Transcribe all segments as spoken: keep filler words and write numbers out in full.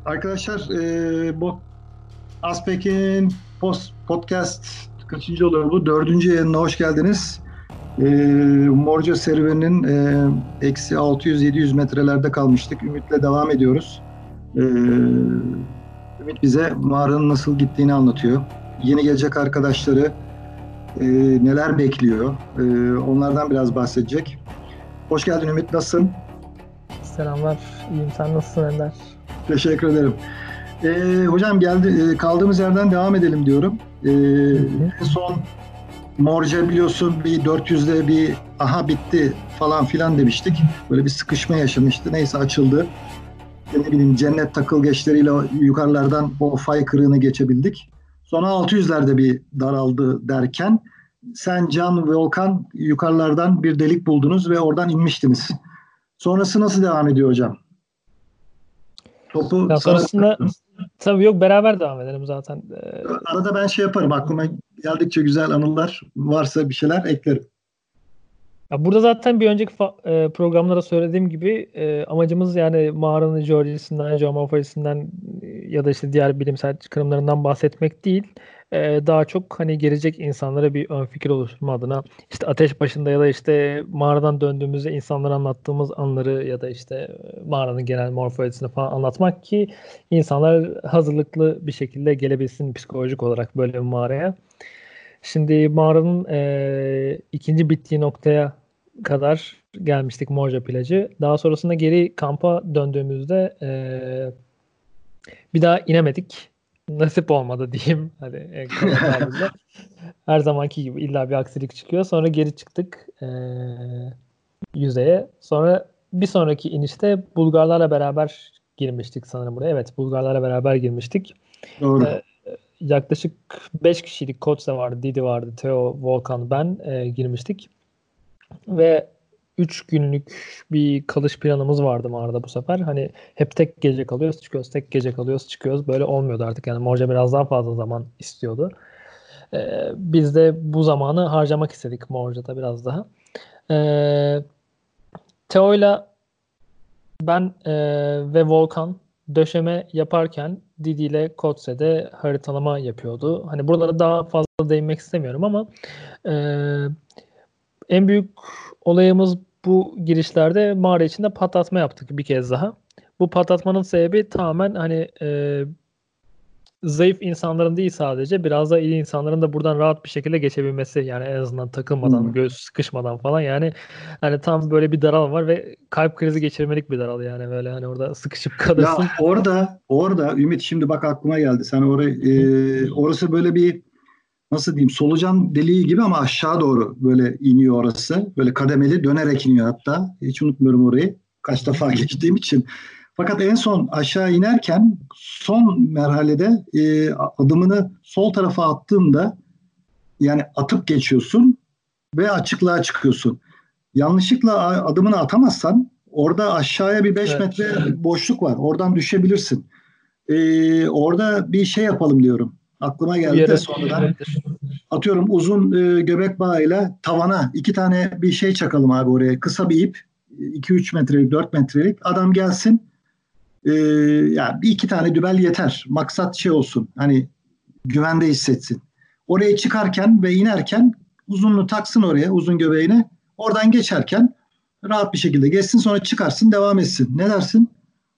Arkadaşlar e, bu Aspek'in post, podcast kaçıncı oluyor bu? Dördüncü yayınına hoş geldiniz. E, Morca serüveninin e, eksi altı yüz yedi yüz metrelerde kalmıştık. Ümit'le devam ediyoruz. E, Ümit bize mağaranın nasıl gittiğini anlatıyor. Yeni gelecek arkadaşları e, neler bekliyor? E, onlardan biraz bahsedecek. Hoş geldin Ümit, nasılsın? Selamlar. İyiyim. Sen nasılsın Ender? Teşekkür ederim. Ee, hocam geldi e, kaldığımız yerden devam edelim diyorum. Ee, en son Morca biliyorsun bir dört yüzde bir aha bitti falan filan demiştik. Böyle bir sıkışma yaşamıştı. Neyse açıldı. Ne bileyim cennet takılgeçleriyle yukarılardan o fay kırığını geçebildik. Sonra altı yüzlerde bir daraldı derken sen, Can ve Volkan yukarılardan bir delik buldunuz ve oradan inmiştiniz. Sonrası nasıl devam ediyor hocam? Topu Ya sana... sonrasında tabii yok beraber devam edelim zaten. Ee, Arada ben şey yaparım. Aklıma geldikçe güzel anılar varsa bir şeyler eklerim. Ya burada zaten bir önceki fa- e, programlara söylediğim gibi e, amacımız yani mağaranın jeolojisinden, jeomorfolojisinden e, ya da işte diğer bilimsel çıkarımlarından bahsetmek değil. E, daha çok hani gelecek insanlara bir ön fikir oluşturma adına işte ateş başında ya da işte mağaradan döndüğümüzde insanlara anlattığımız anları ya da işte e, mağaranın genel morfolojisini falan anlatmak ki insanlar hazırlıklı bir şekilde gelebilsin psikolojik olarak böyle bir mağaraya. Şimdi mağaranın e, ikinci bittiği noktaya kadar gelmiştik Morja plajı. Daha sonrasında geri kampa döndüğümüzde e, bir daha inemedik. Nasip olmadı diyeyim. Hadi en kaba tabirle. Her zamanki gibi illa bir aksilik çıkıyor. Sonra geri çıktık e, yüzeye. Sonra bir sonraki inişte Bulgarlarla beraber girmiştik sanırım buraya. Evet, Bulgarlarla beraber girmiştik. Doğru. E, Yaklaşık beş kişilik Kotze vardı, Didi vardı, Theo, Volkan, ben e, girmiştik. Ve üç günlük bir kalış planımız vardı mağarada bu sefer. Hani hep tek gece kalıyoruz, çıkıyoruz, tek gece kalıyoruz, çıkıyoruz. Böyle olmuyordu artık. Yani Morca biraz daha fazla zaman istiyordu. E, biz de bu zamanı harcamak istedik Morca'da biraz daha. E, Theo'yla ben e, ve Volkan döşeme yaparken Didi ile Kotze'de haritalama yapıyordu. Hani buralara daha fazla değinmek istemiyorum ama e, en büyük olayımız bu girişlerde mağara içinde patlatma yaptık bir kez daha. Bu patlatmanın sebebi tamamen hani e, zayıf insanların değil sadece biraz da iyi insanların da buradan rahat bir şekilde geçebilmesi, yani en azından takılmadan, Hmm. göğüs sıkışmadan falan, yani hani tam böyle bir daral var ve kalp krizi geçirmelik bir daral, yani böyle hani orada sıkışıp Ya kalırsın. orada orada Ümit, şimdi bak aklıma geldi. Sen orayı Hı. e, orası böyle bir, nasıl diyeyim, solucan deliği gibi ama aşağı doğru böyle iniyor orası. Böyle kademeli dönerek iniyor hatta. Hiç unutmuyorum orayı. Kaç defa geçtiğim için. Fakat en son aşağı inerken son merhalede e, adımını sol tarafa attığında, yani atıp geçiyorsun ve açıklığa çıkıyorsun. Yanlışlıkla adımını atamazsan orada aşağıya bir beş Evet. metre boşluk var. Oradan düşebilirsin. Ee, orada bir şey yapalım diyorum. Aklıma geldi de Uyarı sonradan. olabilir. Atıyorum uzun e, göbek bağıyla tavana iki tane bir şey çakalım abi oraya. Kısa bir ip. iki üç metrelik, dört metrelik. Adam gelsin. E, ya bir iki tane dübel yeter. Maksat şey olsun. Hani güvende hissetsin. Oraya çıkarken ve inerken uzunluğu taksın oraya, uzun göbeğine. Oradan geçerken rahat bir şekilde geçsin, sonra çıkarsın, devam etsin. Ne dersin?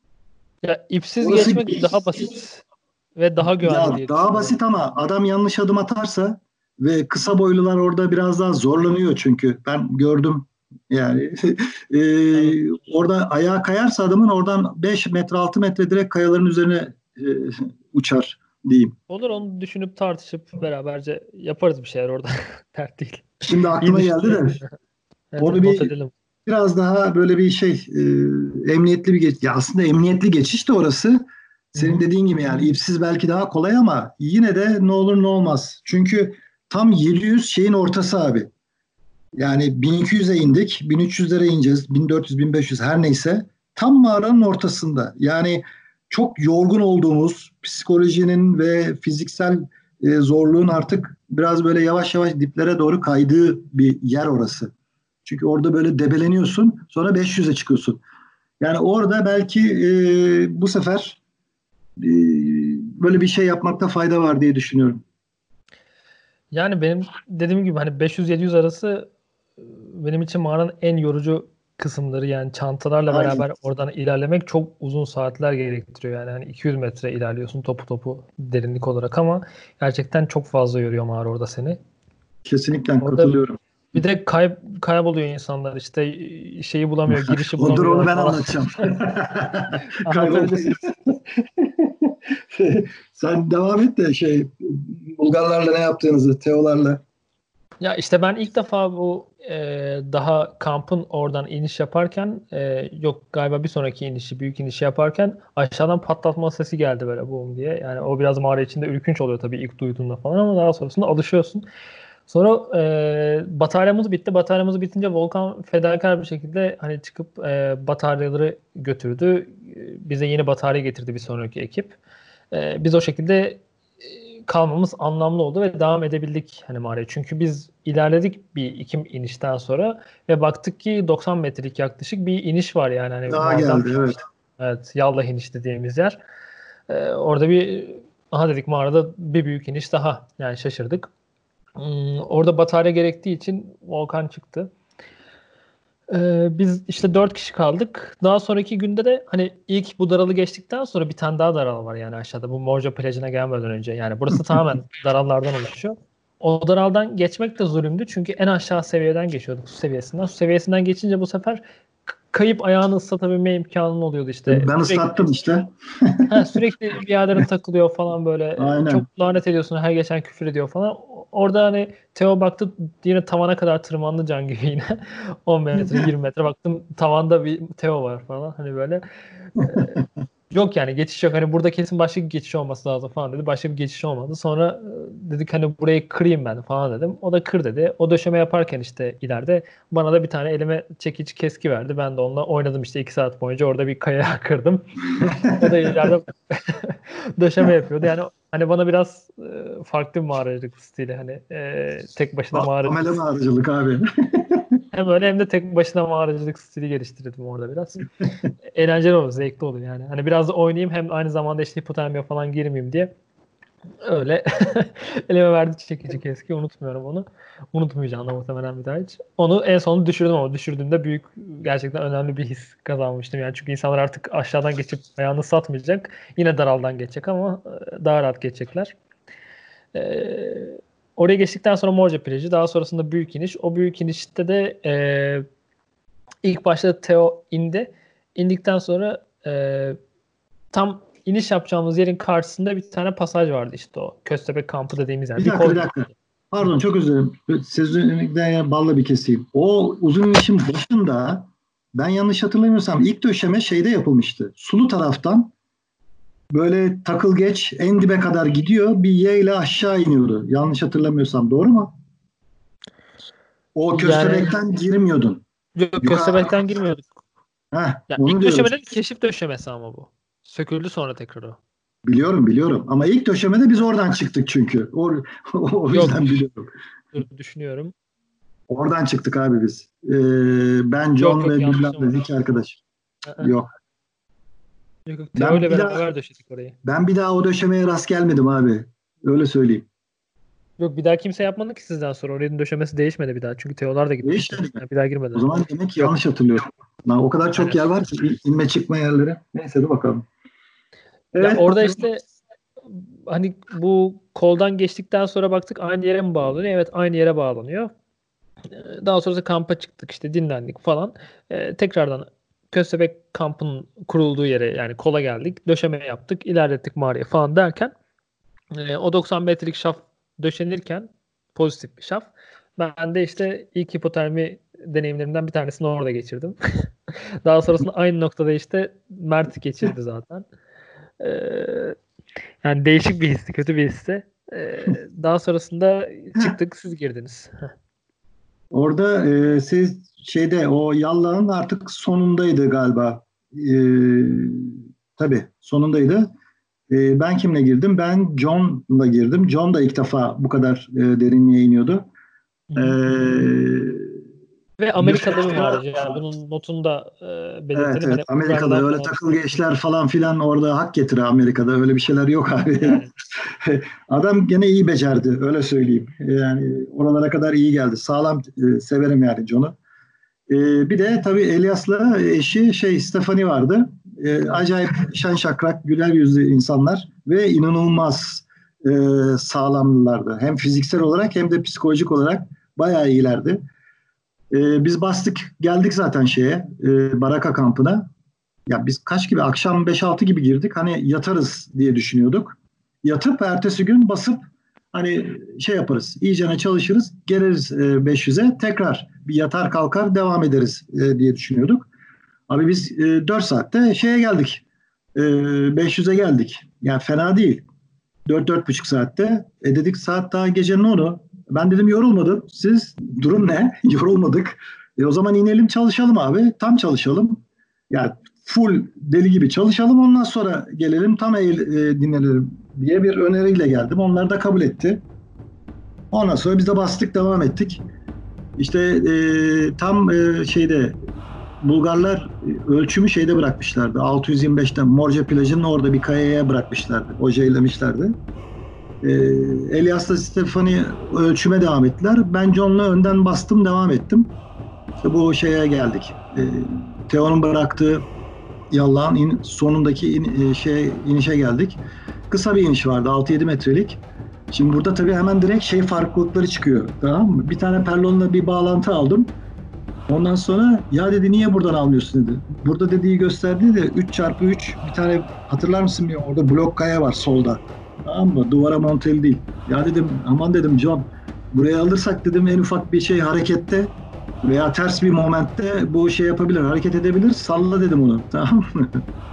Ya ipsiz Orası geçmek daha basit ve daha güvenli ya diye daha düşünüyorum. basit ama adam yanlış adım atarsa ve kısa boylular orada biraz daha zorlanıyor, çünkü ben gördüm yani e, Tabii. orada ayağa kayarsa adamın oradan beş metre altı metre direkt kayaların üzerine e, uçar diyeyim. Olur, onu düşünüp tartışıp beraberce yaparız bir şeyler orada. Dert değil. Şimdi İyi aklıma geldi düşündün. de Evet, onu evet, not bir edelim. biraz daha böyle bir şey, e, emniyetli bir geç. Ya aslında emniyetli geçiş de orası. Hı Senin hı. dediğin gibi yani ipsiz belki daha kolay ama yine de ne olur ne olmaz. Çünkü tam yedi yüz şeyin ortası abi. Yani bin iki yüze indik, bin üç yüzlere ineceğiz, bin dört yüz bin beş yüz her neyse. Tam mağaranın ortasında. Yani çok yorgun olduğumuz, psikolojinin ve fiziksel e, zorluğun artık biraz böyle yavaş yavaş diplere doğru kaydığı bir yer orası. Çünkü orada böyle debeleniyorsun, sonra beş yüze çıkıyorsun. Yani orada belki e, bu sefer e, böyle bir şey yapmakta fayda var diye düşünüyorum. Yani benim dediğim gibi hani beş yüz yedi yüz arası e, benim için mağaranın en yorucu kısımları, yani çantalarla Aynen. beraber oradan ilerlemek çok uzun saatler gerektiriyor. Yani hani iki yüz metre ilerliyorsun topu topu derinlik olarak ama gerçekten çok fazla yoruyor mağara orada seni. Kesinlikle Orada katılıyorum. bir de kay kayboluyor insanlar, işte e, şeyi bulamıyor, girişi O dur onu bulamıyor ben falan. anlatacağım. Kaybolmayı. Anlatabilirsiniz. Sen devam et de şey Bulgarlarla ne yaptığınızı, Teolarla. Ya işte ben ilk defa bu e, daha kampın oradan iniş yaparken, e, yok galiba bir sonraki inişi, büyük inişi yaparken aşağıdan patlatma sesi geldi böyle boom diye. Yani o biraz mağara içinde ürkünç oluyor tabii ilk duyduğunda falan ama daha sonrasında alışıyorsun. Sonra e, bataryamız bitti. Bataryamız bitince Volkan fedakar bir şekilde hani çıkıp e, bataryaları götürdü. E, Bize yeni batarya getirdi bir sonraki ekip. E, biz o şekilde e, kalmamız anlamlı oldu ve devam edebildik hani mağaraya. Çünkü biz ilerledik bir iki inişten sonra ve baktık ki doksan metrelik yaklaşık bir iniş var, yani hani Daha muazzam geldi, bir evet. iniş. Evet, Yallah iniş dediğimiz yer. E, orada bir aha dedik, mağarada bir büyük iniş daha. Yani şaşırdık. Hmm, orada batarya gerektiği için Volkan çıktı. Ee, biz işte dört kişi kaldık. Daha sonraki günde de hani ilk bu daralı geçtikten sonra bir tane daha daral var yani aşağıda. Bu Morja plajına gelmeden önce. Yani burası tamamen darallardan oluşuyor. O daraldan geçmek de zulümdü. Çünkü en aşağı seviyeden geçiyorduk, su seviyesinden. Su seviyesinden geçince bu sefer k- kayıp ayağını ıslatabilme imkanın oluyordu işte. Ben Sürekli ıslattım işte. Ha, sürekli bir yerlerin takılıyor falan böyle. Aynen. Çok lanet ediyorsun. Her geçen küfür ediyor falan. Orada hani Teo baktı, yine tavana kadar tırmandı can gibi yine. on metre yirmi metre baktım tavanda bir Teo var falan. Hani böyle yok yani geçiş yok. Hani burada kesin başka bir geçiş olması lazım falan dedi. Başka bir geçiş olmadı. Sonra e, dedik hani burayı kırayım ben falan dedim. O da kır dedi. O döşeme yaparken işte ileride bana da bir tane elime çekici keski verdi. Ben de onunla oynadım işte iki saat boyunca, orada bir kaya kırdım. O da ileride döşeme yapıyordu. Yani hani bana biraz e, farklı bir mağaracılık stili. Hani e, tek başına Amele mağaracılık mağaracılık abi. hem öyle hem de tek başına mağaracılık stili geliştirdim orada biraz. Eğlenceli olur, zevkli olur yani. Hani biraz da oynayayım hem aynı zamanda işte hipotermiye falan girmeyeyim diye. Öyle elime verdi çekici keski, unutmuyorum onu. Unutmayacağım da muhtemelen bir daha hiç. Onu en sonunda düşürdüm ama düşürdüğümde büyük, gerçekten önemli bir his kazanmıştım. Yani çünkü insanlar artık aşağıdan geçip ayağını satmayacak. Yine daraldan geçecek ama e, daha rahat geçecekler. Ee, Oraya geçtikten sonra Morca plajı, daha sonrasında büyük iniş. O büyük inişte de e, ilk başta Theo indi. İndikten sonra e, tam iniş yapacağımız yerin karşısında bir tane pasaj vardı, işte o Köstebek kampı dediğimiz yer. Bir Bir dakika kol bir dakika. geçiyordu. Hı. Pardon çok özür dilerim. Sözünüzden ya balla bir keseyim. O uzun inişin başında ben yanlış hatırlamıyorsam ilk döşeme şeyde yapılmıştı. Sulu taraftan böyle takıl geç en dibe kadar gidiyor. Bir Y ile aşağı iniyordu. Yanlış hatırlamıyorsam doğru mu? O Yani köstebekten girmiyordun. yok, Yukarı. Köstebek'ten girmiyorduk. Heh, Ya onu ilk diyorum. döşemelerin keşif döşemesi ama bu. Söküldü sonra tekrar o. Biliyorum biliyorum. Ama ilk döşemede biz oradan çıktık çünkü. O, o Yok, yüzden biliyorum. dur düşünüyorum. Oradan çıktık abi biz. Ee, ben, Yok John yok, ve yanlış bilmem numara. ne iki arkadaş. Aa, Yok. yok yok, Teo Ben ile bir daha beraber döşedik orayı. ben bir daha o döşemeye rast gelmedim abi. Öyle söyleyeyim. Yok, bir daha kimse yapmadı ki sizden sonra. Oranın döşemesi değişmedi bir daha. Çünkü Teolar da gitmişti. Değişmedi mi? Yani bir daha O girmediler. zaman demek ki Yok. yanlış hatırlıyorum. Lan o kadar çok Aynen. yer var ki in- inme çıkma yerleri. Neyse dur bakalım. Ya Evet orada bakalım. işte hani bu koldan geçtikten sonra baktık aynı yere mi bağlanıyor? Evet, aynı yere bağlanıyor. Ee, Daha sonrası kampa çıktık, işte dinlendik falan. Ee, tekrardan Köstebek kampın kurulduğu yere, yani kola geldik. Döşeme yaptık. İlerlettik mağaraya falan derken e, o doksan metrelik şaf döşenirken, pozitif bir şaf. Ben de işte ilk hipotermi deneyimlerimden bir tanesini orada geçirdim. Daha sonrasında aynı noktada işte Mert geçirdi zaten. Ee, Yani değişik bir histi, kötü bir histi. Ee, daha sonrasında Heh, çıktık, siz girdiniz. orada e, siz şeyde o yallağın artık sonundaydı galiba. E, tabii sonundaydı. E, ben kimle girdim? Ben John'la girdim. John da ilk defa bu kadar e, derinliğe iniyordu. Hı E, hı. Ve Amerikalı mı var? Yani bunun notunu da e, belirtelim. Evet, evet. Hani Amerika'da öyle Ukraynalar takıl gençler falan filan orada hak getire Amerika'da. Öyle bir şeyler yok abi. yani. Adam gene iyi becerdi. Öyle söyleyeyim. Yani oralara kadar iyi geldi. Sağlam e, severim yani John'u. E, bir de tabii Elias'la eşi şey Stephanie vardı. E, acayip şen şakrak, güler yüzlü insanlar ve inanılmaz e, sağlamlılardı. Hem fiziksel olarak hem de psikolojik olarak bayağı iyilerdi. E, biz bastık geldik zaten şeye e, Baraka kampına. Ya biz kaç gibi akşam beş altı gibi girdik. Hani yatarız diye düşünüyorduk. Yatıp ertesi gün basıp hani şey yaparız. İyicene çalışırız. Geliriz e, beş yüze tekrar bir yatar kalkar devam ederiz e, diye düşünüyorduk. Abi biz e, dört saatte şeye geldik. E, beş yüze geldik. Yani fena değil. Dört dört buçuk saatte. E dedik saat daha gecenin onu. Ben dedim yorulmadım. Siz durum ne? Yorulmadık. E o zaman inelim çalışalım abi. Tam çalışalım. Yani full deli gibi çalışalım. Ondan sonra gelelim tam eğil, e, dinlenelim diye bir öneriyle geldim. Onlar da kabul etti. Ondan sonra biz de bastık devam ettik. İşte e, tam e, şeyde Bulgarlar e, ölçümü şeyde bırakmışlardı. altı yüz yirmi beşten Morca plajının orada bir kayaya bırakmışlardı. Ojelemişlerdi. E, Elias'la Stefani ölçüme devam ettiler. Ben John'la önden bastım devam ettim. İşte bu şeye geldik. E, Teo'nun bıraktığı yallahın in, sonundaki in, e, şey inişe geldik. Kısa bir iniş vardı altı yedi metrelik. Şimdi burada tabii hemen direkt şey farklılıkları çıkıyor. Tamam mı? Bir tane perlonla bir bağlantı aldım. Ondan sonra ya dedi niye buradan almıyorsun dedi. Burada dediği gösterdiği de üç çarpı üç bir tane hatırlar mısın bilmiyorum. Orada blok kaya var solda. Tamam mı? Duvara monteli değil. Ya dedim aman dedim John buraya alırsak dedim en ufak bir şey harekette veya ters bir momentte bu şey yapabilir, hareket edebilir. Salla dedim onu. Tamam mı?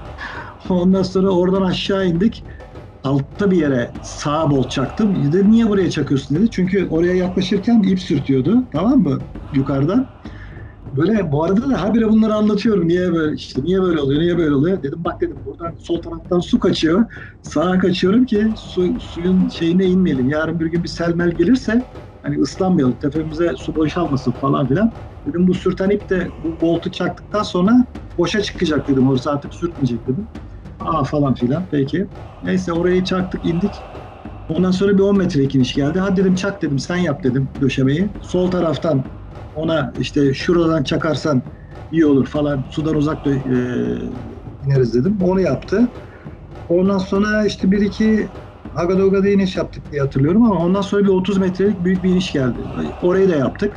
Ondan sonra oradan aşağı indik. Altta bir yere sağa bolt çaktım. Dedi niye buraya çakıyorsun dedi. Çünkü oraya yaklaşırken ip sürtüyordu. Tamam mı? Yukarıdan. Böyle bu arada da habire bunları anlatıyorum. Niye böyle işte niye böyle oluyor, niye böyle oluyor? Dedim bak dedim buradan sol taraftan su kaçıyor. Sağa kaçıyorum ki su, suyun şeyine inmeyelim. Yarın bir gün bir selmel gelirse hani ıslanmayalım. Tepemize su boşalmasın falan filan. Dedim bu sürten ip de bu boltu çaktıktan sonra boşa çıkacak dedim. Orası artık sürtmeyecek dedim. Aa falan filan. Peki. Neyse orayı çaktık indik. Ondan sonra bir on metrelik iniş geldi. Hadi dedim çak dedim sen yap dedim döşemeyi. Sol taraftan ona işte şuradan çakarsan iyi olur falan sudan uzak dö- e, ineriz dedim. Onu yaptı. Ondan sonra işte bir iki Hagadoga'da iniş yaptık diye hatırlıyorum ama ondan sonra bir otuz metrelik büyük bir iniş geldi. Orayı da yaptık.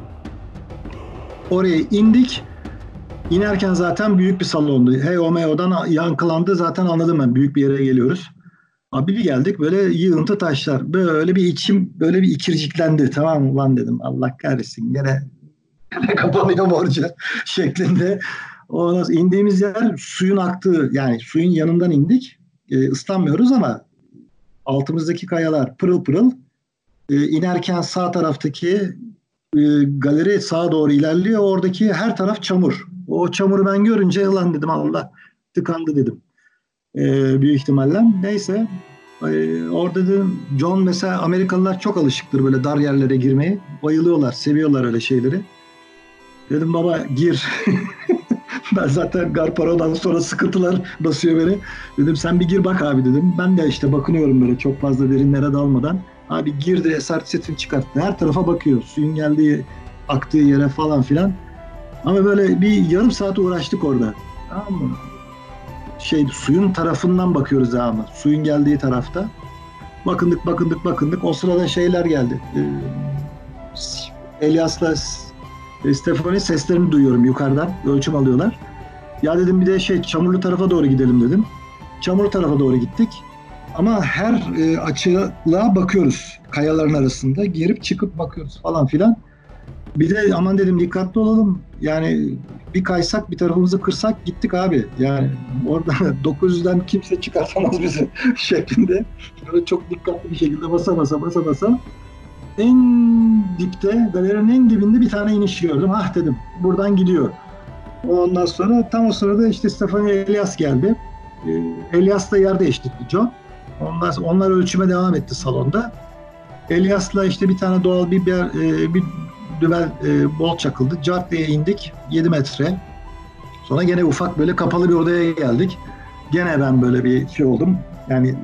Oraya indik. İnerken zaten büyük bir salondu. Hey Omeo'dan yankılandı. Zaten anladım ben. Büyük bir yere geliyoruz. Abi bir geldik böyle yığıntı taşlar. Böyle bir içim böyle bir ikirciklendi. Tamam mı lan dedim. Allah kahretsin. Gene, gene kapanıyor morca şeklinde. Ondan indiğimiz yer suyun aktığı yani suyun yanından indik. E, ıslanmıyoruz ama altımızdaki kayalar pırıl pırıl. E, inerken sağ taraftaki e, galeri sağa doğru ilerliyor. Oradaki her taraf çamur. O çamuru ben görünce lan dedim Allah tıkandı dedim. Ee, büyük ihtimalle. Neyse. Ee, orada dedim John mesela Amerikalılar çok alışıktır böyle dar yerlere girmeye. Bayılıyorlar, seviyorlar öyle şeyleri. Dedim baba gir. Ben zaten Garparo'dan sonra sıkıntılar basıyor beni. Dedim sen bir gir bak abi dedim. Ben de işte bakınıyorum böyle çok fazla derinlere dalmadan. Abi girdi esart setini çıkarttı. Her tarafa bakıyor. Suyun geldiği, aktığı yere falan filan. Ama böyle bir yarım saat uğraştık orada. Tamam mı? Şey suyun tarafından bakıyoruz ama suyun geldiği tarafta. Bakındık bakındık bakındık. O sırada şeyler geldi. Ee, Elias'la Stefani seslerini duyuyorum yukarıdan. Ölçüm alıyorlar. Ya dedim bir de şey çamurlu tarafa doğru gidelim dedim. Çamurlu tarafa doğru gittik. Ama her e, açığa bakıyoruz. Kayaların arasında. Girip çıkıp bakıyoruz falan filan. Bir de aman dedim dikkatli olalım. Yani bir kaysak bir tarafımızı kırsak gittik abi. Yani orada dokuz yüzden kimse çıkartamaz bizi şeklinde. Böyle çok dikkatli bir şekilde basa basa basa basa. En dipte, galerinin en dibinde bir tane iniş gördüm. Ah dedim buradan gidiyor. Ondan sonra tam o sırada işte Stefani Elias geldi. Elias da yer değiştirdi John. Ondan sonra onlar ölçüme devam etti salonda. Elias'la işte bir tane doğal bir, bir, bir dübel e, bolt çakıldı. Cart diye indik. yedi metre. Sonra gene ufak böyle kapalı bir odaya geldik. Gene ben böyle bir şey oldum. Yani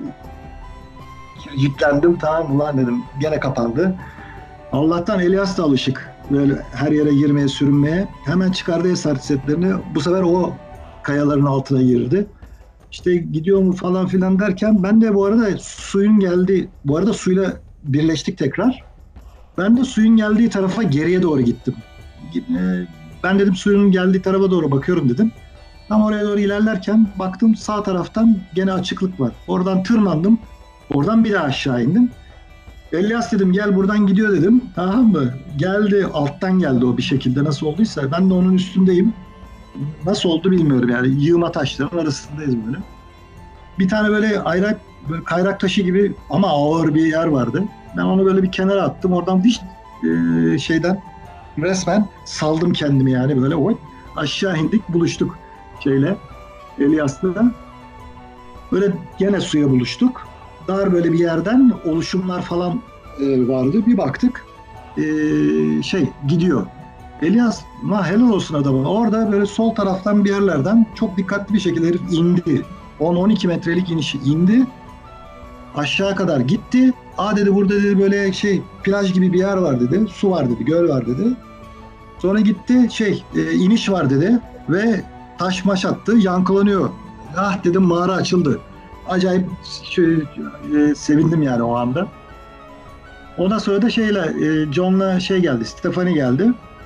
yüklendim, tamam ulan dedim. Gene kapandı. Allah'tan Elias da alışık. Böyle her yere girmeye, sürünmeye. Hemen çıkardı esaret setlerini. Bu sefer o kayaların altına girdi. İşte gidiyor mu falan filan derken ben de bu arada suyun geldiği, bu arada suyla birleştik tekrar. Ben de suyun geldiği tarafa geriye doğru gittim. E, Ben dedim suyun geldiği tarafa doğru bakıyorum dedim. Tam oraya doğru ilerlerken baktım sağ taraftan gene açıklık var. Oradan tırmandım. Oradan bir daha aşağı indim. Elias dedim gel buradan gidiyor dedim. Tamam mı? Geldi, alttan geldi o bir şekilde nasıl olduysa. Ben de onun üstündeyim. Nasıl oldu bilmiyorum yani. Yığma taşların arasındayız böyle. Bir tane böyle ayrak, böyle kayrak taşı gibi ama ağır bir yer vardı. Ben onu böyle bir kenara attım. Oradan diş e, şeyden resmen saldım kendimi yani böyle. Oy, aşağı indik, buluştuk şeyle, Elias'la. Böyle gene suya buluştuk. Dar böyle bir yerden oluşumlar falan e, vardı. Bir baktık e, şey gidiyor. Elias, ma helal olsun adama. Orada böyle sol taraftan bir yerlerden çok dikkatli bir şekilde herif indi. on on iki metrelik inişi indi. Aşağı kadar gitti. Aa dedi burada dedi böyle şey plaj gibi bir yer var dedi. Su var dedi, göl var dedi. Sonra gitti şey e, iniş var dedi ve taş maş attı, yankılanıyor. Ah dedim mağara açıldı. Acayip şey, e, sevindim yani o anda. Ondan sonra da şeyle e, John'la şey geldi, Stephanie geldi.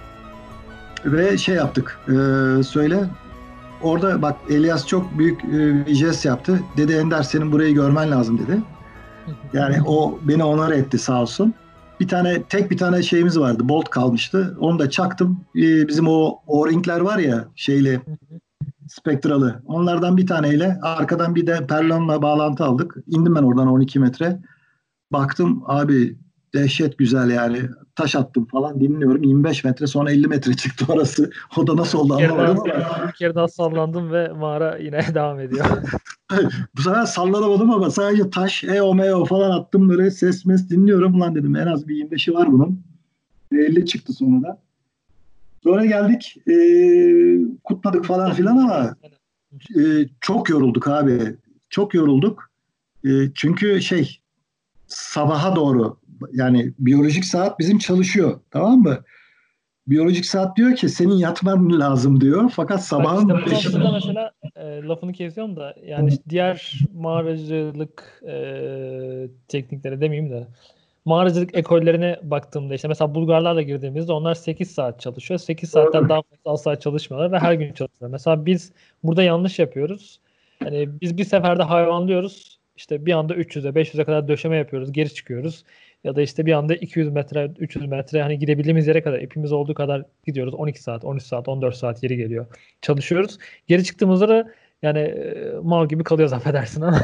Ve şey yaptık, e, söyle. Orada bak Elias çok büyük e, bir jest yaptı. Dedi Ender senin burayı görmen lazım dedi. Yani o beni onar etti sağ olsun. Bir tane tek bir tane şeyimiz vardı. Bolt kalmıştı. Onu da çaktım. Ee, bizim o O-ringler var ya şeyli spektralı. Onlardan bir taneyle arkadan bir de perlonla bağlantı aldık. İndim ben oradan on iki metre. Baktım abi dehşet güzel yani. Taş attım falan dinliyorum. yirmi beş metre sonra elli metre çıktı orası. O da nasıl oldu anlamadım ama. Bir kere daha sallandım ve mağara yine devam ediyor. Bu sefer sallanamadım ama sadece taş, e o me o falan attım böyle ses mes dinliyorum. Ulan dedim en az bir yirmi beşi var bunun. elli çıktı sonra da. Sonra geldik e, kutladık falan filan ama e, çok yorulduk abi. Çok yorulduk. E, çünkü şey sabaha doğru yani biyolojik saat bizim çalışıyor. Tamam mı? Biyolojik saat diyor ki senin yatman lazım diyor. Fakat sabahın Bak işte bu beşinde noktada mesela e, lafını kesiyorum da yani işte diğer mağaracılık e, teknikleri demeyeyim de mağaracılık ekollerine baktığımda işte mesela Bulgarlarla girdiğimizde onlar sekiz saat çalışıyor. sekiz saatten daha fazla asla çalışmıyorlar ve her gün çalışıyorlar. Mesela biz burada yanlış yapıyoruz. Yani biz bir seferde hayvanlıyoruz. İşte bir anda üç yüze beş yüze kadar döşeme yapıyoruz. Geri çıkıyoruz. Ya da işte bir anda iki yüz metre, üç yüz metre hani gidebildiğimiz yere kadar ipimiz olduğu kadar gidiyoruz. on iki saat, on üç saat, on dört saat yeri geliyor. Çalışıyoruz. Geri çıktığımızda da yani e, mal gibi kalıyoruz affedersin ama.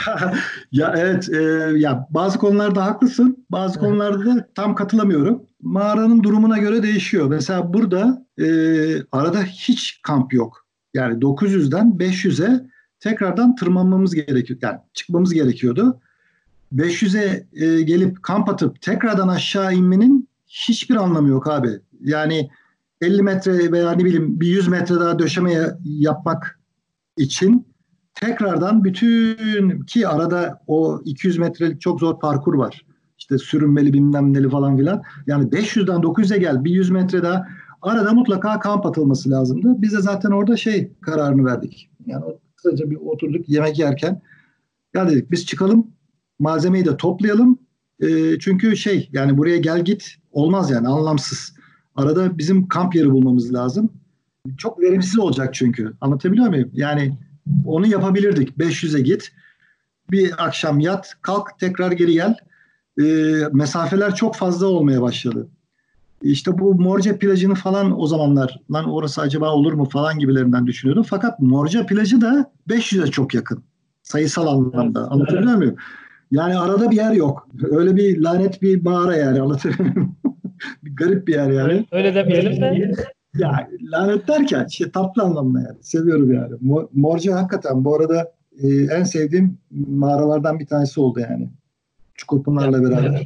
Ya evet e, ya bazı konularda haklısın. Bazı konularda da tam katılamıyorum. Mağaranın durumuna göre değişiyor. Mesela burada e, arada hiç kamp yok. Yani dokuz yüzden beş yüze tekrardan tırmanmamız gerekiyor. Yani çıkmamız gerekiyordu. beş yüze e, gelip kamp atıp tekrardan aşağı inmenin hiçbir anlamı yok abi. Yani elli metre veya ne bileyim bir yüz metre daha döşeme yapmak için tekrardan bütün ki arada o iki yüz metrelik çok zor parkur var. İşte sürünmeli bilmem neli falan filan. Yani beş yüzden dokuz yüze gel bir yüz metre daha arada mutlaka kamp atılması lazımdı. Biz de zaten orada şey kararını verdik. Yani kısaca bir oturduk yemek yerken ya dedik biz çıkalım malzemeyi de toplayalım. E, çünkü şey yani buraya gel git olmaz yani anlamsız. Arada bizim kamp yeri bulmamız lazım. Çok verimsiz olacak çünkü. Anlatabiliyor muyum? Yani onu yapabilirdik. beş yüze git. Bir akşam yat, kalk, tekrar geri gel. E, mesafeler çok fazla olmaya başladı. İşte bu Morca plajını falan o zamanlar lan orası acaba olur mu falan gibilerinden düşünüyordum. Fakat Morca plajı da beş yüze çok yakın. Sayısal anlamda. Anlatabiliyor muyum? Yani arada bir yer yok. Öyle bir lanet bir mağara yani. Anlatabiliyor muyum? Bir garip bir yer yani. Öyle, öyle demeyelim de. Ya lanet derken şey tatlı anlamda yani. Seviyorum yani. Mo- Morca hakikaten bu arada e, en sevdiğim mağaralardan bir tanesi oldu yani. Çukurpınar'la beraber.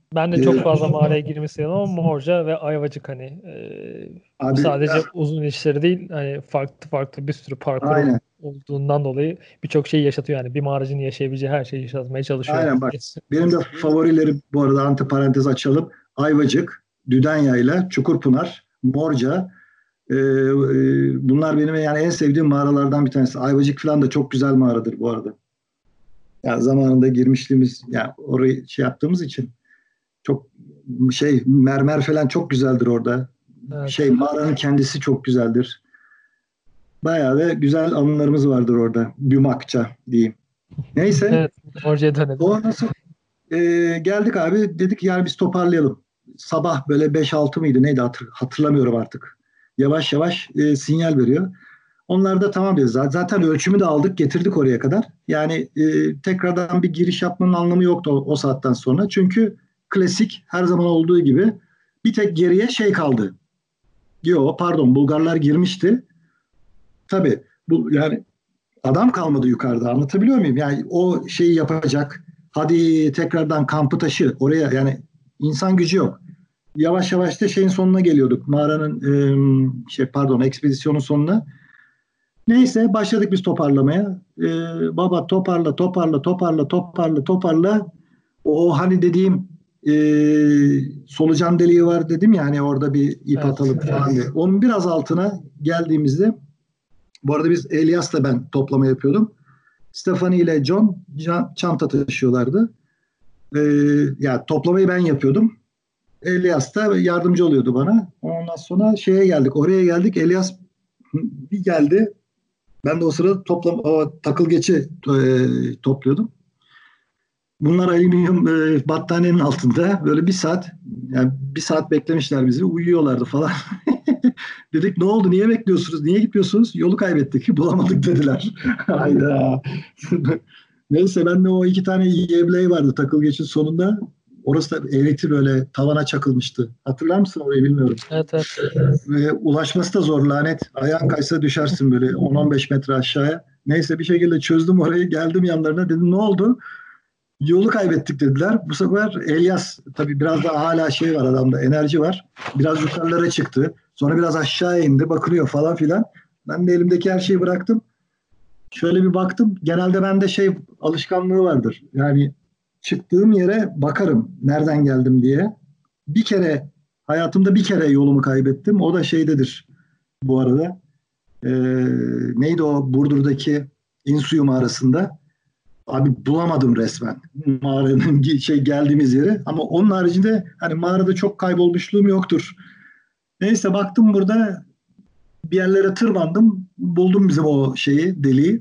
Ben de E, çok fazla mağaraya girmiştim ama Morca ve Ayvacık hani e, abi sadece ya, uzun işleri değil hani farklı farklı bir sürü parkuru aynen. olduğundan dolayı birçok şeyi yaşatıyor yani bir mağaracının yaşayabileceği her şeyi yaşatmaya çalışıyor. Aynen bak. Benim de favorilerim bu arada antiparantez açalım. Ayvacık, Düdenyayla, Çukurpınar, Morca. Ee, e, bunlar benim yani en sevdiğim mağaralardan bir tanesi. Ayvacık falan da çok güzel mağaradır bu arada. Yani zamanında girmişliğimiz yani orayı şey yaptığımız için çok şey mermer falan çok güzeldir orada. Şey Evet. mağaranın kendisi çok güzeldir. Bayağı da güzel anılarımız vardır orada. Bümakça diyeyim. Neyse. Evet. Morca'ya dönelim. Sonrası e, geldik abi dedik yani biz toparlayalım. Sabah böyle beş altı mıydı neydi hatır, hatırlamıyorum artık. Yavaş yavaş e, sinyal veriyor. Onlar da tamam dedi. Zaten ölçümü de aldık getirdik oraya kadar. Yani e, tekrardan bir giriş yapmanın anlamı yoktu o, o saatten sonra. Çünkü klasik her zaman olduğu gibi bir tek geriye şey kaldı. Yo pardon Bulgarlar girmişti. Tabii bu yani adam kalmadı yukarıda anlatabiliyor muyum? Yani o şeyi yapacak. Hadi tekrardan kampı taşı oraya yani insan gücü yok. Yavaş yavaş da şeyin sonuna geliyorduk. Mağaranın e, şey pardon ekspedisyonun sonuna. Neyse başladık biz toparlamaya. E, baba toparla toparla toparla toparla toparla. O hani dediğim e, solucan deliği var dedim ya hani orada bir ip Evet. atalım falan diye. Onun biraz altına geldiğimizde bu arada biz Elias'la ben toplama yapıyordum. Stephanie ile John can- çanta taşıyorlardı. Ee, ya toplamayı ben yapıyordum. Elias da yardımcı oluyordu bana. Ondan sonra şeye geldik. Oraya geldik. Elias bir geldi. Ben de o sırada toplam o takıl geçi e, topluyordum. Bunlar alüminyum e, battaniyenin altında böyle bir saat yani bir saat beklemişler bizi. Uyuyorlardı falan. Dedik ne oldu? Niye bekliyorsunuz? Niye gitmiyorsunuz? Yolu kaybettik. Bulamadık dediler. Hayda. Neyse ben de o iki tane yebleği vardı takıl geçin sonunda. Orası da eğreti böyle tavana çakılmıştı. Hatırlar mısın orayı bilmiyorum. Evet, evet. Ve ulaşması da zor lanet. Ayağın kaysa düşersin böyle on on beş metre aşağıya. Neyse bir şekilde çözdüm orayı. Geldim yanlarına dedim ne oldu? Yolu kaybettik dediler. Bu sefer Elias tabii biraz da hala şey var adamda enerji var. Biraz yukarılara çıktı. Sonra biraz aşağı indi bakınıyor falan filan. Ben de elimdeki her şeyi bıraktım. Şöyle bir baktım. Genelde bende şey alışkanlığı vardır. Yani çıktığım yere bakarım nereden geldim diye. Bir kere hayatımda bir kere yolumu kaybettim. O da şeydedir bu arada. Ee, neydi o Burdur'daki İnsuyu mağarasında. Abi bulamadım resmen mağaranın şey geldiğimiz yeri. Ama onun haricinde hani mağarada çok kaybolmuşluğum yoktur. Neyse baktım burada bir yerlere tırmandım. Buldum bizim o şeyi, deliği.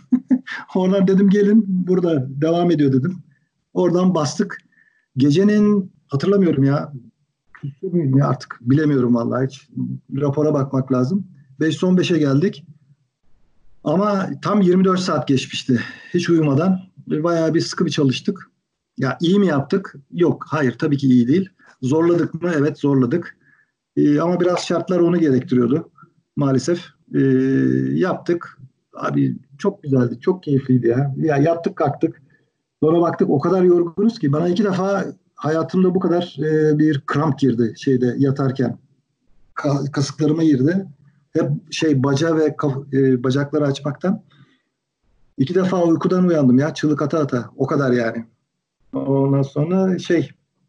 Oradan dedim gelin burada devam ediyor dedim. Oradan bastık. Gecenin hatırlamıyorum ya. Küsur müyüm ya artık bilemiyorum vallahi hiç. Rapora bakmak lazım. beş on beşe geldik. Ama tam yirmi dört saat geçmişti. Hiç uyumadan. Bayağı bir sıkı bir çalıştık. Ya iyi mi yaptık? Yok. Hayır tabii ki iyi değil. Zorladık mı? Evet zorladık. Ee, ama biraz şartlar onu gerektiriyordu. Maalesef. Ee, yaptık. Abi çok güzeldi. Çok keyifliydi ya. Ya yattık kalktık. Sonra baktık o kadar yorgunuz ki bana iki defa hayatımda bu kadar e, bir kramp girdi şeyde yatarken. Ka- kasıklarıma girdi. Hep şey baca ve kaf- e, bacakları açmaktan. İki defa uykudan uyandım ya çığlık ata ata. O kadar yani. Ondan sonra şey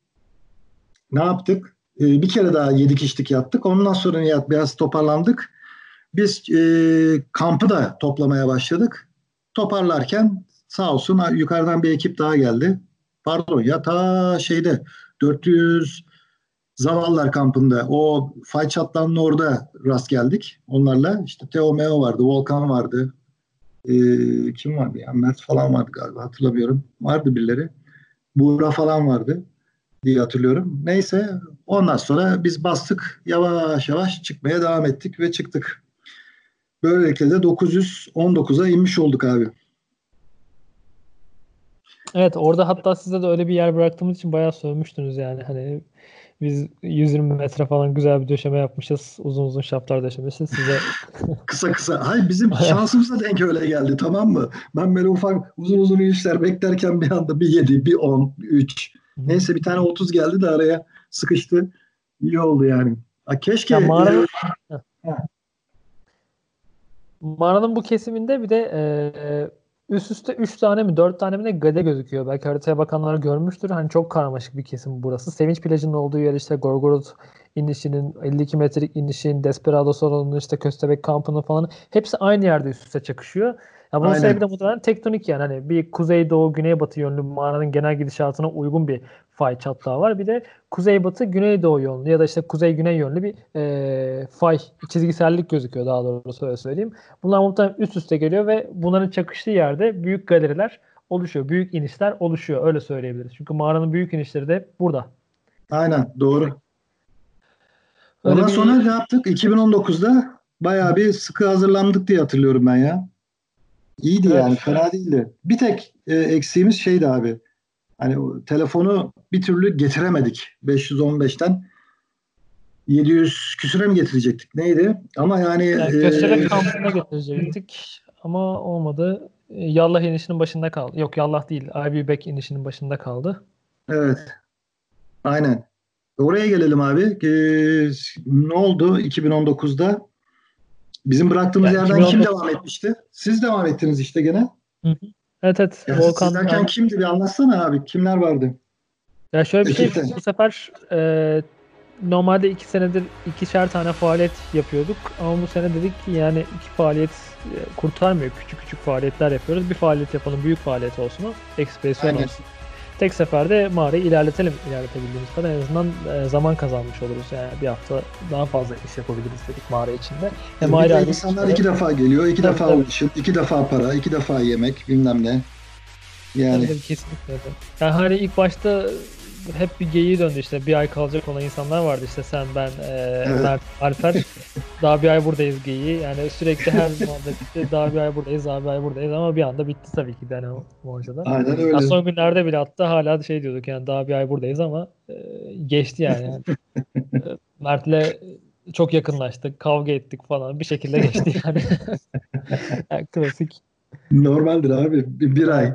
ne yaptık? E, bir kere daha yedik içtik yattık. Ondan sonra yat, biraz toparlandık. Biz e, kampı da toplamaya başladık. Toparlarken sağ olsun yukarıdan bir ekip daha geldi. Pardon ya ta şeyde dört yüz Zavallar kampında o fay çatlağının orada rast geldik onlarla. İşte Teo Meo vardı, Volkan vardı. Ee, kim vardı ya? Mert falan vardı galiba hatırlamıyorum. Vardı birileri. Buğra falan vardı diye hatırlıyorum. Neyse ondan sonra biz bastık yavaş yavaş çıkmaya devam ettik ve çıktık. Böylelikle de dokuz yüz on dokuza inmiş olduk abi. Evet, orada hatta size de öyle bir yer bıraktığımız için bayağı sövmüştünüz yani. Hani biz yüz yirmi metre falan güzel bir döşeme yapmışız. Uzun uzun şaftlar döşemişiz. Size Kısa kısa. Hayır bizim bayağı şansımıza denk öyle geldi tamam mı? Ben böyle ufak uzun uzun işler beklerken bir anda bir yedi, bir on, üç. Hı. Neyse bir tane otuz geldi de araya sıkıştı. İyi oldu yani. Ha, keşke Ya e, mağaranın Mağaranın bu kesiminde bir de e, üst üste üç tane mi dört tane mi ne gade gözüküyor. Belki haritaya bakanlar görmüştür. Hani çok karmaşık bir kesim burası. Sevinç plajının olduğu yer işte Gorgorot inişinin, elli iki metrelik inişin, Desperado salonunun, işte Köstebek kampının falan hepsi aynı yerde üst üste çakışıyor. Ya bunun sebebi aynen de muhtemelen tektonik yani. Hani bir kuzeydoğu, güneybatı yönlü mağaranın genel gidişatına uygun bir fay çatlağı var. Bir de kuzeybatı, güneydoğu yönlü ya da işte kuzey-güney yönlü bir e, fay, çizgisellik gözüküyor daha doğrusu öyle söyleyeyim. Bunlar muhtemelen üst üste geliyor ve bunların çakıştığı yerde büyük galeriler oluşuyor. Büyük inişler oluşuyor. Öyle söyleyebiliriz. Çünkü mağaranın büyük inişleri de burada. aynen doğru. Öyle Ondan sonra bir ne yaptık? iki bin on dokuzda bayağı bir sıkı hazırlandık diye hatırlıyorum ben ya. İyiydi yani, evet. fena değildi. Bir tek e, eksiğimiz şeydi abi. Hani o telefonu bir türlü getiremedik. beş yüz on beşten yedi yüz küsüre mi getirecektik? Neydi? Ama yani Yani e, Köstebek kampına getirecektik ama olmadı. E, Yallah inişinin başında kaldı. Yok Yallah değil. I B Back inişinin başında kaldı. evet, aynen. Oraya gelelim abi. E, ne oldu iki bin on dokuzda? Bizim bıraktığımız Yani yerden kim iki bin on dokuz. devam etmişti? Siz devam ettiniz işte gene. Hı hı. Evet evet. Ya siz, siz Volkan derken ben kimdi, bir anlatsana abi. Kimler vardı ya şöyle bir şey ekipte? bu sefer e, normalde iki senedir ikişer tane faaliyet yapıyorduk ama bu sene dedik ki yani iki faaliyet e, kurtarmıyor. Küçük küçük faaliyetler yapıyoruz. Bir faaliyet yapalım, büyük faaliyet olsun o. Ekspedisyon Aynen. olsun. Tek seferde mağarayı ilerletelim, ilerletebildiğimiz kadar en azından e, zaman kazanmış oluruz. Yani bir hafta daha fazla iş yapabiliriz dedik mağara içinde. Hem Bir ayrı de ayrı insanlar işleri. iki defa geliyor, iki Tabii defa tabii. ulaşım, iki defa para, iki defa yemek, bilmem ne. Tabii Yani tabii kesinlikle öyle. Yani hani ilk başta hep bir geyiği döndü işte bir ay kalacak olan insanlar vardı işte sen ben e, evet, Mert Alper daha bir ay buradayız geyiği yani sürekli her muhabbette daha bir ay buradayız daha bir ay buradayız ama bir anda bitti tabii ki de hani o ortada. aynen Ya öyle. son günlerde bile hatta hala da şey diyorduk yani daha bir ay buradayız ama e, geçti yani. Yani e, Mert'le çok yakınlaştık kavga ettik falan bir şekilde geçti yani. Yani klasik. Normaldir abi, bir, bir ay. Evet.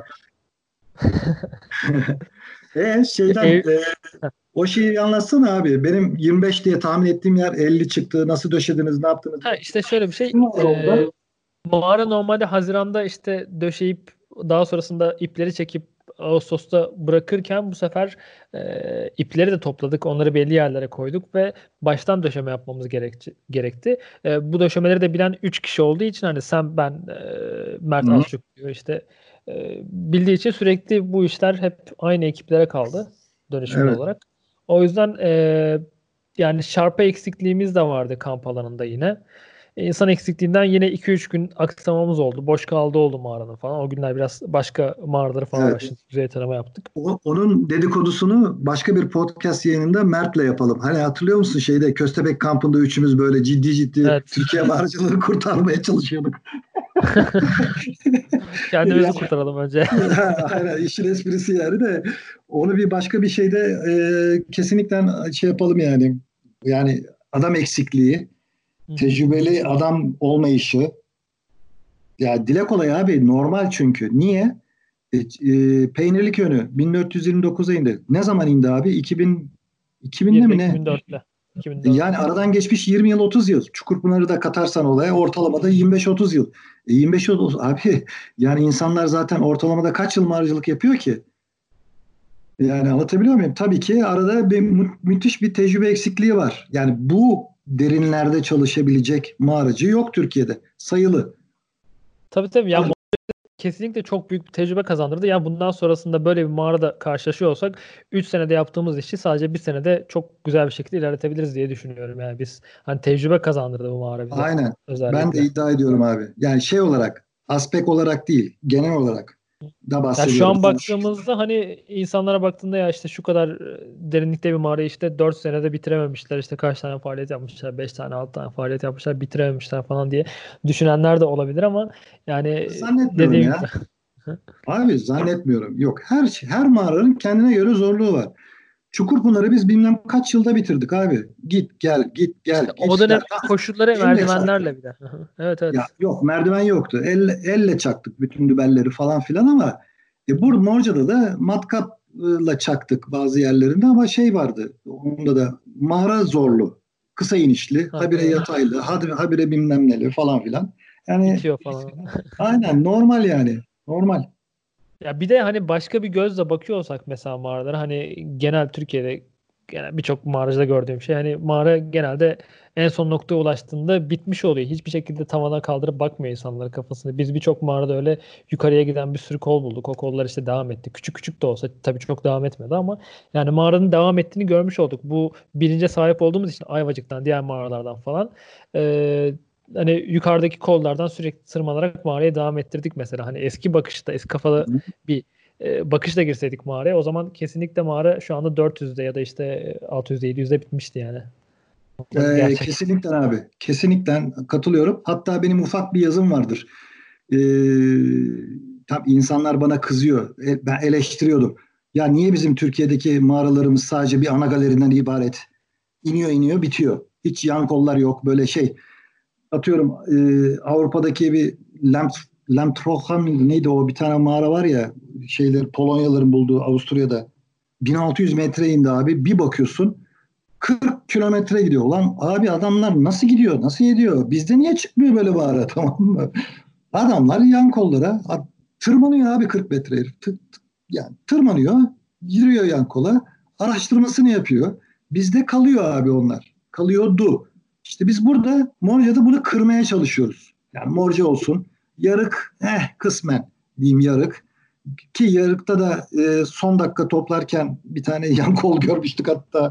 E şeyden E, e, o şeyi anlatsana abi. Benim yirmi beş diye tahmin ettiğim yer elli çıktı. Nasıl döşediniz, ne yaptınız? ha işte şöyle bir şey Kim var e, orada? mağara normalde Haziran'da işte döşeyip daha sonrasında ipleri çekip Ağustos'ta bırakırken bu sefer e, ipleri de topladık. Onları belli yerlere koyduk ve baştan döşeme yapmamız gerekti. gerekti. E, bu döşemeleri de bilen üç kişi olduğu için hani sen ben e, Mert Hı, az çok diyor işte e, bildiği için sürekli bu işler hep aynı ekiplere kaldı dönüşümlü evet. olarak. O yüzden e, yani şarpa eksikliğimiz de vardı kamp alanında yine. E, İnsan eksikliğinden yine iki üç gün aksamamız oldu. Boş kaldı oldu mağaranın falan. O günler biraz başka mağaraları falan Evet. araştırdık. Yüzey tarama yaptık. O- onun dedikodusunu başka bir podcast yayınında Mert'le yapalım. Hani hatırlıyor musun şeyde Köstebek kampında üçümüz böyle ciddi ciddi Evet. Türkiye mağaracıları kurtarmaya çalışıyorduk. Kendimizi Yani, kurtaralım önce. aynen, işin esprisi yani de onu bir başka bir şeyde e, kesinlikle şey yapalım yani. Yani adam eksikliği, Hı hı. tecrübeli adam olmayışı. Ya dile kolay abi, normal çünkü. Niye? E, e, peynirlik yönü bin dört yüz yirmi dokuza indi. Ne zaman indi abi? iki bin iki binde Birde mi ne? iki bin dörtte. Yani iki bin dörtte. aradan geçmiş yirmi yıl, otuz yıl. Çukurpınar'ı da katarsan olaya ortalamada yirmi beş otuz yıl. E, yirmi beş otuz abi, yani insanlar zaten ortalamada kaç yıl mağaracılık yapıyor ki? Yani anlatabiliyor muyum? Tabii ki arada bir mü- müthiş bir tecrübe eksikliği var. Yani bu derinlerde çalışabilecek mağaracı yok Türkiye'de. Sayılı. Tabii tabii. Yani kesinlikle çok büyük bir tecrübe kazandırdı. Yani bundan sonrasında böyle bir mağarada karşılaşıyor olsak üç senede yaptığımız işi sadece bir senede çok güzel bir şekilde ilerletebiliriz diye düşünüyorum. Yani biz hani tecrübe kazandırdı bu mağara bize Aynen. Ben de özellikle. iddia ediyorum abi. Yani şey olarak, aspek olarak değil, genel olarak da Ya şu bahsediyorum. an baktığımızda hani insanlara baktığında ya işte şu kadar e, derinlikte bir mağarayı işte dört senede bitirememişler. İşte kaç tane faaliyet yapmışlar? Beş tane altı tane faaliyet yapmışlar bitirememişler falan diye düşünenler de olabilir ama yani e, Zannetmiyorum dediğim ya. gibi. Abi zannetmiyorum. Yok. Her şey- her mağaranın kendine göre zorluğu var. Çukurpınar'ı biz bilmem kaç yılda bitirdik abi. Git gel, git İşte gel, o git dönem gel. koşulları Elle çaktık. merdivenlerle bir de. Hı hı. Evet Ya evet. yok, merdiven yoktu. Elle, elle çaktık bütün dübelleri falan filan ama e, burada Morca'da da matkap taşla çaktık bazı yerlerinde ama şey vardı. Onda da mağara zorlu. Kısa inişli, Ha, habire evet. yataylı, hadi- habire bilmem neli falan filan. Yani İtiyor falan. aynen normal yani. Normal. Ya bir de hani başka bir gözle bakıyor olsak mesela mağaralara, hani genel Türkiye'de genel birçok mağaracıda gördüğüm şey, hani mağara genelde en son noktaya ulaştığında bitmiş oluyor. Hiçbir şekilde tavana kaldırıp bakmıyor insanların kafasını. Biz birçok mağarada öyle yukarıya giden bir sürü kol bulduk. O kollar işte devam etti. Küçük küçük de olsa tabii çok devam etmedi ama yani mağaranın devam ettiğini görmüş olduk. Bu bilince sahip olduğumuz için Ayvacık'tan, diğer mağaralardan falan. Ee, Hani yukarıdaki kollardan sürekli tırmanarak mağaraya devam ettirdik mesela. Hani eski bakışta, eski kafalı bir e, bakışla girseydik mağaraya, o zaman kesinlikle mağara şu anda dört yüzde ya da işte e, altı yüzde yedi yüzde bitmişti yani. O da bir Ee, gerçek. kesinlikle abi. Kesinlikle katılıyorum. Hatta benim ufak bir yazım vardır. Ee, tam insanlar bana kızıyor. E, ben eleştiriyordum. Ya niye bizim Türkiye'deki mağaralarımız sadece bir ana galeriden ibaret? İniyor iniyor bitiyor. Hiç yan kollar yok böyle şey. Atıyorum e, Avrupa'daki bir Lamp, Lamtrohan neydi o bir tane mağara var ya şeyler Polonyalıların bulduğu Avusturya'da bin altı yüz metre indi abi. Bir bakıyorsun kırk kilometre gidiyor. Ulan abi adamlar nasıl gidiyor? Nasıl ediyor? Bizde niye çıkmıyor böyle mağara tamam mı? Adamlar yan kollara tırmanıyor abi kırk metre herif. Tı- tı- yani tırmanıyor, giriyor yan kola, araştırmasını yapıyor. Bizde kalıyor abi onlar. Kalıyordu. İşte biz burada Morca'da bunu kırmaya çalışıyoruz. Yani Morca olsun. Yarık, eh kısmen diyeyim yarık. Ki yarıkta da e, son dakika toplarken bir tane yan kol görmüştük hatta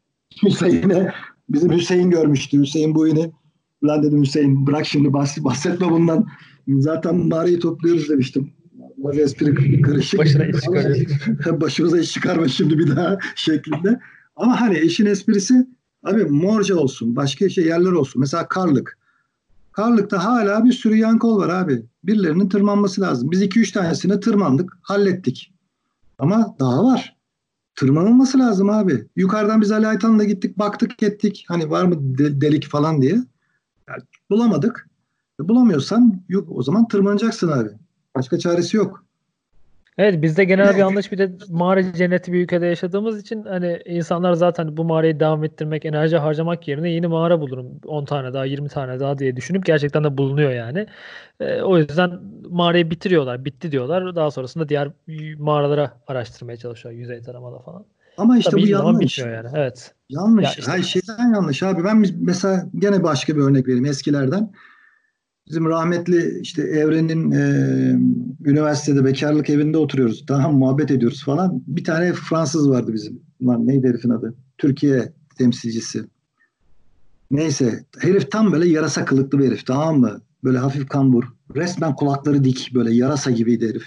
Hüseyin'e. Bizim Hüseyin görmüştü. Hüseyin bu yine. Ulan dedim Hüseyin bırak şimdi bahs bahsetme bundan. Zaten mağarayı topluyoruz demiştim. Biraz espri karışık. Başına iş çıkarıyor. Başımıza iş çıkarma şimdi bir daha şeklinde. Ama hani işin esprisi abi Morca olsun, başka şey yerler olsun. Mesela Karlık. Karlık'ta hala bir sürü yan kol var abi. Birilerinin tırmanması lazım. Biz iki üç tanesine tırmandık, hallettik. Ama daha var. Tırmanılması lazım abi. Yukarıdan biz Ali Aytan'la gittik, baktık ettik. Hani var mı de- delik falan diye. Yani bulamadık. E, bulamıyorsan yok, o zaman tırmanacaksın abi. Başka çaresi yok. Evet, bizde genel bir anlayış, bir de mağara cenneti bir ülkede yaşadığımız için hani insanlar zaten bu mağarayı devam ettirmek, enerji harcamak yerine yeni mağara bulurum. on tane daha, yirmi tane daha diye düşünüp gerçekten de bulunuyor yani. Ee, o yüzden mağarayı bitiriyorlar, bitti diyorlar. Daha sonrasında diğer mağaralara araştırmaya çalışıyor, yüzey taramada falan. Ama işte Tabii bu hiçbir zaman yanlış. bitmiyor yani. Evet. Ya Yanlış. işte Her şeyden yanlış abi. Ben mesela gene başka bir örnek vereyim eskilerden. Bizim rahmetli işte Evren'in e, üniversitede bekarlık evinde oturuyoruz. Daha muhabbet ediyoruz falan. Bir tane Fransız vardı bizim. Lan neydi herifin adı? Türkiye temsilcisi. Neyse herif tam böyle yarasa kılıklı bir herif tamam mı? Böyle hafif kambur. Resmen kulakları dik böyle yarasa gibiydi herif.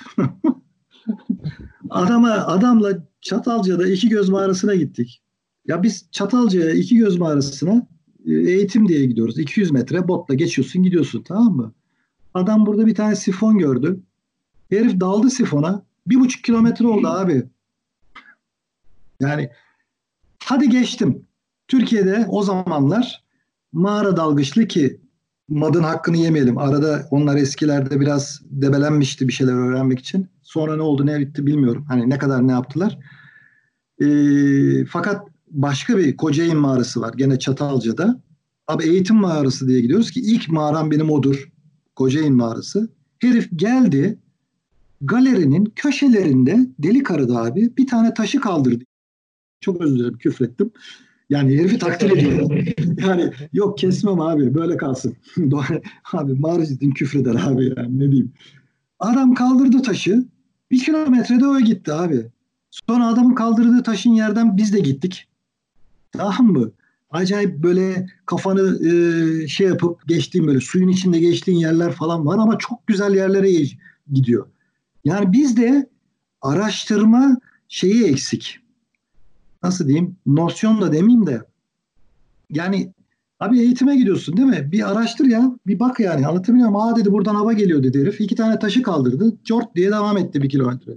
Adama adamla Çatalca'da iki göz mağarasına gittik. Ya biz Çatalca'ya iki göz mağarasına e, eğitim diye gidiyoruz. iki yüz metre botla geçiyorsun gidiyorsun tamam mı? Adam burada bir tane sifon gördü. Herif daldı sifona. Bir buçuk kilometre oldu abi. Yani hadi geçtim. Türkiye'de o zamanlar mağara dalgıçlı ki madın hakkını yemeyelim. Arada onlar eskilerde biraz debelenmişti bir şeyler öğrenmek için. Sonra ne oldu ne bitti bilmiyorum. Hani ne kadar ne yaptılar. Ee, fakat başka bir Kocaeli mağarası var. Gene Çatalca'da. Abi eğitim mağarası diye gidiyoruz ki ilk mağaram benim odur. Kocaeli mağarası. Herif geldi galerinin köşelerinde delik aradı abi. Bir tane taşı kaldırdı. Çok özür dilerim küfrettim. Yani herifi takdir ediyorum. Yani yok kesmem abi böyle kalsın. Abi marjidin küfreder abi yani ne diyeyim. Adam kaldırdı taşı. Bir kilometrede o gitti abi. Sonra adamın kaldırdığı taşın yerden biz de gittik. Tamam mı? Acayip böyle kafanı e, şey yapıp geçtiğin böyle suyun içinde geçtiğin yerler falan var ama çok güzel yerlere gidiyor. Yani bizde araştırma şeyi eksik. Nasıl diyeyim? Nosyon da demeyeyim de. Yani abi eğitime gidiyorsun değil mi? Bir araştır ya. Bir bak yani. Anlatabiliyor muyum? Aa dedi buradan hava geliyor dedi herif. İki tane taşı kaldırdı. Cort diye devam etti bir kilometre.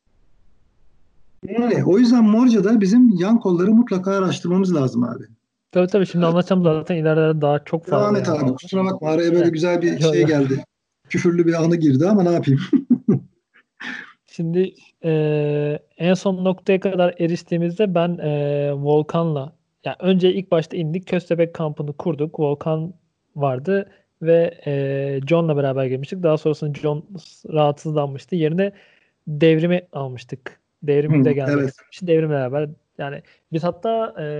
Yani o yüzden Morca'da bizim yan kolları mutlaka araştırmamız lazım abi. tabii tabii, şimdi anlatacağım zaten, ileride daha çok Devam fazla et yan abi. kol Kusura var. bakma araya böyle Heh. güzel bir Yo, şey yo. geldi. Küfürlü bir anı girdi ama ne yapayım? Şimdi e, en son noktaya kadar eriştiğimizde ben e, Volkan'la ya önce ilk başta indik. Köstebek kampını kurduk. Volkan vardı ve e, John'la beraber girmiştik. Daha sonrasında John rahatsızlanmıştı. Yerine Devrimi almıştık. Hı, Devrim de gelmek evet. istemiş. Devrimle beraber yani biz hatta e,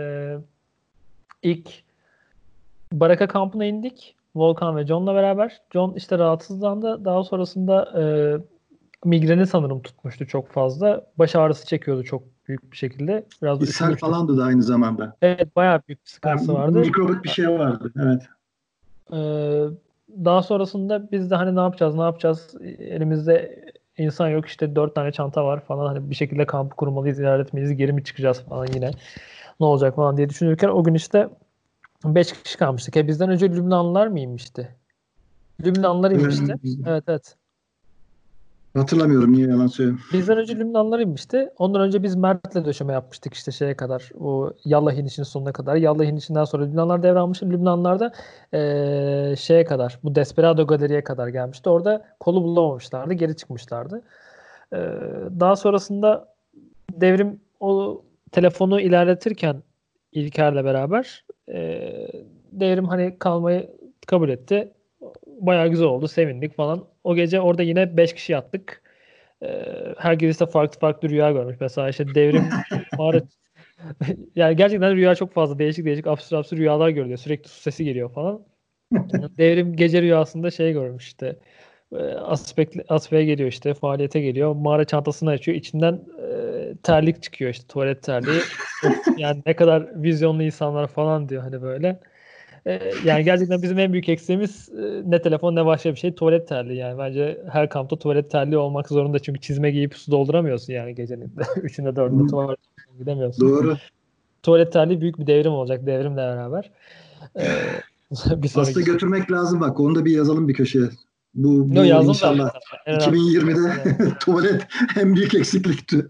ilk Baraka kampına indik. Volkan ve John'la beraber. John işte rahatsızlandı. Daha sonrasında e, migreni sanırım tutmuştu çok fazla. Baş ağrısı çekiyordu çok büyük bir şekilde. Biraz da İshal üşümüştü. falandı da aynı zamanda. Evet, bayağı büyük bir sıkıntısı Yani vardı. mikrobik bir şey vardı. Evet. Ee, Daha sonrasında biz de hani ne yapacağız, ne yapacağız? Elimizde insan yok, işte dört tane çanta var falan, hani bir şekilde kampı kurmalıyız, ilerletmeliyiz, geri mi çıkacağız falan yine. Ne olacak falan diye düşünürken o gün işte beş kişi kalmıştık. E bizden önce Lübnanlılar mı inmişti? Lübnanlılar inmişti. Ee, Evet, evet. Hatırlamıyorum, niye yalan söyleyeyim. Bizden önce Lübnanlılar inmişti. Ondan önce biz Mert'le döşeme yapmıştık işte şeye kadar. O Yallah inişinin sonuna kadar. Yallah inişinden sonra Lübnanlar devralmıştı. Lübnanlar da eee, şeye kadar, bu Desperado Galeri'ye kadar gelmişti. Orada kolu bulamamışlardı. Geri çıkmışlardı. Eee, Daha sonrasında devrim o telefonu ilerletirken İlker'le beraber eee, devrim hani kalmayı kabul etti. Bayağı güzel oldu. Sevindik falan. O gece orada yine beş kişi yattık. Ee, herkes de farklı farklı rüya görmüş. Mesela işte devrim mağara yani gerçekten rüya çok fazla değişik değişik absürt absürt rüyalar görülüyor. Sürekli su sesi geliyor falan. Devrim gece rüyasında şey görmüş işte. E, aspekt, aspeye geliyor işte. Faaliyete geliyor. Mağara çantasını açıyor. İçinden e, terlik çıkıyor işte. Tuvalet terliği. Of, yani ne kadar vizyonlu insanlar falan diyor hani böyle. E, yani gerçekten bizim en büyük eksiğimiz e, ne telefon ne başka bir şey, tuvalet terliği yani. Bence her kampta tuvalet terliği olmak zorunda, çünkü çizme giyip su dolduramıyorsun yani gecenin üçünde dördünde Hı, tuvalet gidemiyorsun. doğru. Tuvalet terliği büyük bir devrim olacak devrimle beraber. E, Bir Aslında sonraki. götürmek lazım, bak. Onu da bir yazalım bir köşeye. Bu, Yo, bu yazdım inşallah zaten. En önemli. iki bin yirmide Evet. tuvalet en büyük eksiklikti.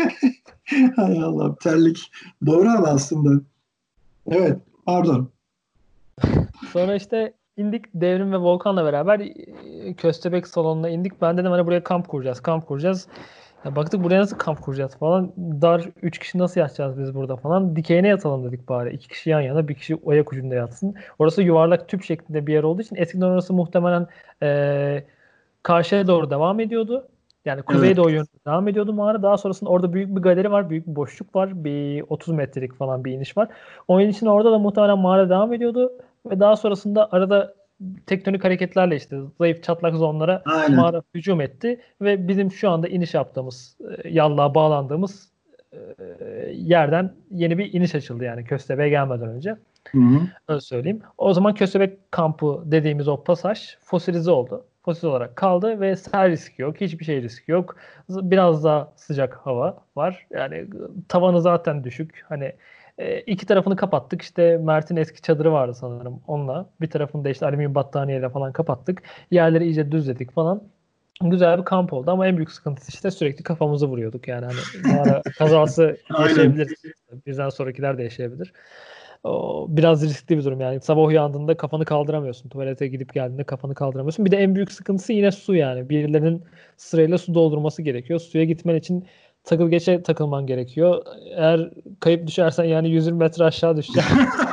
Hay Allah, terlik. Doğru ama aslında. Evet, pardon. Sonra işte indik Devrim ve Volkan'la beraber e, Köstebek salonuna indik. Ben dedim hani buraya kamp kuracağız, kamp kuracağız. Ya baktık buraya nasıl kamp kuracağız falan. Dar üç kişi nasıl yatacağız biz burada falan. Dikeyine yatalım dedik bari. İki kişi yan yana, bir kişi ayak ucunda yatsın. Orası yuvarlak tüp şeklinde bir yer olduğu için eskiden orası muhtemelen e, karşıya doğru devam ediyordu. Yani kuzeye Evet. doğru yönde devam ediyordu mağara. Daha sonrasında orada büyük bir galeri var. Büyük bir boşluk var. Bir otuz metrelik falan bir iniş var. O inişin orada da muhtemelen mağara devam ediyordu. Ve daha sonrasında arada tektonik hareketlerle işte zayıf çatlak zonlara Aynen. mağara hücum etti. Ve bizim şu anda iniş yaptığımız, e, yallığa bağlandığımız e, yerden yeni bir iniş açıldı yani Köstebeğe gelmeden önce. Hı hı. Öyle söyleyeyim. O zaman Köstebek kampı dediğimiz o pasaj fosilize oldu. Fosil olarak kaldı ve sel riski yok. Hiçbir şey riski yok. Biraz daha sıcak hava var. Yani tavanı zaten düşük. Hani e, iki tarafını kapattık. İşte Mert'in eski çadırı vardı sanırım onunla. Bir tarafını da işte alüminyum battaniyeyle falan kapattık. Yerleri iyice düzledik falan. Güzel bir kamp oldu ama en büyük sıkıntısı işte sürekli kafamızı vuruyorduk. Yani hani mağara kazası Aynen. yaşayabiliriz. Bizden sonrakiler de yaşayabilir. O biraz riskli bir durum yani. Sabah uyandığında kafanı kaldıramıyorsun. Tuvalete gidip geldiğinde kafanı kaldıramıyorsun. Bir de en büyük sıkıntısı yine su yani. Birilerinin sırayla su doldurması gerekiyor. Suya gitmen için takıl geçe takılman gerekiyor. Eğer kayıp düşersen yani yüz yirmi metre aşağı düşeceksin.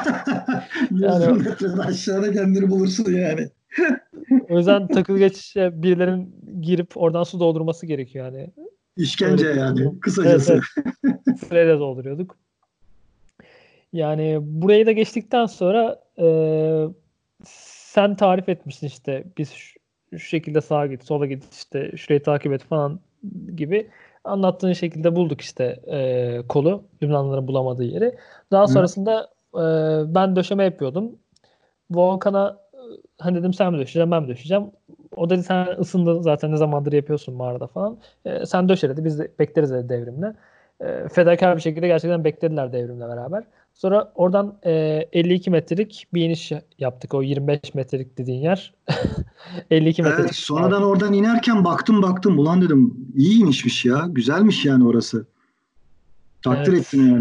yüz Yani metreden aşağıda kendini bulursun yani. o yüzden takıl geçe birilerinin girip oradan su doldurması gerekiyor yani. Öyle İşkence bir yani, durum. Evet, kısacası. evet. Sırayla dolduruyorduk. Yani burayı da geçtikten sonra e, sen tarif etmişsin işte biz şu, şu şekilde sağa git, sola git, işte şurayı takip et falan gibi anlattığın şekilde bulduk işte e, kolu, Lübnanlıların bulamadığı yeri. Daha Evet. sonrasında e, ben döşeme yapıyordum. Volkan'a e, hani dedim sen mi döşeyeceğim ben mi döşeyeceğim. O dedi sen ısındın zaten ne zamandır yapıyorsun mağarada falan. E, sen döşe dedi biz de bekleriz dedi devrimle. E, fedakar bir şekilde gerçekten beklediler devrimle beraber. Sonra oradan e, elli iki metrelik bir iniş yaptık. O yirmi beş metrelik dediğin yer. elli iki metre Evet, çıkış var. sonradan oradan inerken baktım baktım. Ulan dedim, iyi inişmiş ya. Güzelmiş yani orası. Takdir Evet. ettim yani.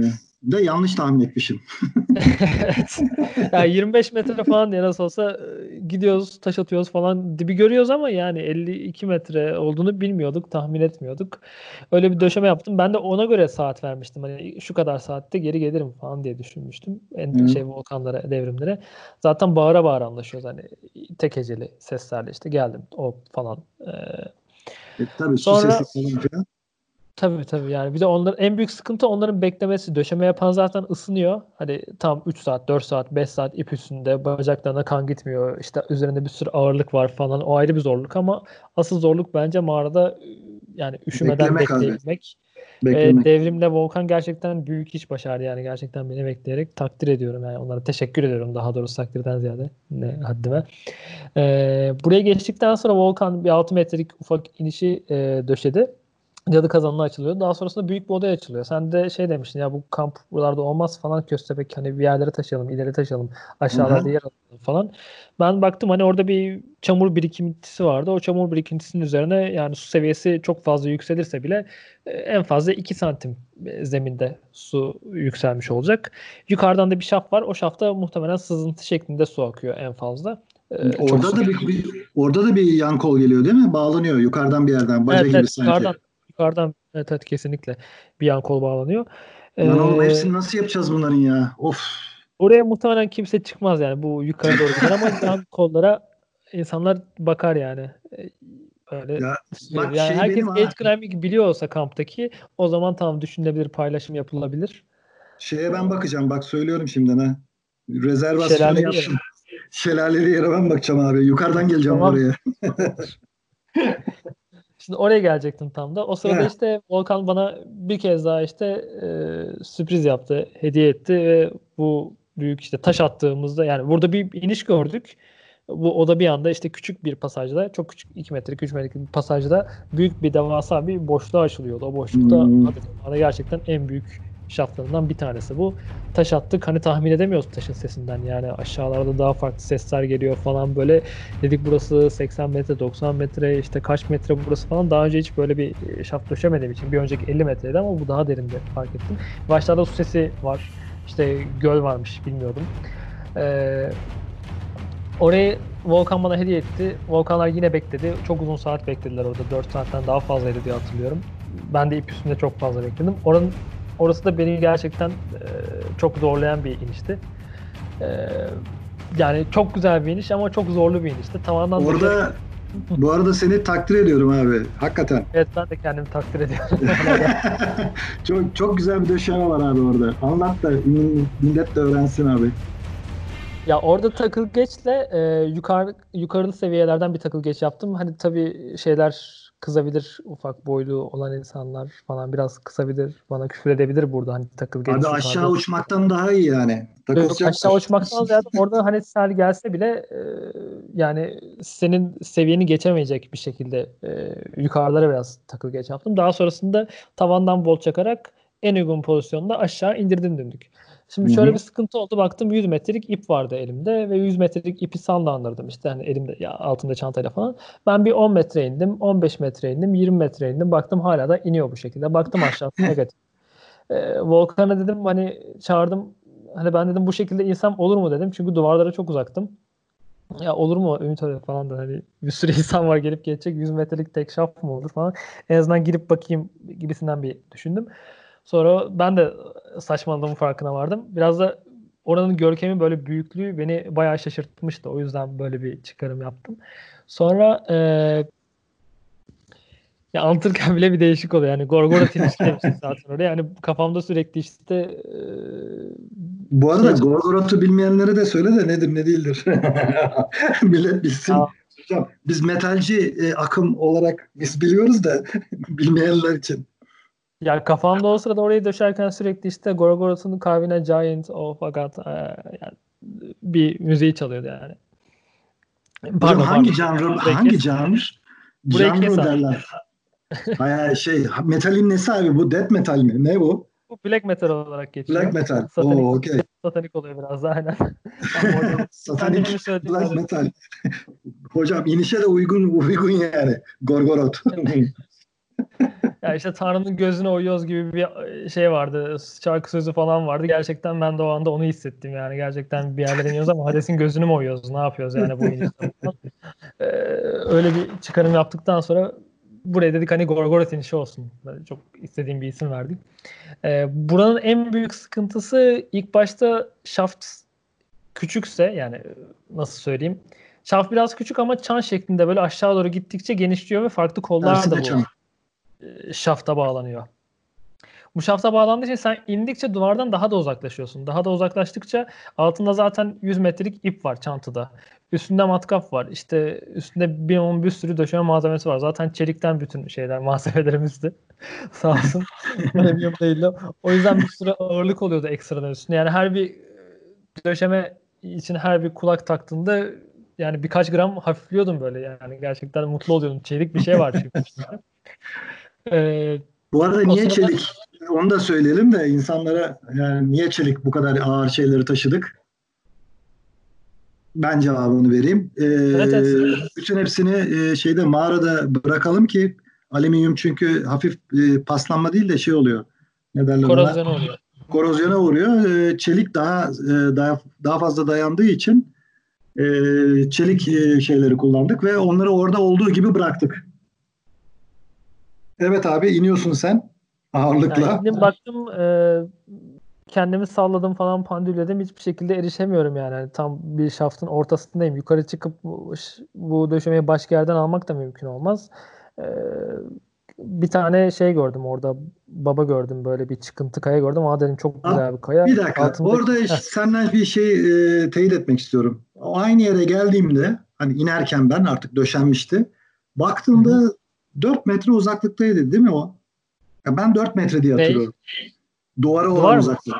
de yanlış tahmin etmişim. Evet. Yani yirmi beş metre falan diye nasıl olsa gidiyoruz, taş atıyoruz falan, dibi görüyoruz ama yani elli iki metre olduğunu bilmiyorduk, tahmin etmiyorduk. Öyle bir döşeme yaptım. Ben de ona göre saat vermiştim. Hani şu kadar saatte geri gelirim falan diye düşünmüştüm. En Evet. şey volkanlara, devrimlere. Zaten bağıra bağıra anlaşıyoruz. Hani tek heceli seslerle işte geldim o falan. Ee, E, tabii su sonra sesi falan filan. Tabii tabii yani bir de onların en büyük sıkıntı onların beklemesi. Döşeme yapan zaten ısınıyor. Hani tam üç saat, dört saat, beş saat ip üstünde bacaklarına kan gitmiyor. İşte üzerinde bir sürü ağırlık var falan. O ayrı bir zorluk ama asıl zorluk bence mağarada yani üşümeden Beklemek abi. bekleyebilmek. Ve Beklemek. Devrim'le Volkan gerçekten büyük iş başardı yani gerçekten beni bekleyerek takdir ediyorum yani onlara teşekkür ediyorum daha doğrusu takdirden ziyade ne haddime. Ee, buraya geçtikten sonra Volkan bir altı metrelik ufak inişi e, döşedi. Cadı Kazanı'na açılıyor. Daha sonrasında büyük bir odaya açılıyor. Sen de şey demiştin ya bu kamp buralarda olmaz falan köstebek hani bir yerlere taşıyalım, ileri taşıyalım, Aha. aşağılarda yer alalım falan. Ben baktım hani orada bir çamur birikintisi vardı. O çamur birikintisinin üzerine yani su seviyesi çok fazla yükselirse bile e, en fazla iki santim e, zeminde su yükselmiş olacak. Yukarıdan da bir şaf var. O şafta muhtemelen sızıntı şeklinde su akıyor en fazla. E, çok Orada su. da bir, bir- orada da bir yan kol geliyor değil mi? Bağlanıyor yukarıdan bir yerden. Baca Evet gibi evet sanki. yukarıdan yukarıdan evet, evet kesinlikle bir yan kol bağlanıyor. Lan oğlum Ee, hepsini nasıl yapacağız bunların ya? Of. oraya muhtemelen kimse çıkmaz yani bu yukarı doğru gider ama yan kollara insanlar bakar yani. Ee, öyle Ya söyleyeyim. bak Yani şey benim herkes ha. edge climbing biliyor olsa kamptaki o zaman tamam düşünülebilir paylaşım yapılabilir. Şeye ben bakacağım. Bak söylüyorum şimdiden ha. Rezervasyonu Şelaleli yere. yaptım. Şelaleli yere ben bakacağım abi. Yukarıdan geleceğim Tamam. oraya. Şimdi oraya gelecektim tam da. O sırada Heh. işte Volkan bana bir kez daha işte e, sürpriz yaptı, hediye etti ve bu büyük işte taş attığımızda yani burada bir iniş gördük. Bu o da bir anda işte küçük bir pasajda, çok küçük iki metrelik, üç metrelik bir pasajda büyük bir devasa bir boşluğa açılıyordu. O boşlukta Hmm. "Ha," dedim, bana gerçekten en büyük şaftlarından bir tanesi bu. Taş attık hani tahmin edemiyoruz taşın sesinden yani aşağılarda daha farklı sesler geliyor falan böyle. Dedik burası seksen metre, doksan metre, işte kaç metre burası falan. Daha önce hiç böyle bir e, şaft döşemediğim için bir önceki elli metreydi ama bu daha derinde fark ettim. Başlarda su sesi var. İşte göl varmış bilmiyordum. Ee, orayı Volkan bana hediye etti. Volkanlar yine bekledi. Çok uzun saat beklediler orada. dört saatten daha fazlaydı diye hatırlıyorum. Ben de ip üstünde çok fazla bekledim. Oranın orası da beni gerçekten e, çok zorlayan bir inişti. E, yani çok güzel bir iniş ama çok zorlu bir inişti. Tavandan düşerek. Orada bu arada seni takdir ediyorum abi. Hakikaten. Evet ben de kendimi takdir ediyorum. Çok çok güzel bir döşeme var abi orada. Anlat da millet de öğrensin abi. Ya orada takıl geçle e, yukarı yukarılı seviyelerden bir takıl geç yaptım. Hani tabii şeyler kızabilir, ufak boylu olan insanlar falan biraz kısabilir, bana küfür edebilir burada hani takıl Abi geç aşağı yukarıda. uçmaktan daha iyi yani. Yok aşağı Takılacaklar. uçmaktan ziyade orada hani sel gelse bile e, yani senin seviyeni geçemeyecek bir şekilde e, yukarılara biraz takıl geç yaptım. Daha sonrasında tavandan volt çakarak en uygun pozisyonda aşağı indirdim döndük. Hı Şimdi şöyle hı. bir sıkıntı oldu. Baktım yüz metrelik ip vardı elimde ve yüz metrelik ipi sallandırdım işte hani elimde ya altımda çantayla falan. Ben bir on metre indim, on beş metre indim, yirmi metre indim. Baktım hala da iniyor bu şekilde. Baktım aşağısı negatif. E, Volkan'a dedim hani çağırdım. Hani ben dedim bu şekilde insan olur mu dedim. Çünkü duvarlara çok uzaktım. Ya olur mu Ümit Hoca falan da hani bir sürü insan var gelip geçecek yüz metrelik tek şaf mı olur falan. En azından girip bakayım gibisinden bir düşündüm. Sonra ben de saçmaladığımın farkına vardım. Biraz da oranın görkemi böyle büyüklüğü beni bayağı şaşırtmıştı. O yüzden böyle bir çıkarım yaptım. Sonra e, ya anlatırken bile bir değişik oluyor. Yani Gorgoroth inişi demiştik zaten oraya. Yani kafamda sürekli işte Bu e, arada şey Gorgoroth'u bilmeyenlere de söyle de nedir ne değildir. Millet bilsin. çalışıyor. Hocam, biz metalci e, akım olarak biz biliyoruz da bilmeyenler için. Ya kafamda o sırada orayı döşerken sürekli işte Gorgoroth'un Carving a Giant of Agatha e, yani bir müziği çalıyordu yani. Hocam Pardon hangi pardon. canlı Burayı hangi kes. canlı Burayı canlı kes mı abi. derler? Hayır şey metalin nesi abi bu death metal mi? Ne bu? Bu black metal olarak Black geçiyor. metal. Satanik Oo okey. satanik oluyor biraz daha aynen. Tam orada Satanik annemin söylediği black böyle. metal. Hocam inişe de uygun uygun yani. Gorgoroth. Ya işte Tanrı'nın gözüne uyuyoruz gibi bir şey vardı. Şarkı sözü falan vardı. Gerçekten ben de o anda onu hissettim yani. Gerçekten bir yerlere iniyoruz ama Hades'in gözünü mü oyuyoruz? Ne yapıyoruz yani bu inişte falan. Ee, öyle bir çıkarım yaptıktan sonra buraya dedik hani Gorgoroth inişi olsun. Ben çok istediğim bir isim verdik. Ee, buranın en büyük sıkıntısı ilk başta şaft küçükse yani nasıl söyleyeyim. Şaft biraz küçük ama çan şeklinde böyle aşağı doğru gittikçe genişliyor ve farklı kollar da Tersine bu çan. e, şafta bağlanıyor. Bu şafta bağlandığı için sen indikçe duvardan daha da uzaklaşıyorsun. Daha da uzaklaştıkça altında zaten yüz metrelik ip var çantada. Üstünde matkap var. İşte üstünde bir, onun bir sürü döşeme malzemesi var. Zaten çelikten bütün şeyler, malzemelerimizdi. Sağ olsun. Premium değil de. O yüzden bir sürü ağırlık oluyordu ekstradan üstüne. Yani her bir döşeme için her bir kulak taktığında yani birkaç gram hafifliyordum böyle yani. Gerçekten mutlu oluyordum. Çelik bir şey var çünkü. Ee, Bu arada o niye sırada çelik? Onu da söyleyelim de insanlara, yani niye çelik bu kadar ağır şeyleri taşıdık? Ben cevabını vereyim. evet, evet. Ee, bütün hepsini e, şeyde mağarada bırakalım ki alüminyum, çünkü hafif e, paslanma değil de şey oluyor. Ne derler ona? Korozyon oluyor. Korozyona uğruyor. Ee, çelik daha e, daha daha fazla dayandığı için e, çelik e, şeyleri kullandık ve onları orada olduğu gibi bıraktık. Evet abi, iniyorsun sen Yani ağırlıkla. indim baktım e, kendimi salladım falan pandülledim. Hiçbir şekilde erişemiyorum yani. Hani tam bir şaftın ortasındayım. Yukarı çıkıp bu, bu döşemeyi başka yerden almak da mümkün olmaz. E, bir tane şey gördüm orada. Baba gördüm böyle bir çıkıntı kaya gördüm. Aa dedim çok Ah, güzel bir kaya. bir dakika. Altındaki Orada heh, senden bir şey e, teyit etmek istiyorum. O aynı yere geldiğimde, hani inerken ben artık döşenmişti. hı hı. Baktığımda dört metre uzaklıktaydı değil mi o? Ya ben dört metre diye Ney? hatırlıyorum. Duvara olan Duvar mı? uzaklık.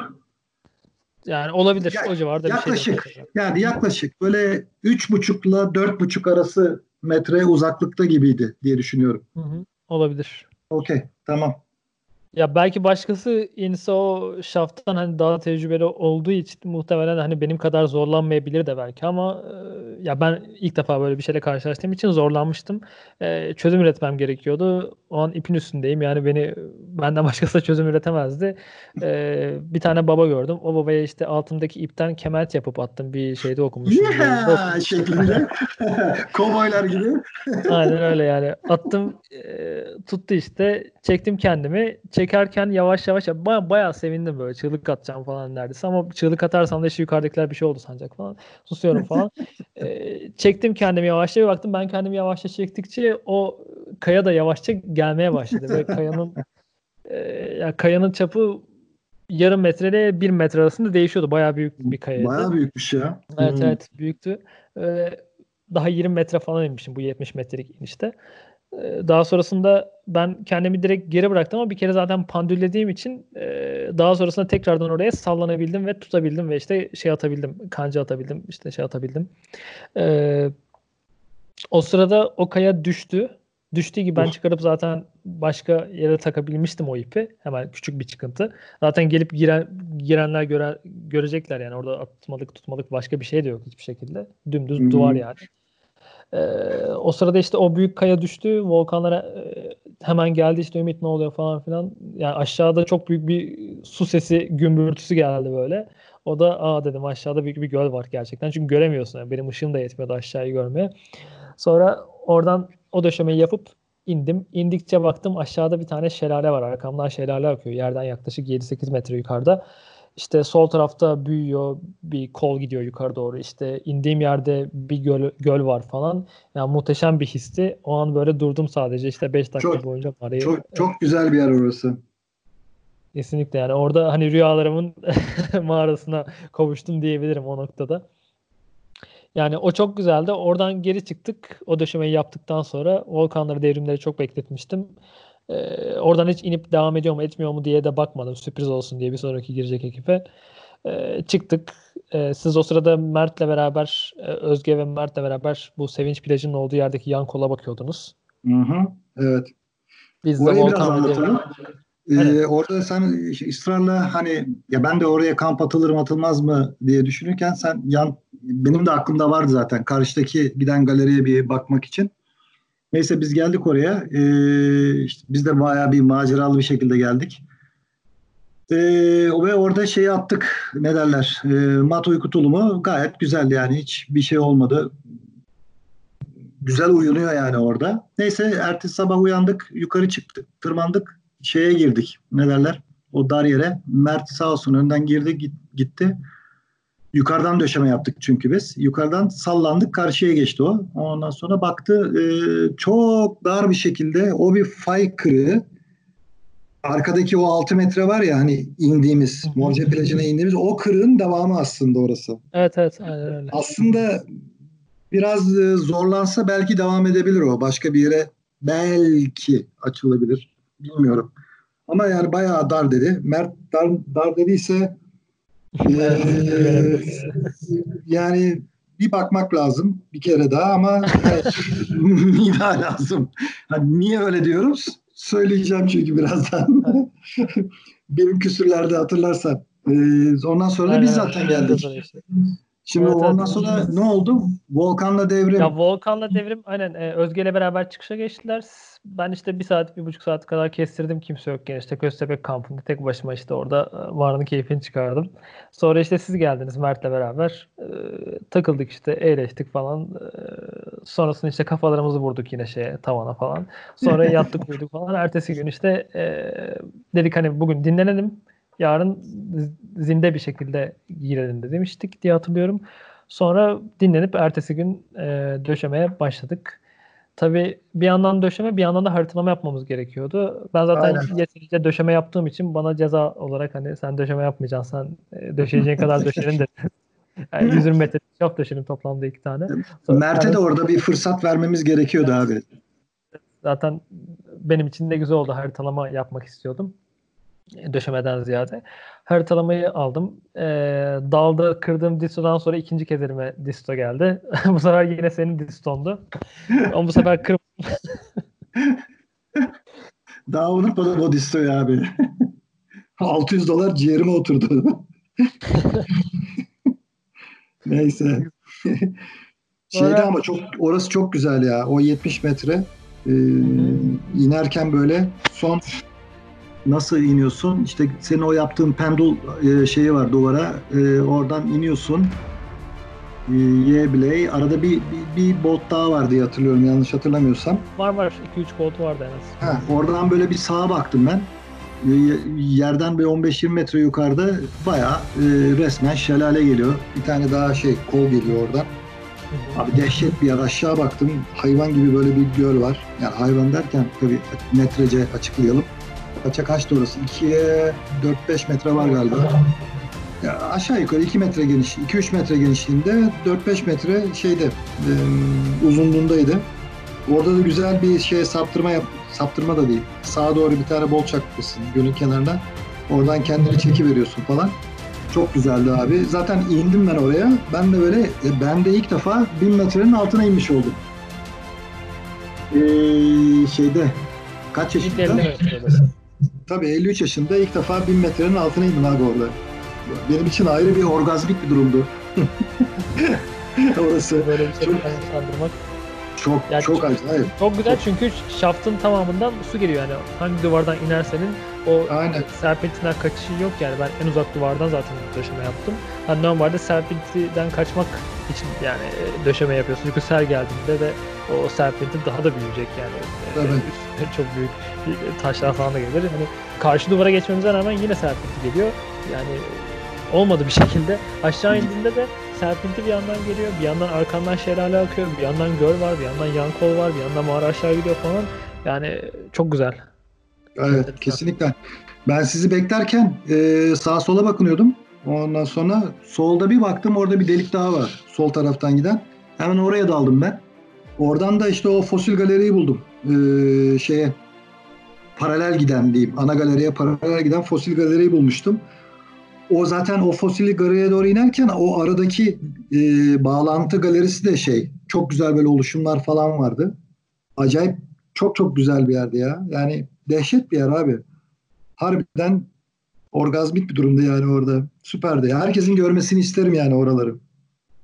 Yani olabilir. Ya- O civarda bir şeydir yaklaşık, muhtemelen. yani Hı yaklaşık böyle üç buçukla dört buçuk arası metre uzaklıkta gibiydi diye düşünüyorum. hı. Hı. Olabilir. Okey, tamam. Ya belki başkası inse o şafttan hani daha tecrübeli olduğu için muhtemelen hani benim kadar zorlanmayabilir de belki ama e, ya ben ilk defa böyle bir şeyle karşılaştığım için zorlanmıştım. E, çözüm üretmem gerekiyordu. O an ipin üstündeyim. Yani beni benden başkası da çözüm üretemezdi. E, bir tane baba gördüm. O babaya işte altındaki ipten kemer yapıp attım. Bir şeyde okumuşum. Bir yazıda Yeah! okumuşum. Şeklinde. Kovboylar gibi. Aynen öyle yani. Attım e, tuttu işte. Çektim kendimi. Çekerken yavaş yavaş baya, bayağı sevindim böyle. Çığlık atacağım falan neredeyse. Ama çığlık atarsam da işte yukarıdakiler bir şey oldu sanacak falan. Susuyorum falan. E, çektim kendimi yavaşça. Bir baktım ben kendimi yavaşça çektikçe o kaya da yavaşça gelmeye başladı. Ve kayanın e, ya kayanın çapı yarım metreyle bir metre arasında değişiyordu. Bayağı büyük bir kayaydı. Bayağı büyükmüş ya. Evet, Hmm. evet, büyüktü. Ee, daha yirmi metre falan inmişim bu yetmiş metrelik inişte. Ee, daha sonrasında ben kendimi direkt geri bıraktım ama bir kere zaten pandüllediğim için e, daha sonrasında tekrardan oraya sallanabildim ve tutabildim ve işte şey atabildim, kanca atabildim, işte şey atabildim. Ee, o sırada o kaya düştü. Düştüğü gibi ben Uf, çıkarıp zaten başka yere takabilmiştim o ipi. Hemen küçük bir çıkıntı. Zaten gelip giren girenler göre, görecekler yani orada atmalık tutmalık başka bir şey de yok hiçbir şekilde. Dümdüz duvar hmm. yani. Ee, o sırada işte o büyük kaya düştü. Volkanlara e, hemen geldi işte Ümit ne oluyor falan filan. Yani aşağıda çok büyük bir su sesi gümbürtüsü geldi böyle. O da aa dedim aşağıda büyük bir göl var gerçekten. Çünkü göremiyorsun. Yani benim ışığım da yetmiyordu aşağıyı görmeye. Sonra oradan o döşemeyi yapıp indim. İndikçe baktım aşağıda bir tane şelale var. Arkamdan şelale akıyor. Yerden yaklaşık yedi sekiz metre yukarıda. İşte sol tarafta büyüyor. Bir kol gidiyor yukarı doğru. İşte indiğim yerde bir göl, göl var falan. Yani muhteşem bir histi. O an böyle durdum sadece. İşte beş Çok dakika boyunca arayı çok çok güzel bir yer orası. kesinlikle yani orada hani rüyalarımın mağarasına kavuştum diyebilirim o noktada. Yani o çok güzeldi. Oradan geri çıktık. O döşemeyi yaptıktan sonra volkanları, devrimleri çok bekletmiştim. Ee, oradan hiç inip devam ediyor mu etmiyor mu diye de bakmadım. Sürpriz olsun diye bir sonraki girecek ekibe. Ee, çıktık. Ee, siz o sırada Mert'le beraber, e, Özge ve Mert'le beraber bu Sevinç plajının olduğu yerdeki yan kola bakıyordunuz. Hı hı, evet. Biz de Orayı biraz volkan ve anlatalım. devrimleri. Aynen. Ee, orada sen ısrarla hani, ya ben de oraya kamp atılır mı atılmaz mı diye düşünürken, sen yan, benim de aklımda vardı zaten karşıdaki giden galeriye bir bakmak için. Neyse biz geldik oraya. Ee, işte biz de bayağı bir maceralı bir şekilde geldik. Ee, Ve orada şeyi attık. Ne derler? Ee, mat uyku tulumu gayet güzeldi yani. Hiç bir şey olmadı. Güzel uyunuyor yani orada. Neyse ertesi sabah uyandık. Yukarı çıktık. Tırmandık. Şeye girdik. Ne derler? O dar yere. Mert sağ olsun önden girdi git- gitti. Yukarıdan döşeme yaptık çünkü biz. Yukarıdan sallandık karşıya geçti o. Ondan sonra baktı e, çok dar bir şekilde o bir fay kırığı. Arkadaki o altı metre var ya hani indiğimiz, Hı hı. Morca plajına indiğimiz o kırığın devamı aslında orası. Evet evet aynen öyle. Aslında biraz e, zorlansa belki devam edebilir o. Başka bir yere belki açılabilir. Bilmiyorum. Ama yani bayağı dar dedi. Mert dar, dar dediyse Evet e, güvenebiliriz. yani bir bakmak lazım bir kere daha ama bir daha lazım. Hani niye öyle diyoruz? Söyleyeceğim çünkü birazdan. Evet, Benim küsürlerde hatırlarsan. Ee, ondan sonra da aynen biz aynen. zaten Geleceğiz geldik. oraya işte. Şimdi Evet evet. ondan sonra ne oldu? Volkan'la Ya devrim. Volkan'la Devrim aynen e, Özge ile beraber çıkışa geçtiler. S- Ben işte bir saat, bir buçuk saat kadar kestirdim kimse yokken işte Köstebek kampında tek başıma işte orada e, varını keyfini çıkardım. Sonra işte siz geldiniz Mert'le beraber. E, takıldık işte eğleştik falan. E, sonrasında işte kafalarımızı vurduk yine şeye tavana falan. Sonra yattık uyuduk falan. Ertesi gün işte e, dedik hani bugün dinlenelim. Yarın z- zinde bir şekilde girelim de demiştik diye hatırlıyorum. Sonra dinlenip ertesi gün e, döşemeye başladık. Tabii bir yandan döşeme bir yandan da haritalama yapmamız gerekiyordu. Ben zaten Aynen. yeterince döşeme yaptığım için bana ceza olarak hani sen döşeme yapmayacaksın sen e, döşeyeceğin kadar döşerim de. Yani yüz yirmi metre şaft döşedim toplamda iki tane. Sonra Mert'e de ben orada bir fırsat vermemiz gerekiyordu abi. zaten benim için de güzel oldu haritalama yapmak istiyordum. Döşemeden ziyade. Haritalamayı aldım. Ee, dalda kırdığım distodan sonra ikinci kez elime disto geldi. Bu sefer yine senin distondu. Ama bu sefer kır Daha unutmadım o distoyu abi. altı yüz dolar ciğerime oturdu. Neyse. Şeyde sonra ama çok orası çok güzel ya. O yetmiş metre e, hı hı. inerken böyle son nasıl iniyorsun? İşte senin o yaptığın pendul e, şeyi var duvara. E, oradan iniyorsun. E, Y-Bley. Arada bir, bir, bir bolt daha var diye hatırlıyorum yanlış hatırlamıyorsam. Var var. iki üç gold vardı en az. Ha, oradan böyle bir sağa baktım ben. E, yerden bir on beş yirmi metre yukarıda bayağı e, resmen şelale geliyor. Bir tane daha şey kol geliyor oradan. Hı hı. Abi dehşet bir yer. Aşağı baktım. Hayvan gibi böyle bir göl var. Yani hayvan derken tabii metrece açıklayalım. Kaça kaçtı orası? ikiye dört beş metre var galiba. Ya aşağı yukarı iki metre geniş, iki üç metre genişliğinde, dört beş metre şeyde e, uzunluğundaydı. Orada da güzel bir şey saptırma yap, saptırma da değil. Sağa doğru bir tane bol çakmışsın gölün kenarına. Oradan kendini çekiveriyorsun falan. Çok güzeldi abi. Zaten indim ben oraya. Ben de böyle, e, ben de ilk defa bin metrenin altına inmiş oldum. Ee, şeyde kaç İlk yaşında? elli metre orası. Tabii elli üç yaşında ilk defa bin metrenin altına indim abi orada. Benim için ayrı bir orgazmik bir durumdu. Orası Böyle bir şey çok anımsandırmak. çok Yani çok çok, acayip. çok güzel çünkü şaftın tamamından su geliyor yani. Hangi duvardan inersenin o Aynen. serpintinden kaçışı yok yani. Ben en uzak duvardan zaten döşeme yaptım. Hani normalde serpintiden kaçmak için yani e, döşeme yapıyorsun. Çünkü sel geldiğinde de o serpinti daha da büyüyecek yani. E, Tabii. üstüne çok büyük taşlar falan da gelir. Hani karşı duvara geçmemize rağmen yine serpinti geliyor. Yani olmadı bir şekilde. Aşağı indiğinde de serpinti bir yandan geliyor, bir yandan arkandan şelale akıyor, bir yandan göl var, bir yandan yan kol var, bir yandan mağara aşağı gidiyor falan. Yani çok güzel. Evet, Enteresan. kesinlikle. Ben sizi beklerken e, sağa sola bakınıyordum. Ondan sonra solda bir baktım orada bir delik daha var. Sol taraftan giden. Hemen oraya daldım ben. Oradan da işte o fosil galeriyi buldum. E, şeye paralel giden diyeyim. Ana galeriye paralel giden fosil galeriyi bulmuştum. O zaten o fosil galeriye doğru inerken o aradaki e, bağlantı galerisi de şey çok güzel böyle oluşumlar falan vardı. Acayip çok çok güzel bir yerdi ya. Yani dehşet bir yer abi. Harbiden orgazmik bir durumda yani orada. Süperdi. Herkesin görmesini isterim yani oraları.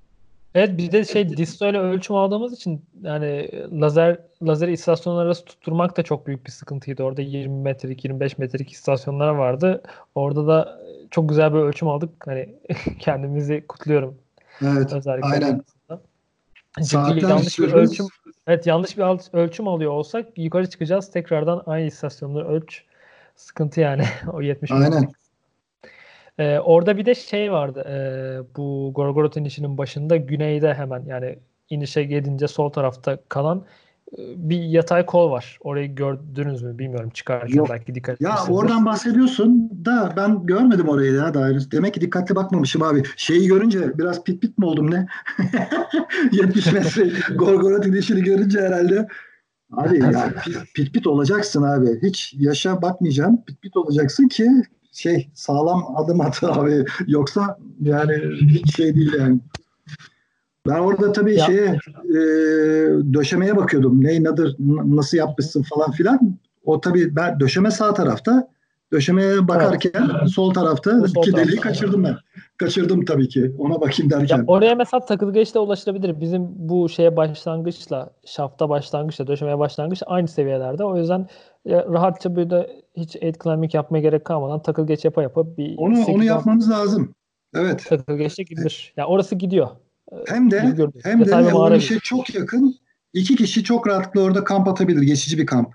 Evet, bir de şey disto ile ölçüm aldığımız için yani lazer lazer istasyonları arası tutturmak da çok büyük bir sıkıntıydı. Orada yirmi metrelik yirmi beş metrelik istasyonlar vardı. Orada da çok güzel bir ölçüm aldık. Hani kendimizi kutluyorum Evet, özellikle o aynen. kısımda. Ciddi Saatler yanlış bir sürdü. ölçüm evet yanlış bir al- ölçüm alıyor olsak yukarı çıkacağız. Tekrardan aynı istasyonları ölç. Sıkıntı yani o yetmiş metrelik. Aynen. Ee, orada bir de şey vardı. Ee, bu Gorgorot inişinin başında güneyde hemen yani inişe gelince sol tarafta kalan e, bir yatay kol var. Orayı gördünüz mü bilmiyorum. Çıkarken Yok. belki dikkat Ya etmişsinizdir. oradan bahsediyorsun da ben görmedim orayı ya daha henüz. Demek ki dikkatli bakmamışım abi. Şeyi görünce biraz pit pit mi oldum ne? yetmiş metre Gorgorot inişini görünce herhalde. Abi ya pit, pit pit olacaksın abi. Hiç yaşa bakmayacaksın. Pit pit olacaksın ki şey sağlam adım at abi. Yoksa yani hiç şey değil yani. Ben orada tabii Ya şeye e, döşemeye bakıyordum. Ne nedir, n- nasıl yapmışsın falan filan. O tabii ben döşeme sağ tarafta. Döşemeye evet. bakarken sol tarafta O sol iki deliği tarafta aynen. kaçırdım ben. Kaçırdım tabii ki. Ona bakayım Ya derken. oraya mesela takılı geçişle ulaşılabilir. Bizim bu şeye başlangıçla, şafta başlangıçla, döşemeye başlangıç aynı seviyelerde. O yüzden ya, rahatça böyle hiç aid climbing yapmaya gerek kalmadan takıl geç yapa yapa bir Onu onu sekiz on yapmamız lazım. Evet. takıl geçte gidilir. Ya orası gidiyor e, Hem gibi de görünüyor. hem Yatay bir de o mağara gibi. işe çok yakın. İki kişi çok rahatlıkla orada kamp atabilir. Geçici bir kamp.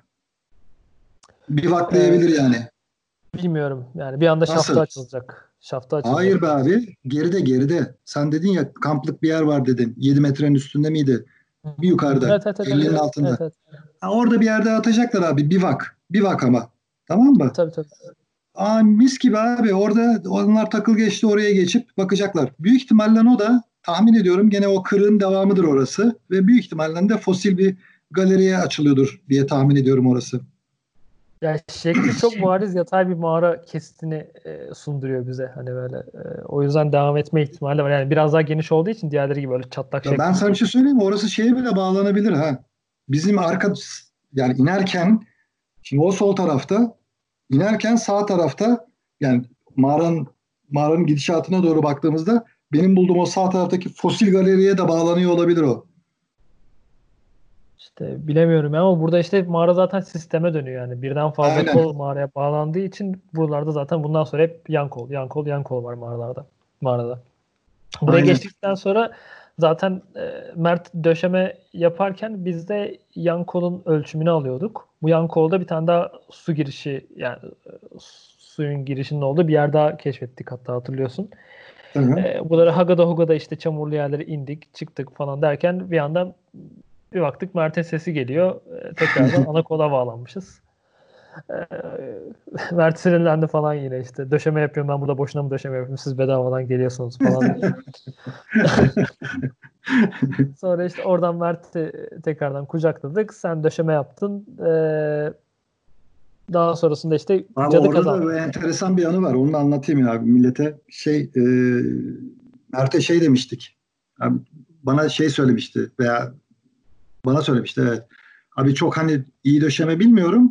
E, Bivaklayabilir yani. bilmiyorum. Yani bir anda şafta Nasıl? açılacak. Şafta Hayır açılacak be orası. abi. Geride geride. Sen dedin ya kamplık bir yer var dedin. Yedi metrenin üstünde miydi? Hı Bir hı. yukarıda. Evet evet evet ellinin evet. altında. Evet evet. Ha, orada bir yerde atacaklar abi. Bivak. Bivak ama. Tamam mı? Tabii tabii. Aa, mis gibi abi. Orada onlar takıl geçti oraya geçip bakacaklar. Büyük ihtimalle o da tahmin ediyorum gene o kırığın devamıdır orası. Ve büyük ihtimalle de fosil bir galeriye açılıyordur diye tahmin ediyorum orası. Yani şekli çok bariz yatay bir mağara kesitini e, sunduruyor bize. Hani böyle e, o yüzden devam etme ihtimali var. Yani biraz daha geniş olduğu için diğerleri gibi böyle çatlak Ya ben şeklinde sana bir değil. şey söyleyeyim mi? Orası şeye bile bağlanabilir ha. Bizim arka yani inerken şimdi o sol tarafta inerken sağ tarafta yani mağaranın mağaranın gidişatına doğru baktığımızda benim bulduğum o sağ taraftaki fosil galeriye de bağlanıyor olabilir o. İşte bilemiyorum ya ama burada işte mağara zaten sisteme dönüyor yani. Birden fazla Aynen. kol mağaraya bağlandığı için buralarda zaten bundan sonra hep yan kol, yan kol, yan kol var mağaralarda. Mağarada. Buraya Aynen. geçtikten sonra zaten e, Mert döşeme yaparken biz de yan kolun ölçümünü alıyorduk. Bu yan kolda bir tane daha su girişi yani e, suyun girişinin olduğu bir yer daha keşfettik hatta hatırlıyorsun. Hı hı. E, bunları Hagada Hugada işte çamurlu yerlere indik çıktık falan derken bir anda bir baktık Mert'in sesi geliyor. E, tekrardan ana kola bağlanmışız. E, Mert sinirlendi falan yine işte. Döşeme yapıyorum ben burada boşuna mı döşeme yapıyorum siz bedavadan geliyorsunuz falan diye. Sonra işte oradan Mert'i tekrardan kucakladık. Sen döşeme yaptın. Ee, daha sonrasında işte Abi cadı orada kazandı. da bir enteresan bir anı var. Onu da anlatayım ya abi millete. Şey, e, Mert'e şey demiştik. Abi, bana şey söylemişti veya bana söylemişti evet. Abi çok hani iyi döşeme bilmiyorum.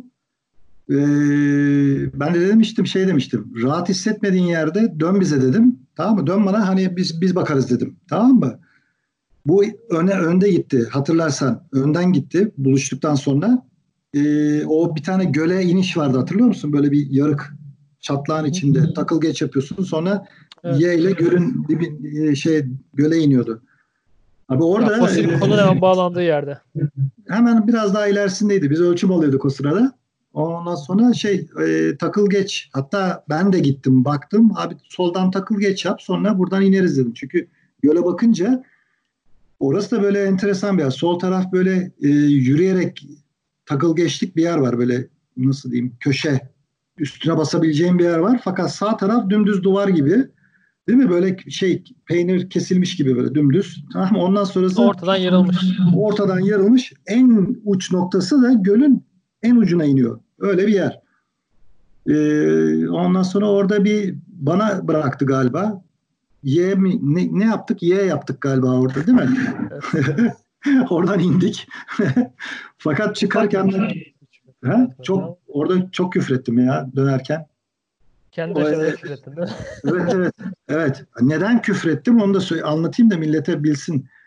Ee, ben de demiştim şey demiştim. Rahat hissetmediğin yerde dön bize dedim. Tamam mı? Dön bana hani biz biz bakarız dedim. Tamam mı? Bu öne önde gitti. Hatırlarsan önden gitti buluştuktan sonra. Ee, o bir tane göle iniş vardı hatırlıyor musun? Böyle bir yarık çatlağın Hı hı. içinde takıl geç yapıyorsun. Sonra Evet. Y ile gölün dibi, e, şey göle iniyordu. Abi Ya orada e, fosil kolun hemen bağlandığı yerde. hemen biraz daha ilerisindeydi. Biz ölçüm alıyorduk o sırada. Ondan sonra şey e, takıl geç. Hatta ben de gittim baktım. Abi soldan takıl geç yap sonra buradan ineriz dedim. Çünkü göle bakınca orası da böyle enteresan bir yer. Sol taraf böyle e, yürüyerek takıl geçlik bir yer var. Böyle nasıl diyeyim köşe üstüne basabileceğin bir yer var. Fakat sağ taraf dümdüz duvar gibi. Değil mi? Böyle şey peynir kesilmiş gibi böyle dümdüz. Tamam mı? Ondan sonrası Ortadan yarılmış. ortadan yarılmış. En uç noktası da gölün en ucuna iniyor. Öyle bir yer. Ee, ondan sonra orada bir bana bıraktı galiba. Y mi? Ne, ne yaptık? Y yaptık galiba orada değil mi? Evet. Oradan indik. Fakat Ufak bir çıkarken de küfür ha, etmedi çok ama orada çok küfrettim ya dönerken. kendi O, döşemede e, küfür ettin değil mi? evet evet evet. Neden küfrettim onu da söyle, anlatayım da millete bilsin.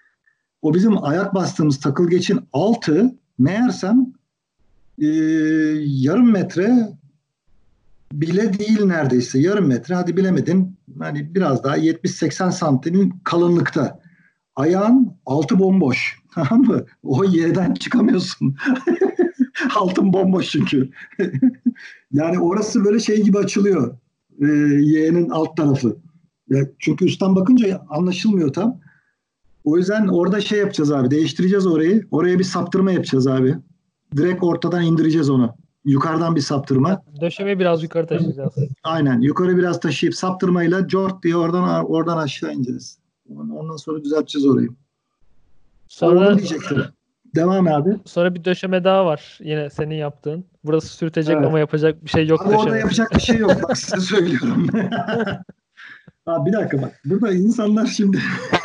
o bizim ayak bastığımız takılgeçin altı meğersem e, yarım metre bile değil neredeyse. Yarım metre, hadi bilemedin. Hani biraz daha yetmiş seksen santimin kalınlıkta. Ayağın altı bomboş. Tamam mı? O yerden çıkamıyorsun. Altın bomboş çünkü. Yani orası böyle şey gibi açılıyor. Ee, yeğenin alt tarafı. Ya çünkü üstten bakınca anlaşılmıyor tam. O yüzden orada şey yapacağız abi. Değiştireceğiz orayı. Oraya bir saptırma yapacağız abi. Direkt ortadan indireceğiz onu. Yukarıdan bir saptırma. Döşemeyi biraz yukarı taşıyacağız. Aynen. Yukarı biraz taşıyıp saptırmayla cort diye oradan oradan aşağı ineceğiz. Ondan sonra düzelteceğiz orayı. Sonra Onu diyecektim. Devam abi. Sonra bir döşeme daha var. Yine senin yaptığın. Burası sürtecek Evet. ama yapacak bir şey yok. Abi orada döşeme. yapacak bir şey yok. Bak size söylüyorum. Abi bir dakika bak. Burada insanlar şimdi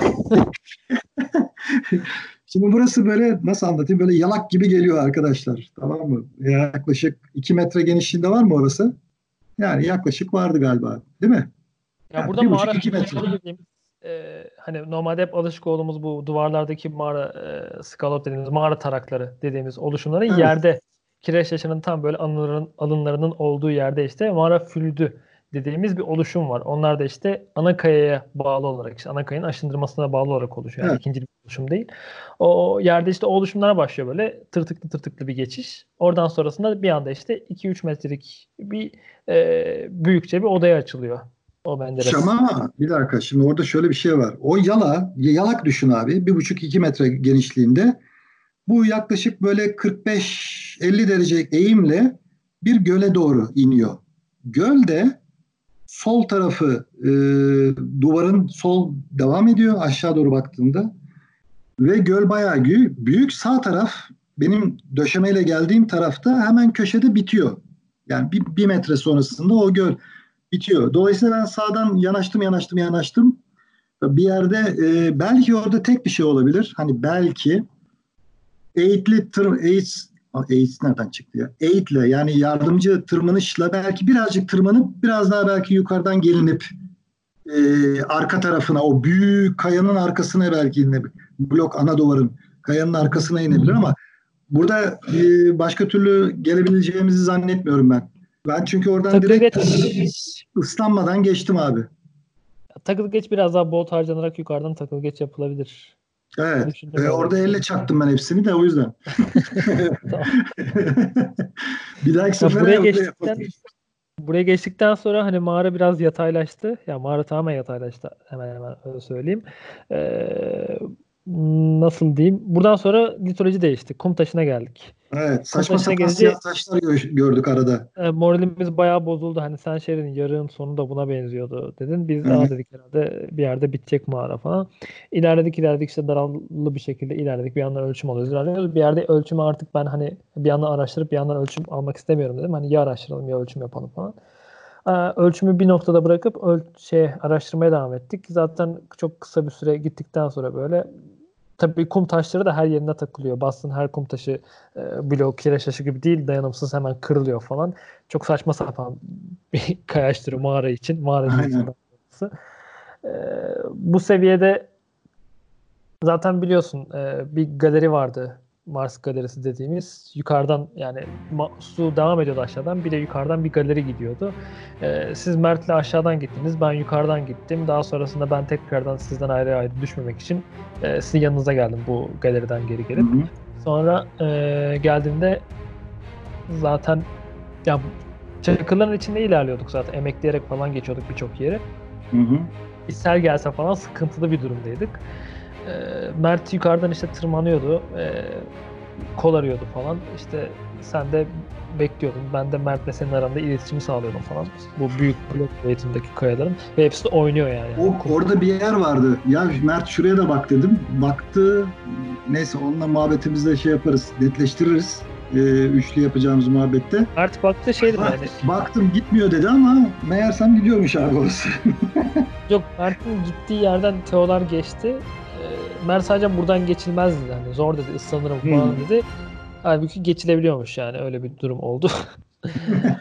şimdi burası böyle nasıl anlatayım? Böyle yalak gibi geliyor arkadaşlar. Tamam mı? Yaklaşık iki metre genişliğinde var mı orası? Yani yaklaşık vardı galiba. Değil mi? Ya Yani burada bir mağara buçuk iki metre. filmleri dediğimiz e, hani normalde hep alışık olduğumuz bu duvarlardaki mağara e, skalop dediğimiz mağara tarakları dediğimiz oluşumların Evet. yerde kireç taşının tam böyle alınların, alınlarının olduğu yerde işte mağara flüdü dediğimiz bir oluşum var. Onlar da işte ana kayaya bağlı olarak işte ana kayanın aşındırmasına bağlı olarak oluşuyor. Yani Evet. ikinci bir oluşum değil. O yerde işte o oluşumlara başlıyor böyle tırtıklı tırtıklı bir geçiş. Oradan sonrasında bir anda işte iki üç metrelik bir e, büyükçe bir odaya açılıyor. O Menderes. Ama bir dakika şimdi orada şöyle bir şey var. O yala, yalak düşün abi. Bir buçuk iki metre genişliğinde. Bu yaklaşık böyle kırk beş elli derece eğimle bir göle doğru iniyor. Göl de sol tarafı e, duvarın sol devam ediyor aşağı doğru baktığında. Ve göl bayağı büyük. Sağ taraf benim döşemeyle geldiğim tarafta hemen köşede bitiyor. Yani bir, bir metre sonrasında o göl bitiyor. Dolayısıyla ben sağdan yanaştım yanaştım yanaştım. Bir yerde e, belki orada tek bir şey olabilir. Hani belki eğitli tır, eğit, eğit nereden çıktı ya? Eğitle yani yardımcı tırmanışla belki birazcık tırmanıp biraz daha belki yukarıdan gelinip e, arka tarafına o büyük kayanın arkasına belki inebilir. Blok ana duvarın kayanın arkasına inebilir ama burada e, başka türlü gelebileceğimizi zannetmiyorum ben. Ben çünkü oradan Takıl direkt geç. ıslanmadan geçtim abi. Takıl geç biraz daha bot harcanarak yukarıdan takıl geç yapılabilir. Evet. Düşündüm E, öyle orada bir şey. elle çaktım ben hepsini de o yüzden. Tamam. Bir dahaki Ya sefere buraya öyle geçtikten yapalım. buraya geçtikten sonra hani mağara biraz yataylaştı. Ya mağara tamamen yataylaştı. Hemen hemen öyle söyleyeyim. Ee, nasıl diyeyim? Buradan sonra litoloji değişti. Kum taşına geldik. Evet. Kum Saçma taşına sapan gelince siyah taşlar gö- gördük arada. e, moralimiz bayağı bozuldu. Hani sen şehrin yarığın sonu da buna benziyordu dedin. Biz Hı de hı. aa dedik herhalde bir yerde bitecek mağara falan. İlerledik ilerledik işte darallı bir şekilde ilerledik. Bir yandan ölçüm alıyoruz. ilerliyoruz. Bir yerde ölçümü artık ben hani bir yandan araştırıp bir yandan ölçüm almak istemiyorum dedim. Hani ya araştıralım ya ölçüm yapalım falan. Aa, ölçümü bir noktada bırakıp öl şey araştırmaya devam ettik. Zaten çok kısa bir süre gittikten sonra böyle tabii kum taşları da her yerine takılıyor. Bastığın her kum taşı e, blok, kireç taşı gibi değil. Dayanımsız hemen kırılıyor falan. Çok saçma sapan bir kayaç türü mağara için. Mağaracı için Aynen. daha doğrusu. E, bu seviyede zaten biliyorsun e, bir galeri vardı. Mars galerisi dediğimiz. Yukarıdan yani ma- su devam ediyordu aşağıdan. Bir de yukarıdan bir galeri gidiyordu. E, siz Mert'le aşağıdan gittiniz. Ben yukarıdan gittim. Daha sonrasında ben tekrardan sizden ayrı ayrı düşmemek için e, sizin yanınıza geldim bu galeriden geri Hı gelip. hı. Sonra e, geldiğimde zaten ya çakılların içinde ilerliyorduk zaten. Emekleyerek falan geçiyorduk birçok yeri. Hı hı. İshal gelse falan sıkıntılı bir durumdaydık. E, Mert yukarıdan işte tırmanıyordu. E, kol arıyordu falan. İşte sen de bekliyordun. Ben de Mert'le senin aranda iletişimi sağlıyordum falan. Bu büyük blok boyutundaki kayaların. Ve hepsi de oynuyor yani. O, orada bir yer vardı. Ya Mert şuraya da bak dedim. Baktı. Neyse onunla muhabbetimizde şey yaparız. Netleştiririz. Ee, üçlü yapacağımız muhabbette. Mert baktı şeydi Bak, yani. baktım gitmiyor dedi ama meğersem gidiyormuş abi orası. Yok Mert'in gittiği yerden teolar geçti. Ee, Mert sadece buradan geçilmez dedi. Hani zor dedi, ıslanırım falan Hmm. dedi. Halbuki geçilebiliyormuş yani öyle bir durum oldu.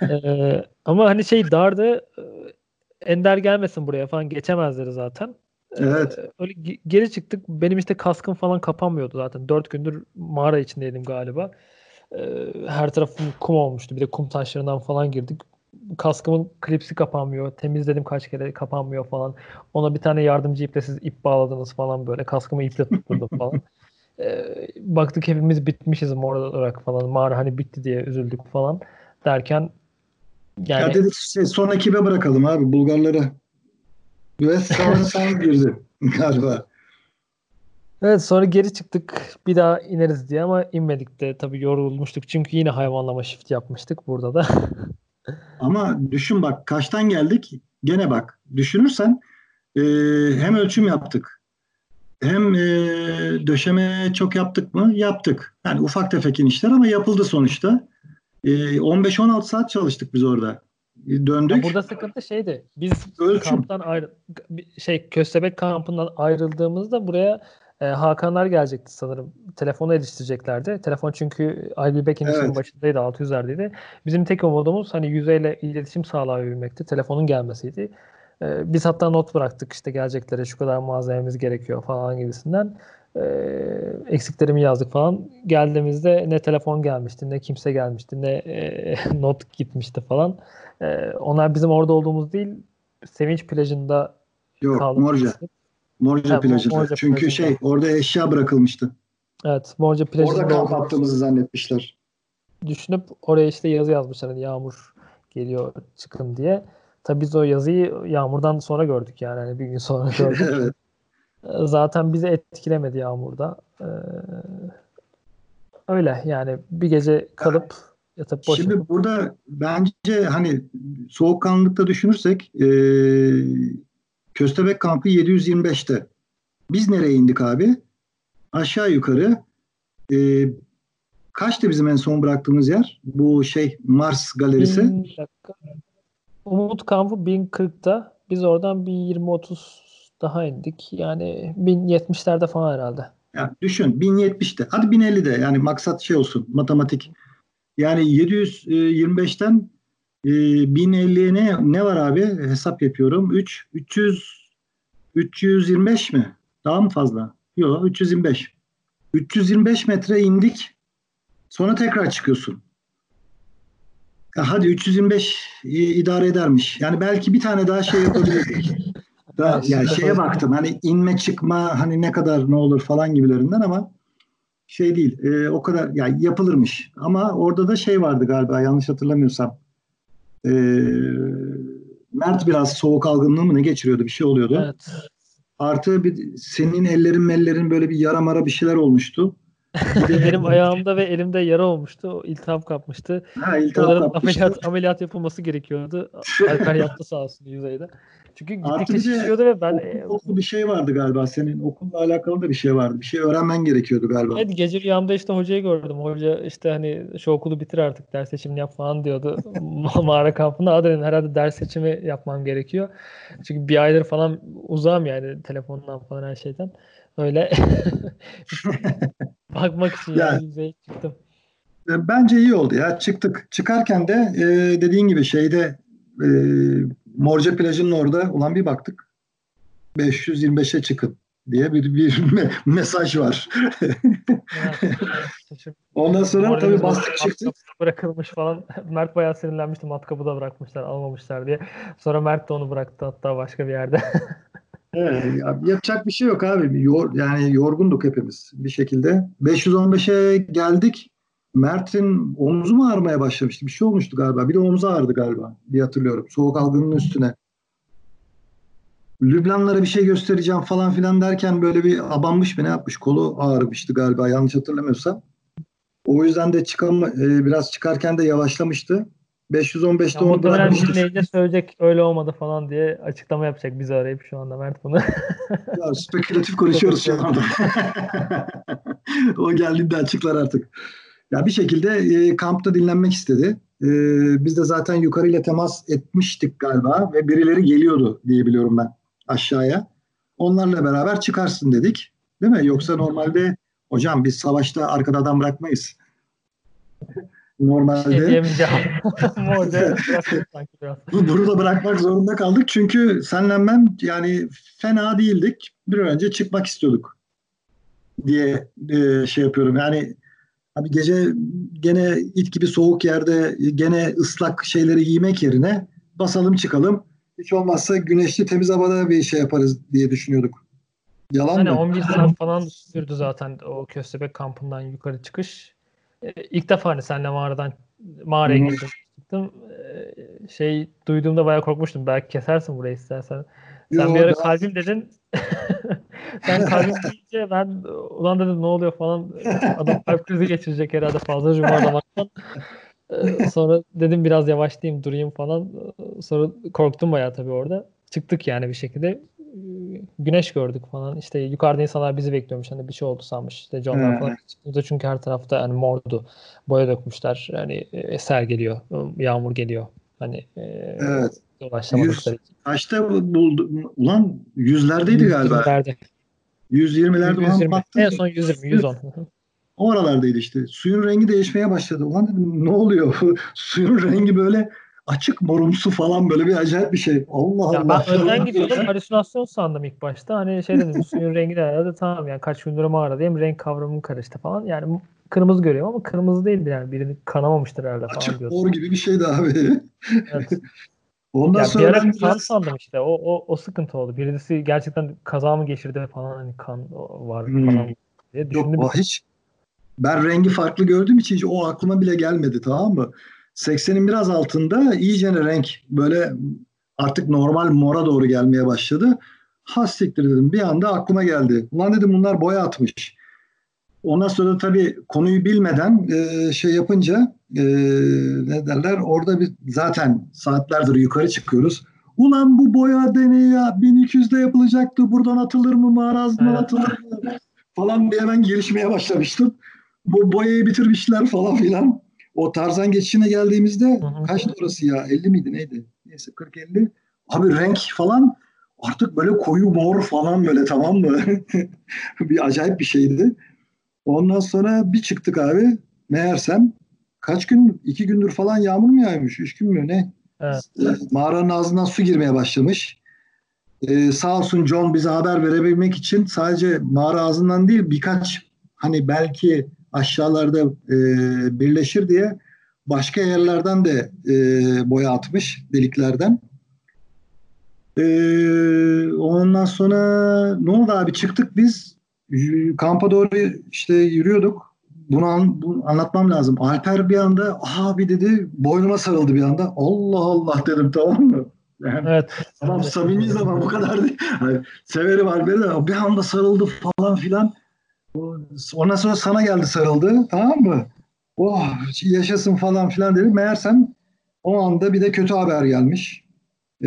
Ee, ama hani şey dardı. e, Ender gelmesin buraya falan geçemezleri zaten. Evet. Ee, öyle ge- geri çıktık. Benim işte kaskım falan kapanmıyordu zaten. Dört gündür mağara içindeydim galiba. Ee, her tarafım kum olmuştu. Bir de kum taşlarından falan girdik. Kaskımın klipsi kapanmıyor. Temizledim kaç kere, kapanmıyor falan. Ona bir tane yardımcı iple siz ip bağladınız falan böyle. Kaskımı iple tutturdum falan. Ee, baktık hepimiz bitmişiz mağara olarak falan. Mağara hani bitti diye üzüldük falan derken Ya yani dedik şey, son ekibe bırakalım abi Bulgarları. Ve sonra sen girdin galiba. evet, sonra geri çıktık bir daha ineriz diye ama inmedik de tabii yorulmuştuk çünkü yine hayvanlama shift yapmıştık burada da. Ama düşün bak kaçtan geldik? Gene bak düşünürsen e, hem ölçüm yaptık hem e, döşeme çok yaptık mı? Yaptık. Yani ufak tefek inişler ama yapıldı sonuçta. E, on beş on altı saat çalıştık biz orada. E, Ya döndük. burada sıkıntı şeydi. Biz Ölçüm. kamptan ayrı bir şey Köstebek kampından ayrıldığımızda buraya e, Hakanlar gelecekti sanırım. Telefonu eriştireceklerdi. Telefon çünkü Aybübek inişinin Evet. başındaydı, altı yüzlerdeydi. Bizim tek umudumuz hani yüzeyle iletişim sağlayabilmekti. Telefonun gelmesiydi. E, biz hatta not bıraktık işte gelecekleri şu kadar malzememiz gerekiyor falan gibisinden. E, eksiklerimi yazdık falan. Geldiğimizde ne telefon gelmişti, ne kimse gelmişti, ne e, not gitmişti falan. Ee, onlar bizim orada olduğumuz değil, Sevinç plajında Yok. kaldığımızı Morca. düşünüp ha, Morca Mo- plajında. Morca Çünkü plajında. şey orada eşya bırakılmıştı. Evet, Morca Orada plajında kamp olduğumuzu attığımızı zannetmişler. düşünüp oraya işte yazı yazmışlar. Hani yağmur geliyor çıkın diye. Tabii biz o yazıyı yağmurdan sonra gördük yani. Hani bir gün sonra gördük. Evet. Ee, Zaten bizi etkilemedi yağmurda. Ee, öyle yani bir gece kalıp yatıp boş Şimdi yapıp burada bence hani soğukkanlılıkta düşünürsek e, Köstebek kampı yedi yüz yirmi beşte. Biz nereye indik abi? Aşağı yukarı e, kaçtı bizim en son bıraktığımız yer? Bu şey Mars galerisi. bin dakika. Umut kampı bin kırkta. Biz oradan bin yirmi otuz daha indik. Yani bin yetmişlerde falan herhalde. Ya düşün bin yetmişte. Hadi bin ellide yani maksat şey olsun matematik. Yani yedi yüz yirmi beşten e, bin elliye ne, ne var abi? Hesap yapıyorum. üç, üç yüz, üç yüz yirmi beş mi? Daha mı fazla? Yok üç yüz yirmi beş. üç yüz yirmi beş metre indik. Sonra tekrar çıkıyorsun. Ya hadi üç yüz yirmi beş idare edermiş. Yani belki bir tane daha şey yapabilirdik. Da, Evet, yani şimdi şeye baktım hani inme çıkma hani ne kadar ne olur falan gibilerinden ama şey değil e, o kadar yani yapılırmış. Ama orada da şey vardı galiba yanlış hatırlamıyorsam. E, Mert biraz soğuk algınlığı mı ne geçiriyordu bir şey oluyordu. evet. Artı bir senin ellerin mellerin böyle bir yara mara bir şeyler olmuştu. Bir de Benim ayağımda ve elimde yara olmuştu. O iltihap kapmıştı. ha, iltihap Oraların kapmıştı. ameliyat ameliyat yapılması gerekiyordu. Alper yaptı sağ olsun yüzeyde. Çünkü Artı gittikçe bir de şişiyordu ve ben okul, e, okul bir şey vardı galiba senin. Okulla alakalı da bir şey vardı. Bir şey öğrenmen gerekiyordu galiba. evet, gece rüyamda işte hocayı gördüm. Hoca işte hani şu okulu bitir artık ders seçimini yap falan diyordu. Ma- Mağara kampında. Aa dedim herhalde ders seçimi yapmam gerekiyor. Çünkü bir aydır falan uzağım yani telefondan falan her şeyden. Öyle bakmak için Ya yani yüzeye çıktım. e, bence iyi oldu ya. Çıktık. Çıkarken de e, dediğin gibi şeyde e, Morca plajının orada ulan bir baktık. beş yüz yirmi beşe çıkın diye bir, bir me- mesaj var. Evet. Şaşırdım. Ondan sonra tabii Moralimiz bastık bozuk. çıktık. Matkap bırakılmış falan. Mert bayağı sinirlenmişti. Matkapı da bırakmışlar, almamışlar diye. Sonra Mert de onu bıraktı hatta başka bir yerde. Evet, ya yapacak bir şey yok abi. Yor, yani yorgunduk hepimiz bir şekilde. beş yüz on beşe geldik. Mert'in omzu mu ağrımaya başlamıştı? Bir şey olmuştu galiba. Bir de omzu ağrıdı galiba diye hatırlıyorum. Soğuk algınlığının üstüne. Lübnanlara bir şey göstereceğim falan filan derken böyle bir abanmış mı ne yapmış? Kolu ağrımıştı galiba yanlış hatırlamıyorsam. O yüzden de çıkam e, biraz çıkarken de yavaşlamıştı. Ya beş yüz on beşte onu muhtemelen bırakmıştık. dinleyince söyleyecek öyle olmadı falan diye açıklama yapacak bizi arayıp şu anda Mert bunu. Ya spekülatif Çok konuşuyoruz şu atıyorum. anda. O geldiğinde açıklar artık. Ya bir şekilde e, kampta dinlenmek istedi. E, biz de zaten yukarıyla temas etmiştik galiba ve birileri geliyordu diye biliyorum ben aşağıya. Onlarla beraber çıkarsın dedik. Değil mi? Hı hı. Yoksa normalde hocam biz savaşta arkada adam bırakmayız. Bir şey normalde. diyemeyeceğim. Morca biraz sanki biraz. Bunu da bırakmak zorunda kaldık. Çünkü senle ben yani fena değildik. Bir an önce çıkmak istiyorduk diye e, şey yapıyorum. Yani abi gece gene it gibi soğuk yerde gene ıslak şeyleri giymek yerine basalım çıkalım. Hiç olmazsa güneşli temiz havada bir şey yaparız diye düşünüyorduk. Yalan Hani mı? on bir saat falan sürdü zaten o Köstebek kampından yukarı çıkış. Ee, ilk defa hani senle mağaradan Hı mağaraya hı. girdim çıktım. Ee, şey duyduğumda bayağı korkmuştum. Belki kesersin burayı istersen. Sen bir Yo, ara daha kalbim dedin. Sen kalbim deyince ben ulan dedim ne oluyor falan. Adam kalp krizi geçirecek herhalde fazla cumalamaktan. Ee, sonra dedim biraz yavaşlayayım durayım falan. Ee, Sonra korktum bayağı tabii orada. Çıktık yani bir şekilde. Ee, Güneş gördük falan. İşte yukarıda insanlar bizi bekliyormuş. Hani bir şey oldu sanmış. İşte John'lar falan. He, Çıktığımızda çünkü her tarafta hani mordu. Boya dökmüşler. Hani e, sel geliyor. Yağmur geliyor. Hani e, evet. ulaşamadıkları yüz için. kaçta buldu? Ulan yüzlerdeydi galiba. yüz yirmilerde. yüz yirmilerde yüz ulan yirmi. baktım. En son yüz yirmi, Suyu, yüz on. o aralardaydı işte. Suyun rengi değişmeye başladı. Ulan dedim ne oluyor? Suyun rengi böyle açık morumsu falan böyle bir acayip bir şey. Allah Ya Allah. ben önden gidiyordum. Halüsinasyon sandım ilk başta. Hani şey dedim suyun rengi de herhalde tamam yani kaç gündür mağaradayım. Renk kavramım karıştı falan. Yani kırmızı görüyorum ama kırmızı değildi yani. Birini kanamamıştır herhalde falan Açık diyordum. mor gibi bir şeydi abi. Evet. Ondan Ya bir sonra ara ben kan biraz sandım işte. O, o, o sıkıntı oldu. Birisi gerçekten kaza mı geçirdi falan hani kan var hmm, falan diye yok düşündüm bir o tık. hiç ben rengi farklı gördüğüm için hiç o aklıma bile gelmedi, tamam mı? seksenin biraz altında iyice renk böyle artık normal mora doğru gelmeye başladı. Ha siktir dedim. Bir anda aklıma geldi. Ulan dedim bunlar boya atmış. Ondan sonra tabii konuyu bilmeden e, şey yapınca e, ne derler orada bir zaten saatlerdir yukarı çıkıyoruz. Ulan bu boya deneyi ya bin iki yüzde yapılacaktı. Buradan atılır mı? Mağarazdan Aynen. atılır mı? Falan diye hemen girişmeye başlamıştım. Bu boyayı bitirmişler falan filan. O Tarzan geçişine geldiğimizde Hı hı. kaçtı orası ya? elli miydi neydi? Neyse kırk elli. Abi renk falan artık böyle koyu mor falan böyle, tamam mı? Bir acayip bir şeydi. Ondan sonra bir çıktık abi. Meğersem kaç gün, iki gündür falan yağmur mu yağmış? Üç gün mü ne? Evet. Mağaranın ağzından su girmeye başlamış. Ee, sağ olsun John bize haber verebilmek için sadece mağara ağzından değil birkaç hani belki aşağılarda e, birleşir diye başka yerlerden de e, boya atmış deliklerden. Ee, ondan sonra ne oldu abi? Çıktık biz. Y- Kampa doğru işte yürüyorduk. Bunu, an- bunu anlatmam lazım. Alper bir anda abi dedi, boynuma sarıldı bir anda. Allah Allah dedim, tamam mı? Yani, Evet. tamam Ben de samimiyiz şaşırdım. ama bu kadar değil. Hani, severim Alper'i de bir anda sarıldı falan filan. Ondan sonra sana geldi sarıldı, tamam mı? Oh yaşasın falan filan dedi. Meğersem o anda bir de kötü haber gelmiş. Ee,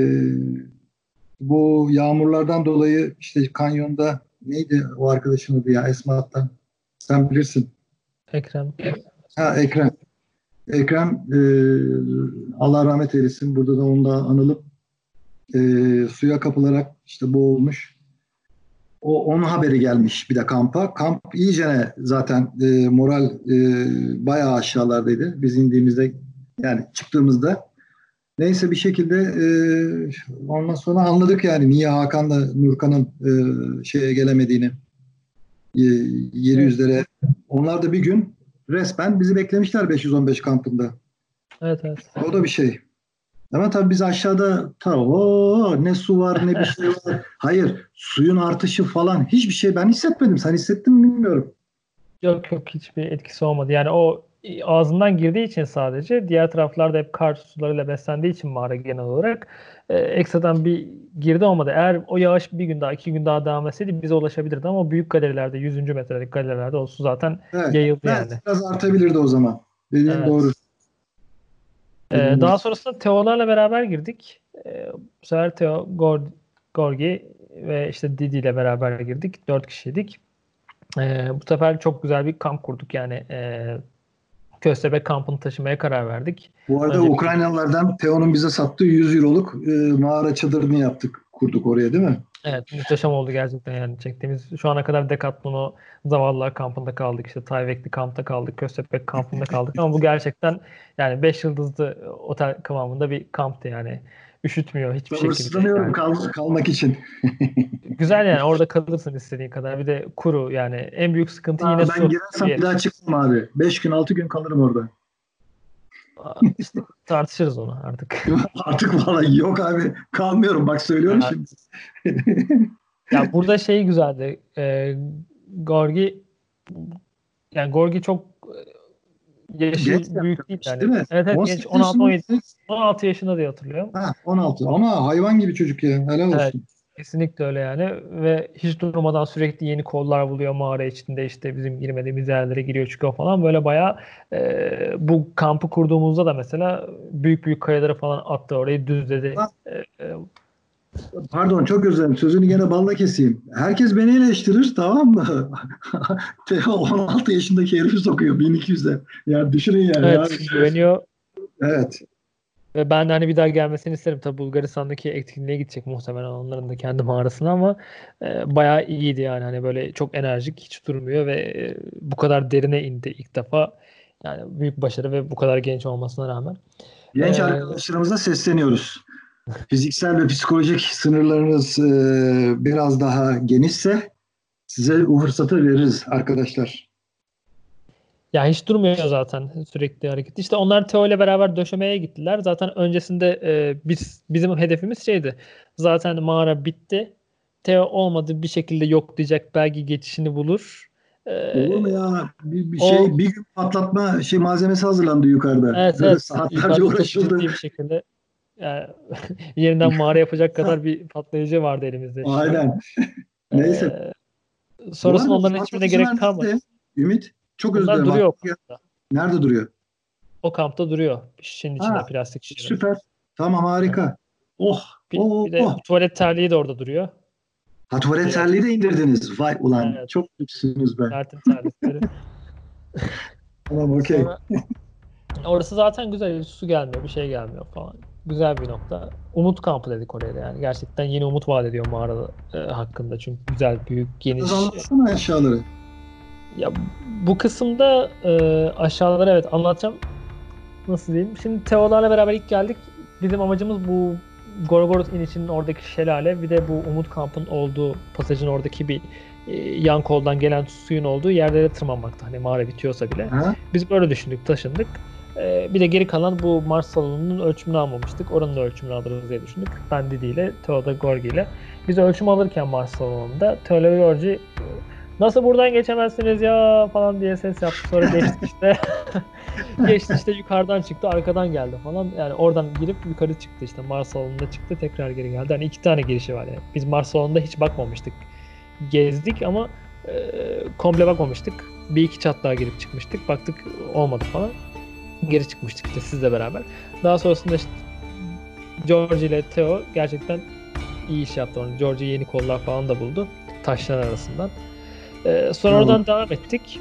bu yağmurlardan dolayı işte kanyonda neydi o arkadaşın adı ya Esmat'tan. Sen bilirsin. Ekrem. Ha Ekrem. Ekrem e, Allah rahmet eylesin. Burada da onu da analım. E, suya kapılarak işte boğulmuş. O onun haberi gelmiş bir de kampa. Kamp iyicene zaten e, moral e, bayağı aşağılardaydı. Biz indiğimizde yani çıktığımızda. Neyse bir şekilde e, ondan sonra anladık yani niye Hakan'la Nurkan'ın e, şeye gelemediğini, e, Evet. yedi yüzlere. Onlar da bir gün resmen bizi beklemişler beş yüz on beş kampında. Evet evet. O da bir şey. Ama tabii biz aşağıda ta o ne su var ne bir şey var. Hayır, suyun artışı falan hiçbir şey ben hissetmedim. Sen hissettin mi bilmiyorum. Yok yok hiçbir etkisi olmadı. Yani o ağzından girdiği için sadece diğer taraflarda hep kar sularıyla beslendiği için mağara genel olarak e, ekstradan bir girdi olmadı. Eğer o yağış bir gün daha iki gün daha devam etseydi bize ulaşabilirdi ama o büyük galerilerde yüzüncü metrelik galerilerde o su zaten Evet. yayıldı Belki yani. biraz artabilirdi o zaman. Dediğin doğru. Evet. E, Dediğin doğru. daha sonrasında Teo'larla beraber girdik. E, bu sefer Teo, Gor- Gorgi ve işte Didi ile beraber girdik. Dört kişiydik. E, bu sefer çok güzel bir kamp kurduk yani. E, Köstebek kampını taşımaya karar verdik. Bu arada Önce bir Ukraynalılardan Teo'nun bize sattığı yüz euroluk e, mağara çadırını yaptık. kurduk oraya, değil mi? Evet, muhteşem oldu gerçekten yani. Çektiğimiz şu ana kadar Decathlon o Zavallılar kampında kaldık, işte Tayvekli kampta kaldık, Köstebek kampında kaldık ama bu gerçekten yani beş yıldızlı otel kıvamında bir kamptı yani. Üşütmüyor hiçbir şekilde Sabırsızlanıyorum yani. kal kalmak için. Güzel yani, orada kalırsın istediğin kadar. Bir de kuru yani, en büyük sıkıntı yine Aa, ben su. girersem Bir bir daha çıkmam abi. Beş gün altı gün kalırım orada. işte tartışırız onu artık. Artık vallahi yok abi. Kalmıyorum. Bak söylüyorum Ya, şimdi. ya burada şey güzeldi. E, Gorgi yani Gorgi çok Genç yaşı büyük değil yapmış yani. değil mi? Evet evet, genç, on sekiz yaşında on altı on mı? yedi on altı yaşında diye hatırlıyorum. Ha, on altı. Ama hayvan gibi çocuk ya. Helal Evet, olsun. kesinlikle öyle yani ve hiç durmadan sürekli yeni kollar buluyor mağara içinde, işte bizim girmediğimiz yerlere giriyor çıkıyor falan, böyle bayağı e, bu kampı kurduğumuzda da mesela büyük büyük kayaları falan attı, orayı düzledi. Ha, E, e, pardon, çok özür dilerim. Sözünü gene balla keseyim. Herkes beni eleştirir, tamam mı? Teo on altı yaşındaki herifi sokuyor bin iki yüze. Yani düşünün yani evet, abi. güveniyor Evet. ve ben de hani bir daha gelmesini isterim. Tabii Bulgaristan'daki etkinliğe gidecek muhtemelen, onların da kendi mağarasına, ama e, bayağı iyiydi yani, hani böyle çok enerjik, hiç durmuyor ve e, bu kadar derine indi ilk defa. Yani büyük başarı ve bu kadar genç olmasına rağmen. Genç E, arkadaşlarımıza sesleniyoruz. Fiziksel ve psikolojik sınırlarınız e, biraz daha genişse size bu fırsatı veririz arkadaşlar. Ya hiç durmuyor zaten, sürekli hareket. İşte onlar Teo ile beraber döşemeye gittiler. Zaten öncesinde e, biz bizim hedefimiz şeydi. Zaten mağara bitti. Teo olmadı bir şekilde yok diyecek, belki geçişini bulur. E, Olur mu ya? Bir, bir o şey bir gün patlatma şey malzemesi hazırlandı yukarıda. evet evet, Saatlerce yukarıda çok uğraşıldı. ciddi bir şekilde yani, yeniden mağara yapacak kadar bir patlayıcı vardı elimizde şu an. Aynen. Neyse. E, Bu sonrasında arada onların hiçbirine gerek patlatıcılar kalmadı. nerede? Ümit. Çok özür Bunlar dilerim. duruyor o Aklıma geldi. kampta. Nerede duruyor? O kampta duruyor. Şişenin içinde, Ha, plastik şişenin. süper. Tamam, harika. Oh, Bir, oh, bir de oh. tuvalet terliği de orada duruyor. Ha, tuvalet Diğer, terliği de indirdiniz. Vay ulan. evet, Çok lüksünüz be. Mert'in terlikleri. Tamam, okey. Sonra orası zaten güzel. Su gelmiyor, bir şey gelmiyor falan. Güzel bir nokta. Umut kampı dedik oraya da yani. Gerçekten yeni umut vaat ediyor mağara e, hakkında. Çünkü güzel, büyük, Biraz geniş. anlatsana aşağıları. Ya bu kısımda e, aşağıları evet anlatacağım. Nasıl diyeyim? Şimdi Teo'larla beraber ilk geldik. Bizim amacımız bu Gorgorot inişinin oradaki şelale, bir de bu Umut kampın olduğu pasajın oradaki bir e, yan koldan gelen suyun olduğu yerlere tırmanmaktı. Hani mağara bitiyorsa bile. Ha? Biz böyle düşündük, taşındık. E, bir de geri kalan bu Mars salonunun ölçümünü almamıştık. Oranın da ölçümünü alırız diye düşündük. Ben Didi ile, Teo da Gorgi ile. Biz ölçüm alırken Mars salonunda Teo ile Gorgi nasıl buradan geçemezsiniz ya falan diye ses yaptı. Sonra geçti işte. Geçti işte, yukarıdan çıktı, arkadan geldi falan. Yani oradan girip yukarı çıktı, işte Mars salonunda çıktı, tekrar geri geldi. Hani iki tane girişi var yani. Biz Mars salonunda hiç bakmamıştık. Gezdik ama e, komple bakmamıştık. Bir iki çat daha girip çıkmıştık. Baktık olmadı falan. Geri çıkmıştık işte sizle beraber. Daha sonrasında işte George ile Theo gerçekten iyi iş yaptı. Onu. George yeni kollar falan da buldu. Taşlar arasından. E, sonra Bravo. oradan devam ettik.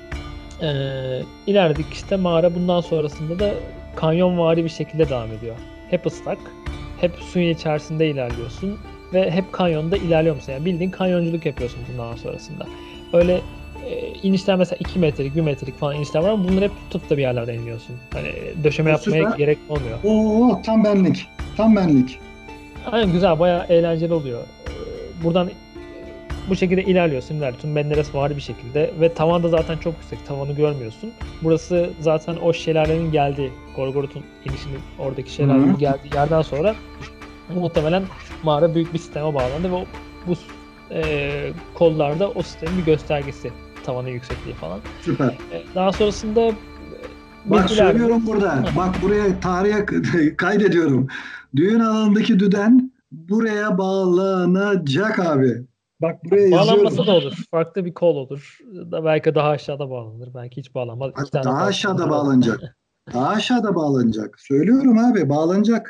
Ee, ilerledik işte mağara, bundan sonrasında da kanyonvari bir şekilde devam ediyor. Hep ıslak, hep suyun içerisinde ilerliyorsun ve hep kanyonda ilerliyor musun? Yani bildiğin kanyonculuk yapıyorsun bundan sonrasında. Öyle e, inişler mesela iki metrelik, bir metrelik falan inişler var ama bunları hep tutup da bir yerlerden iniyorsun. Hani döşeme O yapmaya süper. gerek olmuyor. Oo, tam benlik. Tam benlik. Aynen, güzel, bayağı eğlenceli oluyor. Ee, buradan bu şekilde ilerliyorsun, ilerliyorsun. Menderes var bir şekilde ve tavan da zaten çok yüksek. Tavanı görmüyorsun. Burası zaten o şelalenin geldiği, Gorgorot'un inişinin oradaki şelalenin Hı. geldiği yerden sonra muhtemelen mağara büyük bir sisteme bağlandı ve o, bu e, kollarda o sistemin bir göstergesi. Tavanın yüksekliği falan. Süper. E, daha sonrasında Bak biz ilerledik. söylüyorum burada. Bak buraya tarihe kaydediyorum. Düğün alanındaki düden buraya bağlanacak abi. Bak buraya yazıyorum. Bağlanması da olur. Farklı bir kol olur. Da belki daha aşağıda bağlanır. Belki hiç bağlanmaz. İki tane Daha farklı aşağıda zincir olur. bağlanacak. Daha aşağıda bağlanacak. Söylüyorum abi, bağlanacak.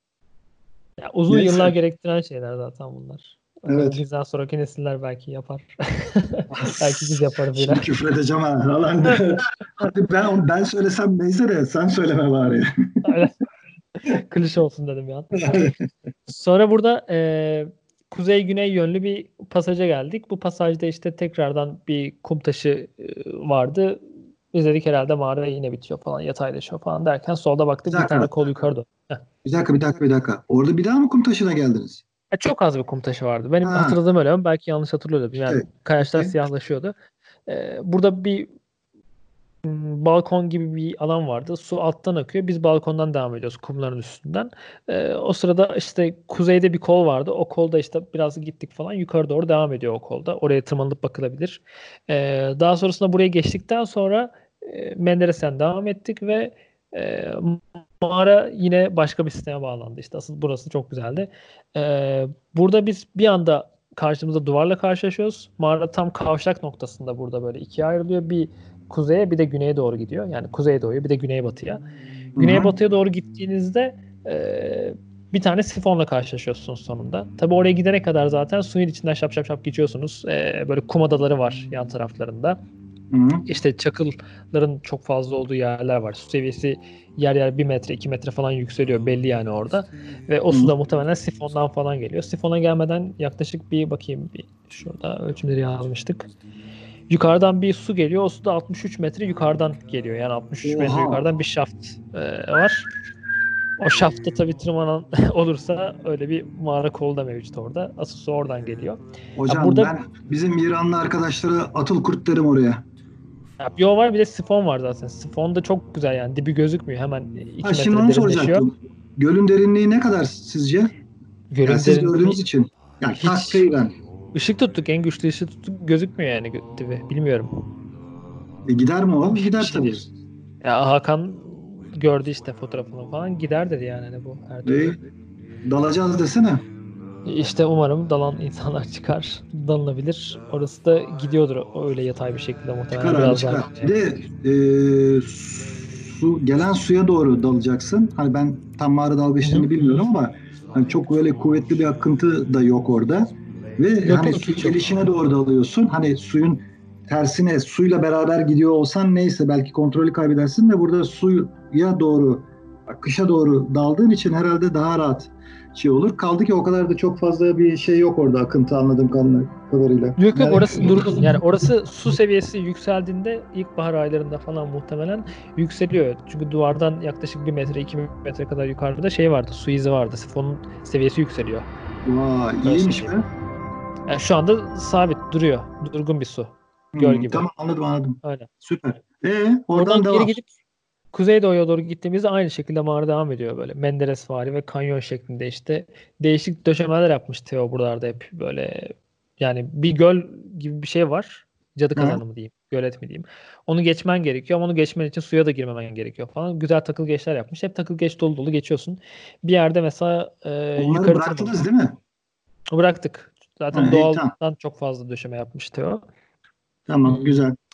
Ya uzun yıllar Neyse. gerektiren şeyler zaten bunlar. Ee, Evet. bizden sonraki nesiller belki yapar. Belki biz yaparız Şimdi ileride. küfür edeceğim ha. Lan de. Hadi ben ben söylesem neyse de sen söyleme bari. Öyle klişe olsun dedim ya. Sonra burada e, kuzey-güney yönlü bir pasaja geldik. Bu pasajda işte tekrardan bir kum taşı e, vardı. Biz dedik herhalde mağara yine bitiyor falan, yataylaşıyor falan derken solda Bir baktık bir tane dakika. kol yukarı doğru. Heh. Bir dakika, bir dakika, bir dakika. Orada bir daha mı kum taşına geldiniz? E, çok az bir kum taşı vardı. Benim Ha, hatırladığım öyle ama belki yanlış hatırlıyordum. Yani işte. kayaçlar Peki. siyahlaşıyordu. E, burada bir m, balkon gibi bir alan vardı. Su alttan akıyor. Biz balkondan devam ediyoruz kumların üstünden. E, o sırada işte kuzeyde bir kol vardı. O kolda işte biraz gittik falan. Yukarı doğru devam ediyor o kolda. Oraya tırmanılıp bakılabilir. E, daha sonrasında buraya geçtikten sonra e, Menderes'ten devam ettik ve e, mağara yine başka bir sisteme bağlandı. İşte asıl burası çok güzeldi. E, burada biz bir anda karşımızda duvarla karşılaşıyoruz. Mağara tam kavşak noktasında burada böyle ikiye ayrılıyor. Bir kuzeye bir de güneye doğru gidiyor. Yani kuzeye doğuya bir de güneybatıya. Hı hı. Güneybatıya doğru gittiğinizde e, bir tane sifonla karşılaşıyorsunuz sonunda. Tabii oraya gidene kadar zaten suyun içinden şap şap şap geçiyorsunuz. E, böyle kum adaları var yan taraflarında. Hı hı. İşte çakılların çok fazla olduğu yerler var. Su seviyesi yer yer bir metre iki metre falan yükseliyor belli yani orada. Ve o Hı su hı. da muhtemelen sifondan falan geliyor. Sifona gelmeden yaklaşık bir bakayım bir şurada ölçümleri yazmıştık. Yukarıdan bir su geliyor. O su da altmış üç metre yukarıdan geliyor. Yani altmış üç metre Oha. yukarıdan bir şaft e, var. O şafta tabii tırmanan olursa öyle bir mağara kolu da mevcut orada. Asıl su oradan geliyor. Ya Hocam burada ben bizim İranlı arkadaşlara atıl kurt derim oraya. ya bir o var bir de sifon var zaten. Sifon da çok güzel yani dibi gözükmüyor. Hemen Ha, iki şimdi metre onu derinleşiyor. soracaktım. Gölün derinliği ne kadar sizce? Yani Gölün siz derinliği gördüğünüz için. Yani hiç takriben. ışık tuttuk en güçlü ışık tuttuk gözükmüyor yani gö- dibi. Bilmiyorum. E, gider mi o? Bir Gider şey tabii. değil. Ya Hakan gördü işte fotoğrafını falan gider dedi yani hani bu her türlü. E, dalacağız desene. İşte umarım dalan insanlar çıkar. Dalınabilir. Orası da gidiyordur öyle yatay bir şekilde Çıkar muhtemelen abi, biraz daha çıkar. Bir güneye. de e, su gelen suya doğru dalacaksın. Hani ben tam mağara Hı hı. dalgıçlığını bilmiyorum ama hani çok böyle kuvvetli bir akıntı da yok orada. Ve Yok hani yok su hiç yok. gelişine doğru dalıyorsun. Hani suyun tersine suyla beraber gidiyor olsan neyse belki kontrolü kaybedersin de burada suya doğru akışa doğru daldığın için herhalde daha rahat şey olur. Kaldı ki o kadar da çok fazla bir şey yok orada akıntı anladığım kadarıyla. Yok yok Yani orası durgun. Yani orası su seviyesi yükseldiğinde ilkbahar aylarında falan muhtemelen yükseliyor. Çünkü duvardan yaklaşık bir metre iki metre kadar yukarıda şey vardı. Su izi vardı. Sifonun seviyesi yükseliyor. vay, Öyle iyiymiş söyleyeyim. be. Yani şu anda sabit duruyor. Durgun bir su. Göl Hmm, gibi. tamam, anladım, anladım. Aynen. Süper. E oradan Oradan geri devam. gidip kuzeydoğuya doğru gittiğimizde aynı şekilde mağara devam ediyor böyle. Menderesvari ve kanyon şeklinde işte değişik döşemeler yapmış Theo buralarda hep böyle yani bir göl gibi bir şey var. Cadı Ha, kazanı mı diyeyim, gölet mi diyeyim. Onu geçmen gerekiyor ama onu geçmen için suya da girmemen gerekiyor falan. Güzel takılgeçler yapmış. Hep takılgeç dolu dolu geçiyorsun. Bir yerde mesela e, onları yukarı bıraktınız tırmanıyorsun. değil mi? Bıraktık. Ha, Zaten iyi, tamam. doğaldan çok fazla döşeme yapmış Theo. Tamam, Hmm. güzel.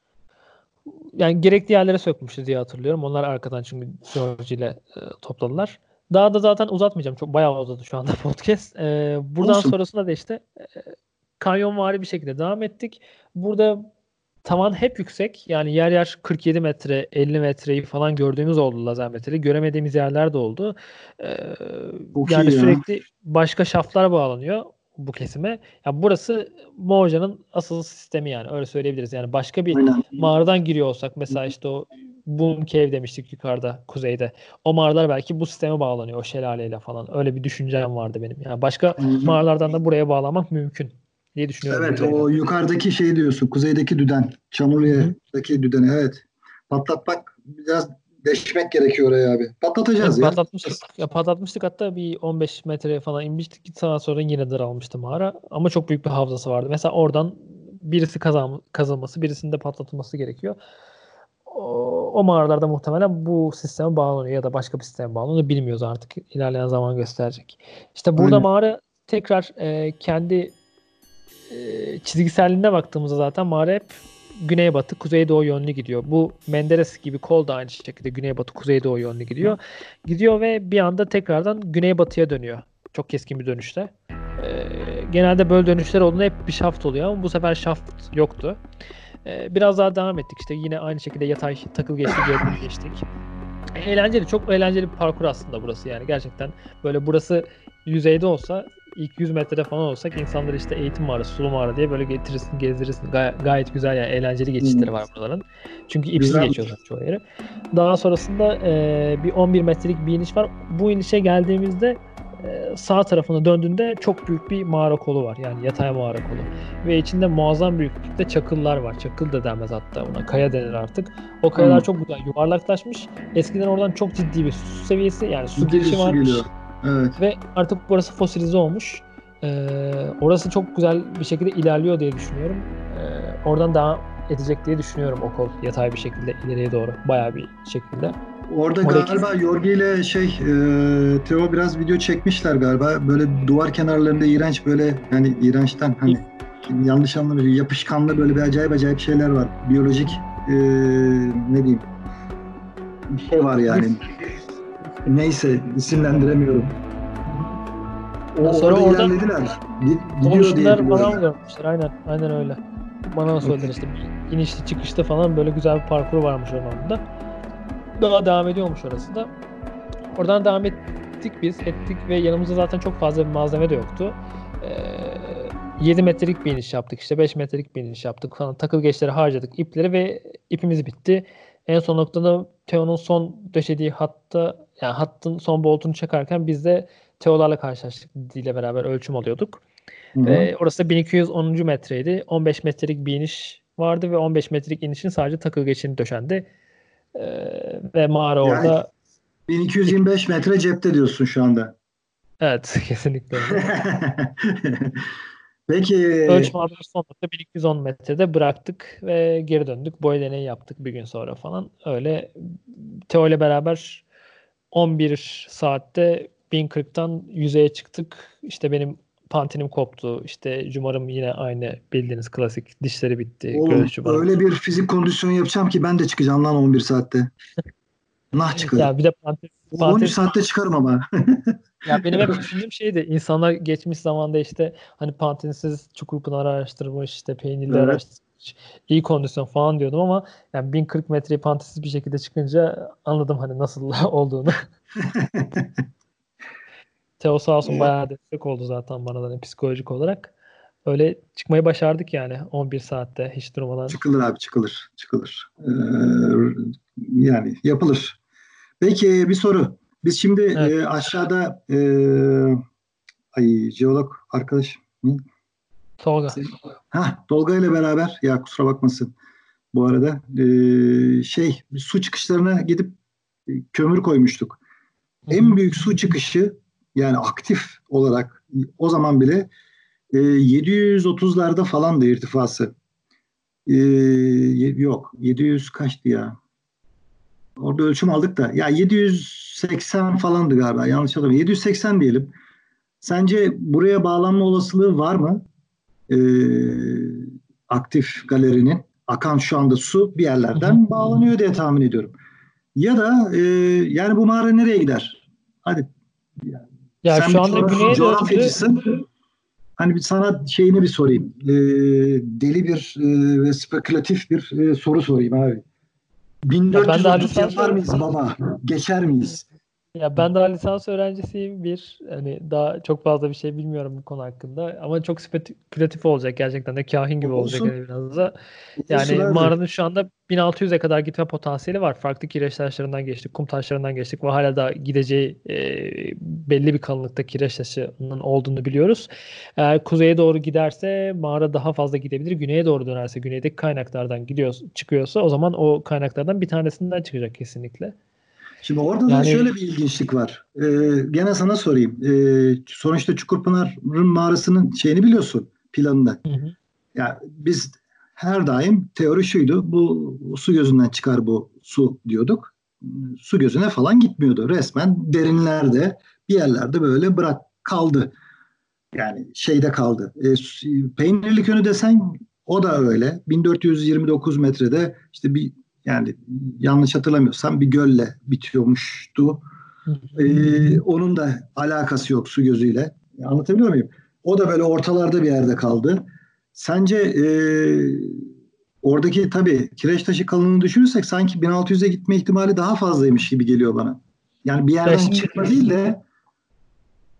Yani gerekli yerlere sökmüştü diye hatırlıyorum. Onlar arkadan çünkü George ile e, topladılar. Daha da zaten uzatmayacağım. Çok bayağı uzadı şu anda podcast. E, buradan Olsun. sonrasında da işte e, kanyonvari bir şekilde devam ettik. Burada tavan hep yüksek. Yani yer yer kırk yedi metre, elli metreyi falan gördüğümüz oldu lazer metreyi. Göremediğimiz yerler de oldu. E, Çok iyi yani ya. sürekli başka şaftlar bağlanıyor bu kesime. Ya burası Moğolca'nın asıl sistemi yani öyle söyleyebiliriz. Yani başka bir Aynen. mağaradan giriyor olsak mesela işte o Boom Cave demiştik yukarıda kuzeyde. O mağaralar belki bu sisteme bağlanıyor o şelaleyle falan. Öyle bir düşüncem vardı benim. Yani başka Hı. mağaralardan da buraya bağlamak mümkün diye düşünüyorum Evet, yüzeyden. o yukarıdaki şey diyorsun. Kuzeydeki düden. Hı hı. Çamurlu'daki düdeni. Evet. Patlatmak biraz deşmek gerekiyor oraya abi. Patlatacağız Evet, ya. patlatmıştık. Ya patlatmıştık hatta bir on beş metreye falan inmiştik. Git sağa sonra yine daralmıştı mağara. Ama çok büyük bir havzası vardı. Mesela oradan birisi kazan, kazılması, birisinin de patlatılması gerekiyor. O, o mağaralarda muhtemelen bu sisteme bağlanıyor ya da başka bir sisteme bağlanıyor. Bilmiyoruz artık. İlerleyen zaman gösterecek. İşte burada Aynen. mağara tekrar e, kendi e, çizgiselliğine baktığımızda zaten mağara hep güneybatı, kuzeydoğu yönlü gidiyor. Bu Menderes gibi kol da aynı şekilde güneybatı, kuzeydoğu yönlü gidiyor. Gidiyor ve bir anda tekrardan güneybatıya dönüyor. Çok keskin bir dönüşte. Ee, genelde böyle dönüşler olduğunda hep bir şaft oluyor ama bu sefer şaft yoktu. Ee, biraz daha devam ettik işte yine aynı şekilde yatay takıl geçtik, geri geçtik. Eğlenceli, çok eğlenceli bir parkur aslında burası yani gerçekten. Böyle burası yüzeyde olsa ilk yüz metrede falan olsak insanlar işte eğitim mağarası, sulu mağara diye böyle getirirsin, gezdirirsin. Gay- gayet güzel yani eğlenceli geçişleri var buraların. Çünkü ipsiz Güzel. geçiyorlar çoğu yeri. Daha sonrasında e, bir on bir metrelik bir iniş var. Bu inişe geldiğimizde e, sağ tarafına döndüğünde çok büyük bir mağara kolu var. Yani yatay mağara kolu. Ve içinde muazzam büyüklükte çakıllar var. Çakıl da denmez hatta buna. Kaya denir artık. O kayalar Hmm. çok güzel yuvarlaklaşmış. Eskiden oradan çok ciddi bir su seviyesi yani su Ciddi bir girişi su varmış. geliyor. Evet. Ve artık burası fosilize olmuş. Ee, orası çok güzel bir şekilde ilerliyor diye düşünüyorum. Ee, oradan devam edecek diye düşünüyorum o kol. Yatay bir şekilde ileriye doğru. Bayağı bir şekilde. Orada Oradaki galiba Yorgi ile şey e, Teo biraz video çekmişler galiba. Böyle duvar kenarlarında iğrenç böyle yani iğrençten hani yanlış anlamayın yapışkanlı böyle bir acayip acayip şeyler var. Biyolojik e, ne diyeyim bir şey var yani. Neyse isimlendiremiyorum. O, Sonra orada orada ilerlediler. Gid- Gidiyor diye Komşular falan biliyorum. görmüşler. Aynen, aynen öyle. Bana da söylediler işte inişli çıkışta falan böyle güzel bir parkur varmış onun da. Daha devam ediyormuş orası da. Oradan devam ettik biz. Ettik ve yanımızda zaten çok fazla bir malzeme de yoktu. Ee, yedi metrelik bir iniş yaptık işte. beş metrelik bir iniş yaptık falan. Takıl geçleri harcadık. İpleri ve ipimiz bitti. En son noktada Teo'nun son döşediği hatta yani hattın son boltunu çekerken biz de Teo'larla karşılaştık. Didi'yle beraber ölçüm alıyorduk. Hı hı. Ve orası da bin iki yüz onuncu metreydi. on beş metrelik bir iniş vardı ve on beş metrelik inişin sadece takıl geçini döşendi. Ee, ve mağara Yani orada. bin iki yüz yirmi beş metre cepte diyorsun şu anda. Evet, kesinlikle öyle. Peki Ölçüm aldığımız son nokta bin iki yüz on metrede bıraktık ve geri döndük. Boy deneyi yaptık bir gün sonra falan. Öyle Teo ile beraber on bir saatte bin kırktan yüzeye çıktık. İşte benim pantinim koptu. İşte cumarım yine aynı bildiğiniz klasik. Dişleri bitti. oğlum Göğüs cumarım. öyle bir fizik kondisyon yapacağım ki ben de çıkacağım lan on bir saatte. Nah çıkarım. Ya bir de pantin, on üç pantin saatte çıkarım ama. Ya benim hep düşündüğüm şeydi. İnsanlar geçmiş zamanda işte hani Pantinsiz Çukurpınar'ı araştırmış, işte Peynirli Evet. araştırmış, iyi kondisyon falan diyordum ama yani bin kırk metreyi Pantinsiz bir şekilde çıkınca anladım hani nasıl olduğunu. Teo sağ olsun bayağı destek oldu zaten bana da hani psikolojik olarak. Öyle çıkmayı başardık yani on bir saatte hiç durmadan. Çıkılır abi çıkılır. Çıkılır. Ee, yani yapılır. Peki bir soru. Biz şimdi Evet, e, aşağıda e, ay jeolog arkadaş mı? Tolga. Ha Tolga ile beraber ya kusura bakmasın bu arada e, şey su çıkışlarına gidip e, kömür koymuştuk. Hı En hı. büyük su çıkışı yani aktif olarak o zaman bile e, yedi yüz otuzlarda falandı irtifası. E, yok yedi yüz kaçtı ya? Orada ölçüm aldık da ya yedi yüz seksen falandı galiba yanlış hatırlamıyorum. yedi yüz seksen diyelim. Sence buraya bağlanma olasılığı var mı? E, aktif galerinin akan şu anda su bir Hı hı. yerlerden bağlanıyor diye tahmin ediyorum. Ya da e, yani bu mağara nereye gider? Hadi Ya sen şu bir anda coğraf- güneye döndü. coğrafyacısın. Hani bir sana şeyini bir sorayım. E, deli bir e, ve spekülatif bir e, soru sorayım abi. Ya ben daha bin dört yüz otuz lisans yapar mıyız baba? Geçer miyiz? Ya ben daha lisans öğrencisiyim bir. Hani daha çok fazla bir şey bilmiyorum bu konu hakkında. Ama çok spekülatif olacak gerçekten de kahin gibi olacak Olsun. hani biraz da. Olsun Yani abi. mağaranın şu anda bin altı yüze kadar gitme potansiyeli var. Farklı kireç taşlarından geçtik, kum taşlarından geçtik ve hala da gideceği e, belli bir kalınlıkta kireç taşının olduğunu biliyoruz. Eğer kuzeye doğru giderse mağara daha fazla gidebilir. Güneye doğru dönerse, güneydeki kaynaklardan gidiyor, çıkıyorsa o zaman o kaynaklardan bir tanesinden çıkacak kesinlikle. Şimdi orada da Yani şöyle bir ilginçlik var. Ee, gene sana sorayım. Ee, sonuçta Çukurpınar'ın mağarasının şeyini biliyorsun planını. hı hı, Ya biz her daim teori şuydu. Bu su gözünden çıkar bu su diyorduk. Su gözüne falan gitmiyordu. Resmen derinlerde bir yerlerde böyle bırak kaldı. Yani şeyde kaldı. E, Peynirli Könü desen o da öyle. bin dört yüz yirmi dokuz metrede işte bir yani yanlış hatırlamıyorsam bir gölle bitiyormuştu. hı hı. E, onun da alakası yok su gözüyle. Anlatabiliyor muyum? O da böyle ortalarda bir yerde kaldı. Sence e, oradaki tabii kireç taşı kalınlığını düşünürsek sanki bin altı yüze gitme ihtimali daha fazlaymış gibi geliyor bana. Yani bir Ya yerden şimdi çıkma değil de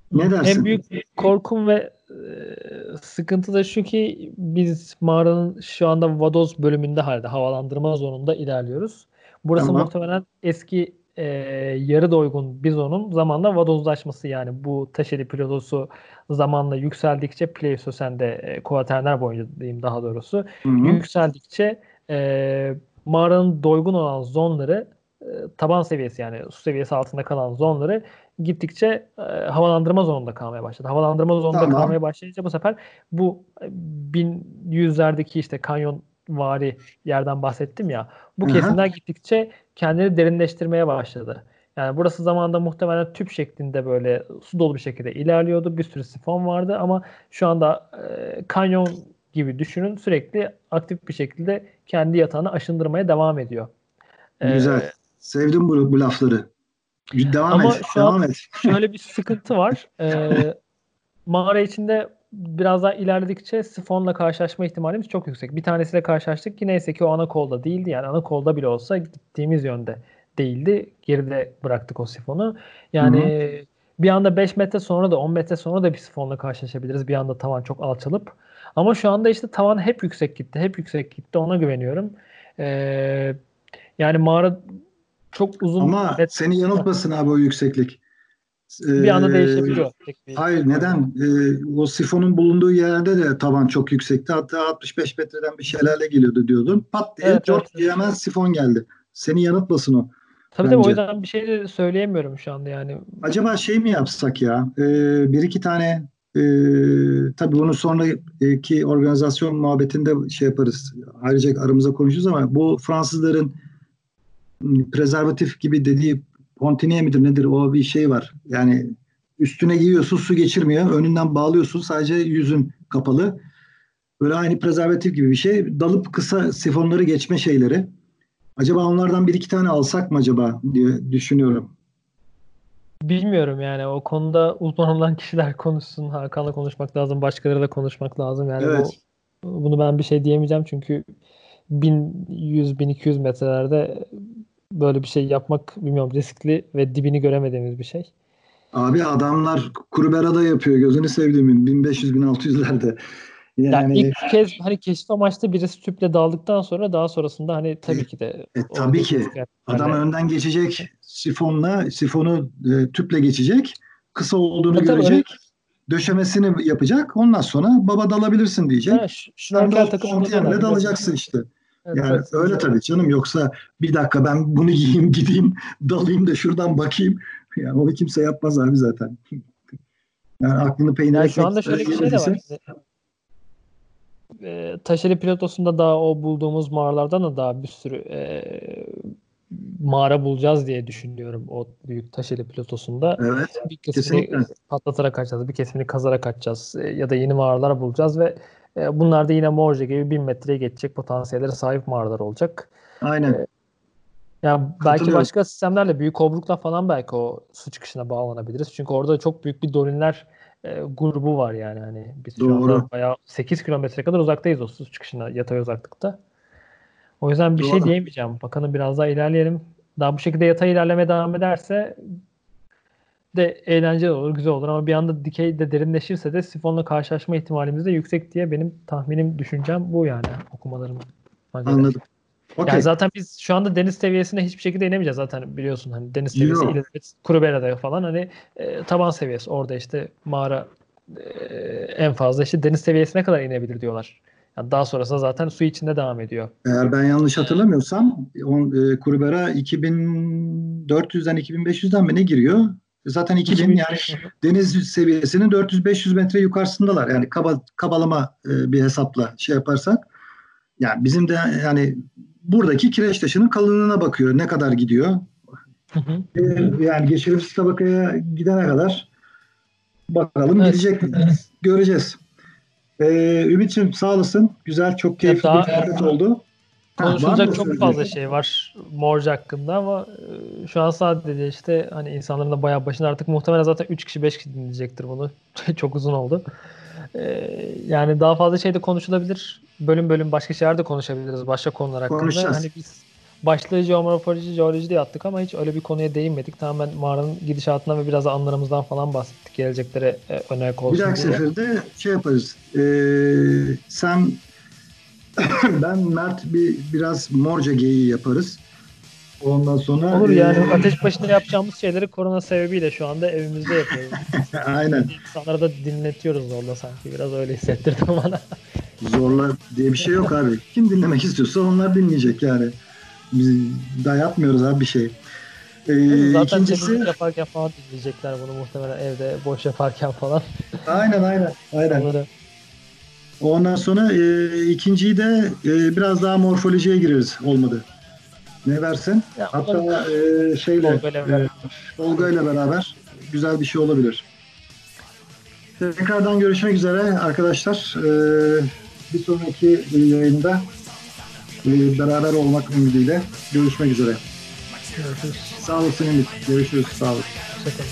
Ne En dersin? büyük korkum ve e, sıkıntı da şu ki biz mağaranın şu anda Vadoz bölümünde halde havalandırma zonunda ilerliyoruz. Burası Tamam. muhtemelen eski e, yarı doygun bizonun zamanla vadozlaşması, yani bu taşeli pilotosu zamanla yükseldikçe Pleistosende e, kuaterner boyunca diyeyim daha doğrusu Hı hı. yükseldikçe e, mağaranın doygun olan zonları e, taban seviyesi, yani su seviyesi altında kalan zonları gittikçe e, havalandırma zonunda kalmaya başladı. Havalandırma zonunda Tamam. kalmaya başlayınca bu sefer bu e, bin yüzlerdeki işte kanyon vari yerden bahsettim ya. Bu Aha. kesimler gittikçe kendini derinleştirmeye başladı. Yani burası zamanında muhtemelen tüp şeklinde böyle su dolu bir şekilde ilerliyordu. Bir sürü sifon vardı ama şu anda e, kanyon gibi düşünün, sürekli aktif bir şekilde kendi yatağını aşındırmaya devam ediyor. E, Güzel. Sevdim bu, bu lafları. Devam Ama et. şu an Devam et. şöyle bir sıkıntı var. Ee, mağara içinde biraz daha ilerledikçe sifonla karşılaşma ihtimalimiz çok yüksek. Bir tanesiyle karşılaştık. Yine neyse ki o ana kolda değildi. Yani ana kolda bile olsa gittiğimiz yönde değildi. Geride bıraktık o sifonu. Hı hı. Yani bir anda beş metre sonra da on metre sonra da bir sifonla karşılaşabiliriz. Bir anda tavan çok alçalıp. Ama şu anda işte tavan hep yüksek gitti. Hep yüksek gitti. Ona güveniyorum. Ee, yani mağara çok uzun Ama met seni yanıltmasın abi o yükseklik. bir anda Ee, değişebiliyor tek bir hayır bölge. neden? Ee, o sifonun bulunduğu yerde de tavan çok yüksekti. Hatta altmış beş metreden bir şelale geliyordu diyordun. Pat diye Evet, evet, cort diye evet. hemen sifon geldi. Seni yanıltmasın o Tabii tabii, o bence. yüzden bir şey de söyleyemiyorum şu anda yani. Acaba şey mi yapsak ya? Ee, bir iki tane e, tabii bunu sonraki organizasyon muhabbetinde şey yaparız. Ayrıca aramızda konuşuruz ama bu Fransızların m, prezervatif gibi dediği kontinye midir nedir o bir şey var. Yani üstüne giyiyorsun su geçirmiyor. Önünden bağlıyorsun sadece yüzün kapalı. Böyle aynı prezervatif gibi bir şey. Dalıp kısa sifonları geçme şeyleri. Acaba onlardan bir iki tane alsak mı acaba diye düşünüyorum. Bilmiyorum yani, o konuda uzman olan kişiler konuşsun. Hakan'la konuşmak lazım. Başkalarıyla konuşmak lazım. Yani bu Evet. bunu ben bir şey diyemeyeceğim çünkü bin yüz bin iki yüz metrelerde böyle bir şey yapmak, bilmiyorum, riskli ve dibini göremediğimiz bir şey. Abi adamlar Kurubera'da yapıyor gözünü sevdiğimin bin beş yüz bin altı yüzlerde. Ya ilk Yani kez hani keşif amaçlı birisi tüple daldıktan sonra daha sonrasında hani e, tabii ki de e, tabii oradaki ki adam risklerle. önden geçecek sifonla sifonu e, tüple geçecek. Kısa olduğunu Tabii tabii, öyle. görecek. Döşemesini yapacak. Ondan sonra baba dalabilirsin Ha, diyecek. ş- Sen de şnorkel o takıp dalıyorlar kontiyenle biliyorum. dalacaksın işte. Evet, Yani evet. öyle tabii canım. Yoksa bir dakika ben bunu giyeyim gideyim dalayım da şuradan bakayım. Yani onu kimse yapmaz abi zaten. Yani aklını peynir Yani şu ekmek anda şöyle bir şey de var. yemediyse. Şimdi, e, Taşeli Platosu'nda daha o bulduğumuz mağaralardan da daha bir sürü e, mağara bulacağız diye düşünüyorum o büyük Taşeli Platosu'nda. Evet. Bir kısmını Kesinlikle. patlatarak açacağız, bir kısmını kazarak açacağız e, ya da yeni mağaralar bulacağız ve e, bunlar da yine Morje gibi bin metreye geçecek potansiyellere sahip mağaralar olacak. Aynen. E, Ya belki Katılıyorum. başka sistemlerle, büyük obrukla falan belki o su çıkışına bağlanabiliriz. Çünkü orada çok büyük bir dolinler e, grubu var yani. Hani biz şu anda Doğru. bayağı sekiz kilometre kadar uzaktayız o su çıkışına, yatay uzaklıkta. O yüzden bir şey Doğru. diyemeyeceğim. Bakalım, biraz daha ilerleyelim. Daha bu şekilde yatay ilerlemeye devam ederse de eğlenceli olur, güzel olur ama bir anda dikey de derinleşirse de sifonla karşılaşma ihtimalimiz de yüksek diye benim tahminim, düşüncem bu yani, okumalarıma göre. Anladım. Yani Okey. zaten biz şu anda deniz seviyesine hiçbir şekilde inemeyeceğiz zaten, biliyorsun hani deniz seviyesi Euro. İlizabeth, Kurubera'da falan hani e, taban seviyesi, orada işte mağara e, en fazla işte deniz seviyesine kadar inebilir diyorlar. Yani daha sonrasında zaten su içinde devam ediyor. Eğer ben yanlış hatırlamıyorsam on, e, Kurubera iki bin dört yüzden iki bin beş yüzden mi ne giriyor? Zaten iki bin iki bin. yani deniz seviyesinin dört yüz beş yüz metre yukarısındalar. Yani kaba, kabalama e, bir hesapla şey yaparsak. Yani bizim de yani buradaki kireç taşının kalınlığına bakıyor. Ne kadar gidiyor? Hı hı. E, yani geçirimsiz tabakaya gidene kadar bakalım Evet. gidecek mi? Göreceğiz. Ee, Ümit'ciğim sağ olasın. Güzel, çok Ya keyifli bir daha muhabbet oldu. Ha, var mı konuşulacak çok fazla söyleyecek? şey var Morge hakkında ama e, şu an sadece işte hani insanların da bayağı başında, artık muhtemelen zaten üç kişi beş kişi dinleyecektir bunu. Çok uzun oldu. E, yani daha fazla şey de konuşulabilir. Bölüm bölüm başka şeyler de konuşabiliriz başka konular hakkında. Konuşacağız. Hani biz başlığı geomorfoloji, jeoloji diye attık ama hiç öyle bir konuya değinmedik. Tamamen mağaranın gidişatından ve biraz da anılarımızdan falan bahsettik. Geleceklere e, önayak Bir olsun dahaki diye. seferde şey yaparız. Ee, sen ben Mert bir biraz Morca geyiği yaparız. Ondan sonra Olur ee, yani ateş başında yapacağımız şeyleri korona sebebiyle şu anda evimizde yapıyoruz. aynen. İnsanlara da dinletiyoruz orada sanki. Biraz öyle hissettirdi bana. Zorla diye bir şey yok abi. Kim dinlemek istiyorsa onlar dinleyecek yani. Biz dayatmıyoruz abi bir şey. Olur, Ee, zaten ikincisi temizlik yaparken falan dinleyecekler bunu muhtemelen evde boş yaparken falan. aynen aynen aynen. Onları. Ondan sonra e, ikinciyi de e, biraz daha morfolojiye gireriz olmadı. Ne versin? Ya olabilir. Hatta e, şeyle Tolga ile e, beraber. Tolga ile beraber güzel bir şey olabilir. Tekrardan görüşmek üzere arkadaşlar. E, bir sonraki yayında e, beraber olmak ümidiyle görüşmek üzere. Görüşürüz. Sağ olasın Ümit. Görüşürüz. Sağ olasın. Hoşçakalın.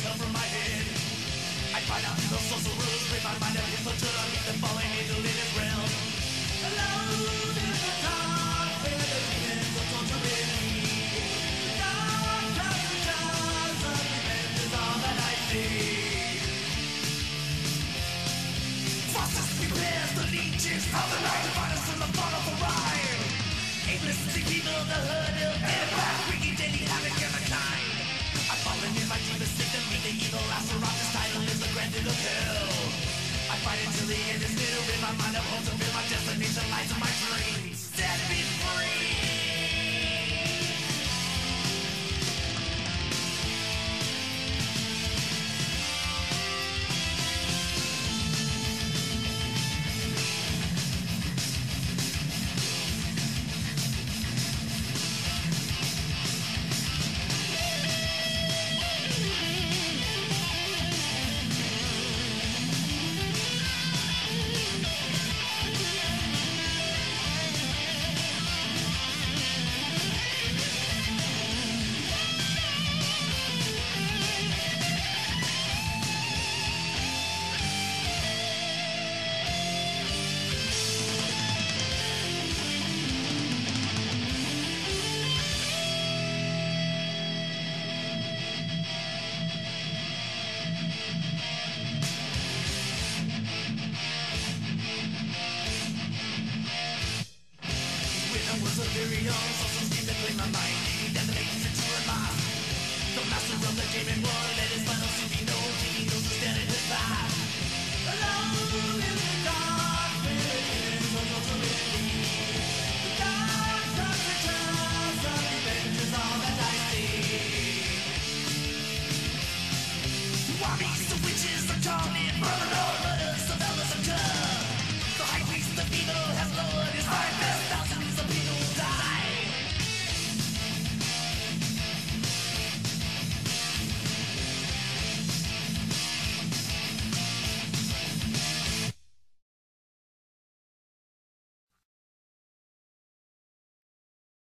Armies, the witches, the tawny, burn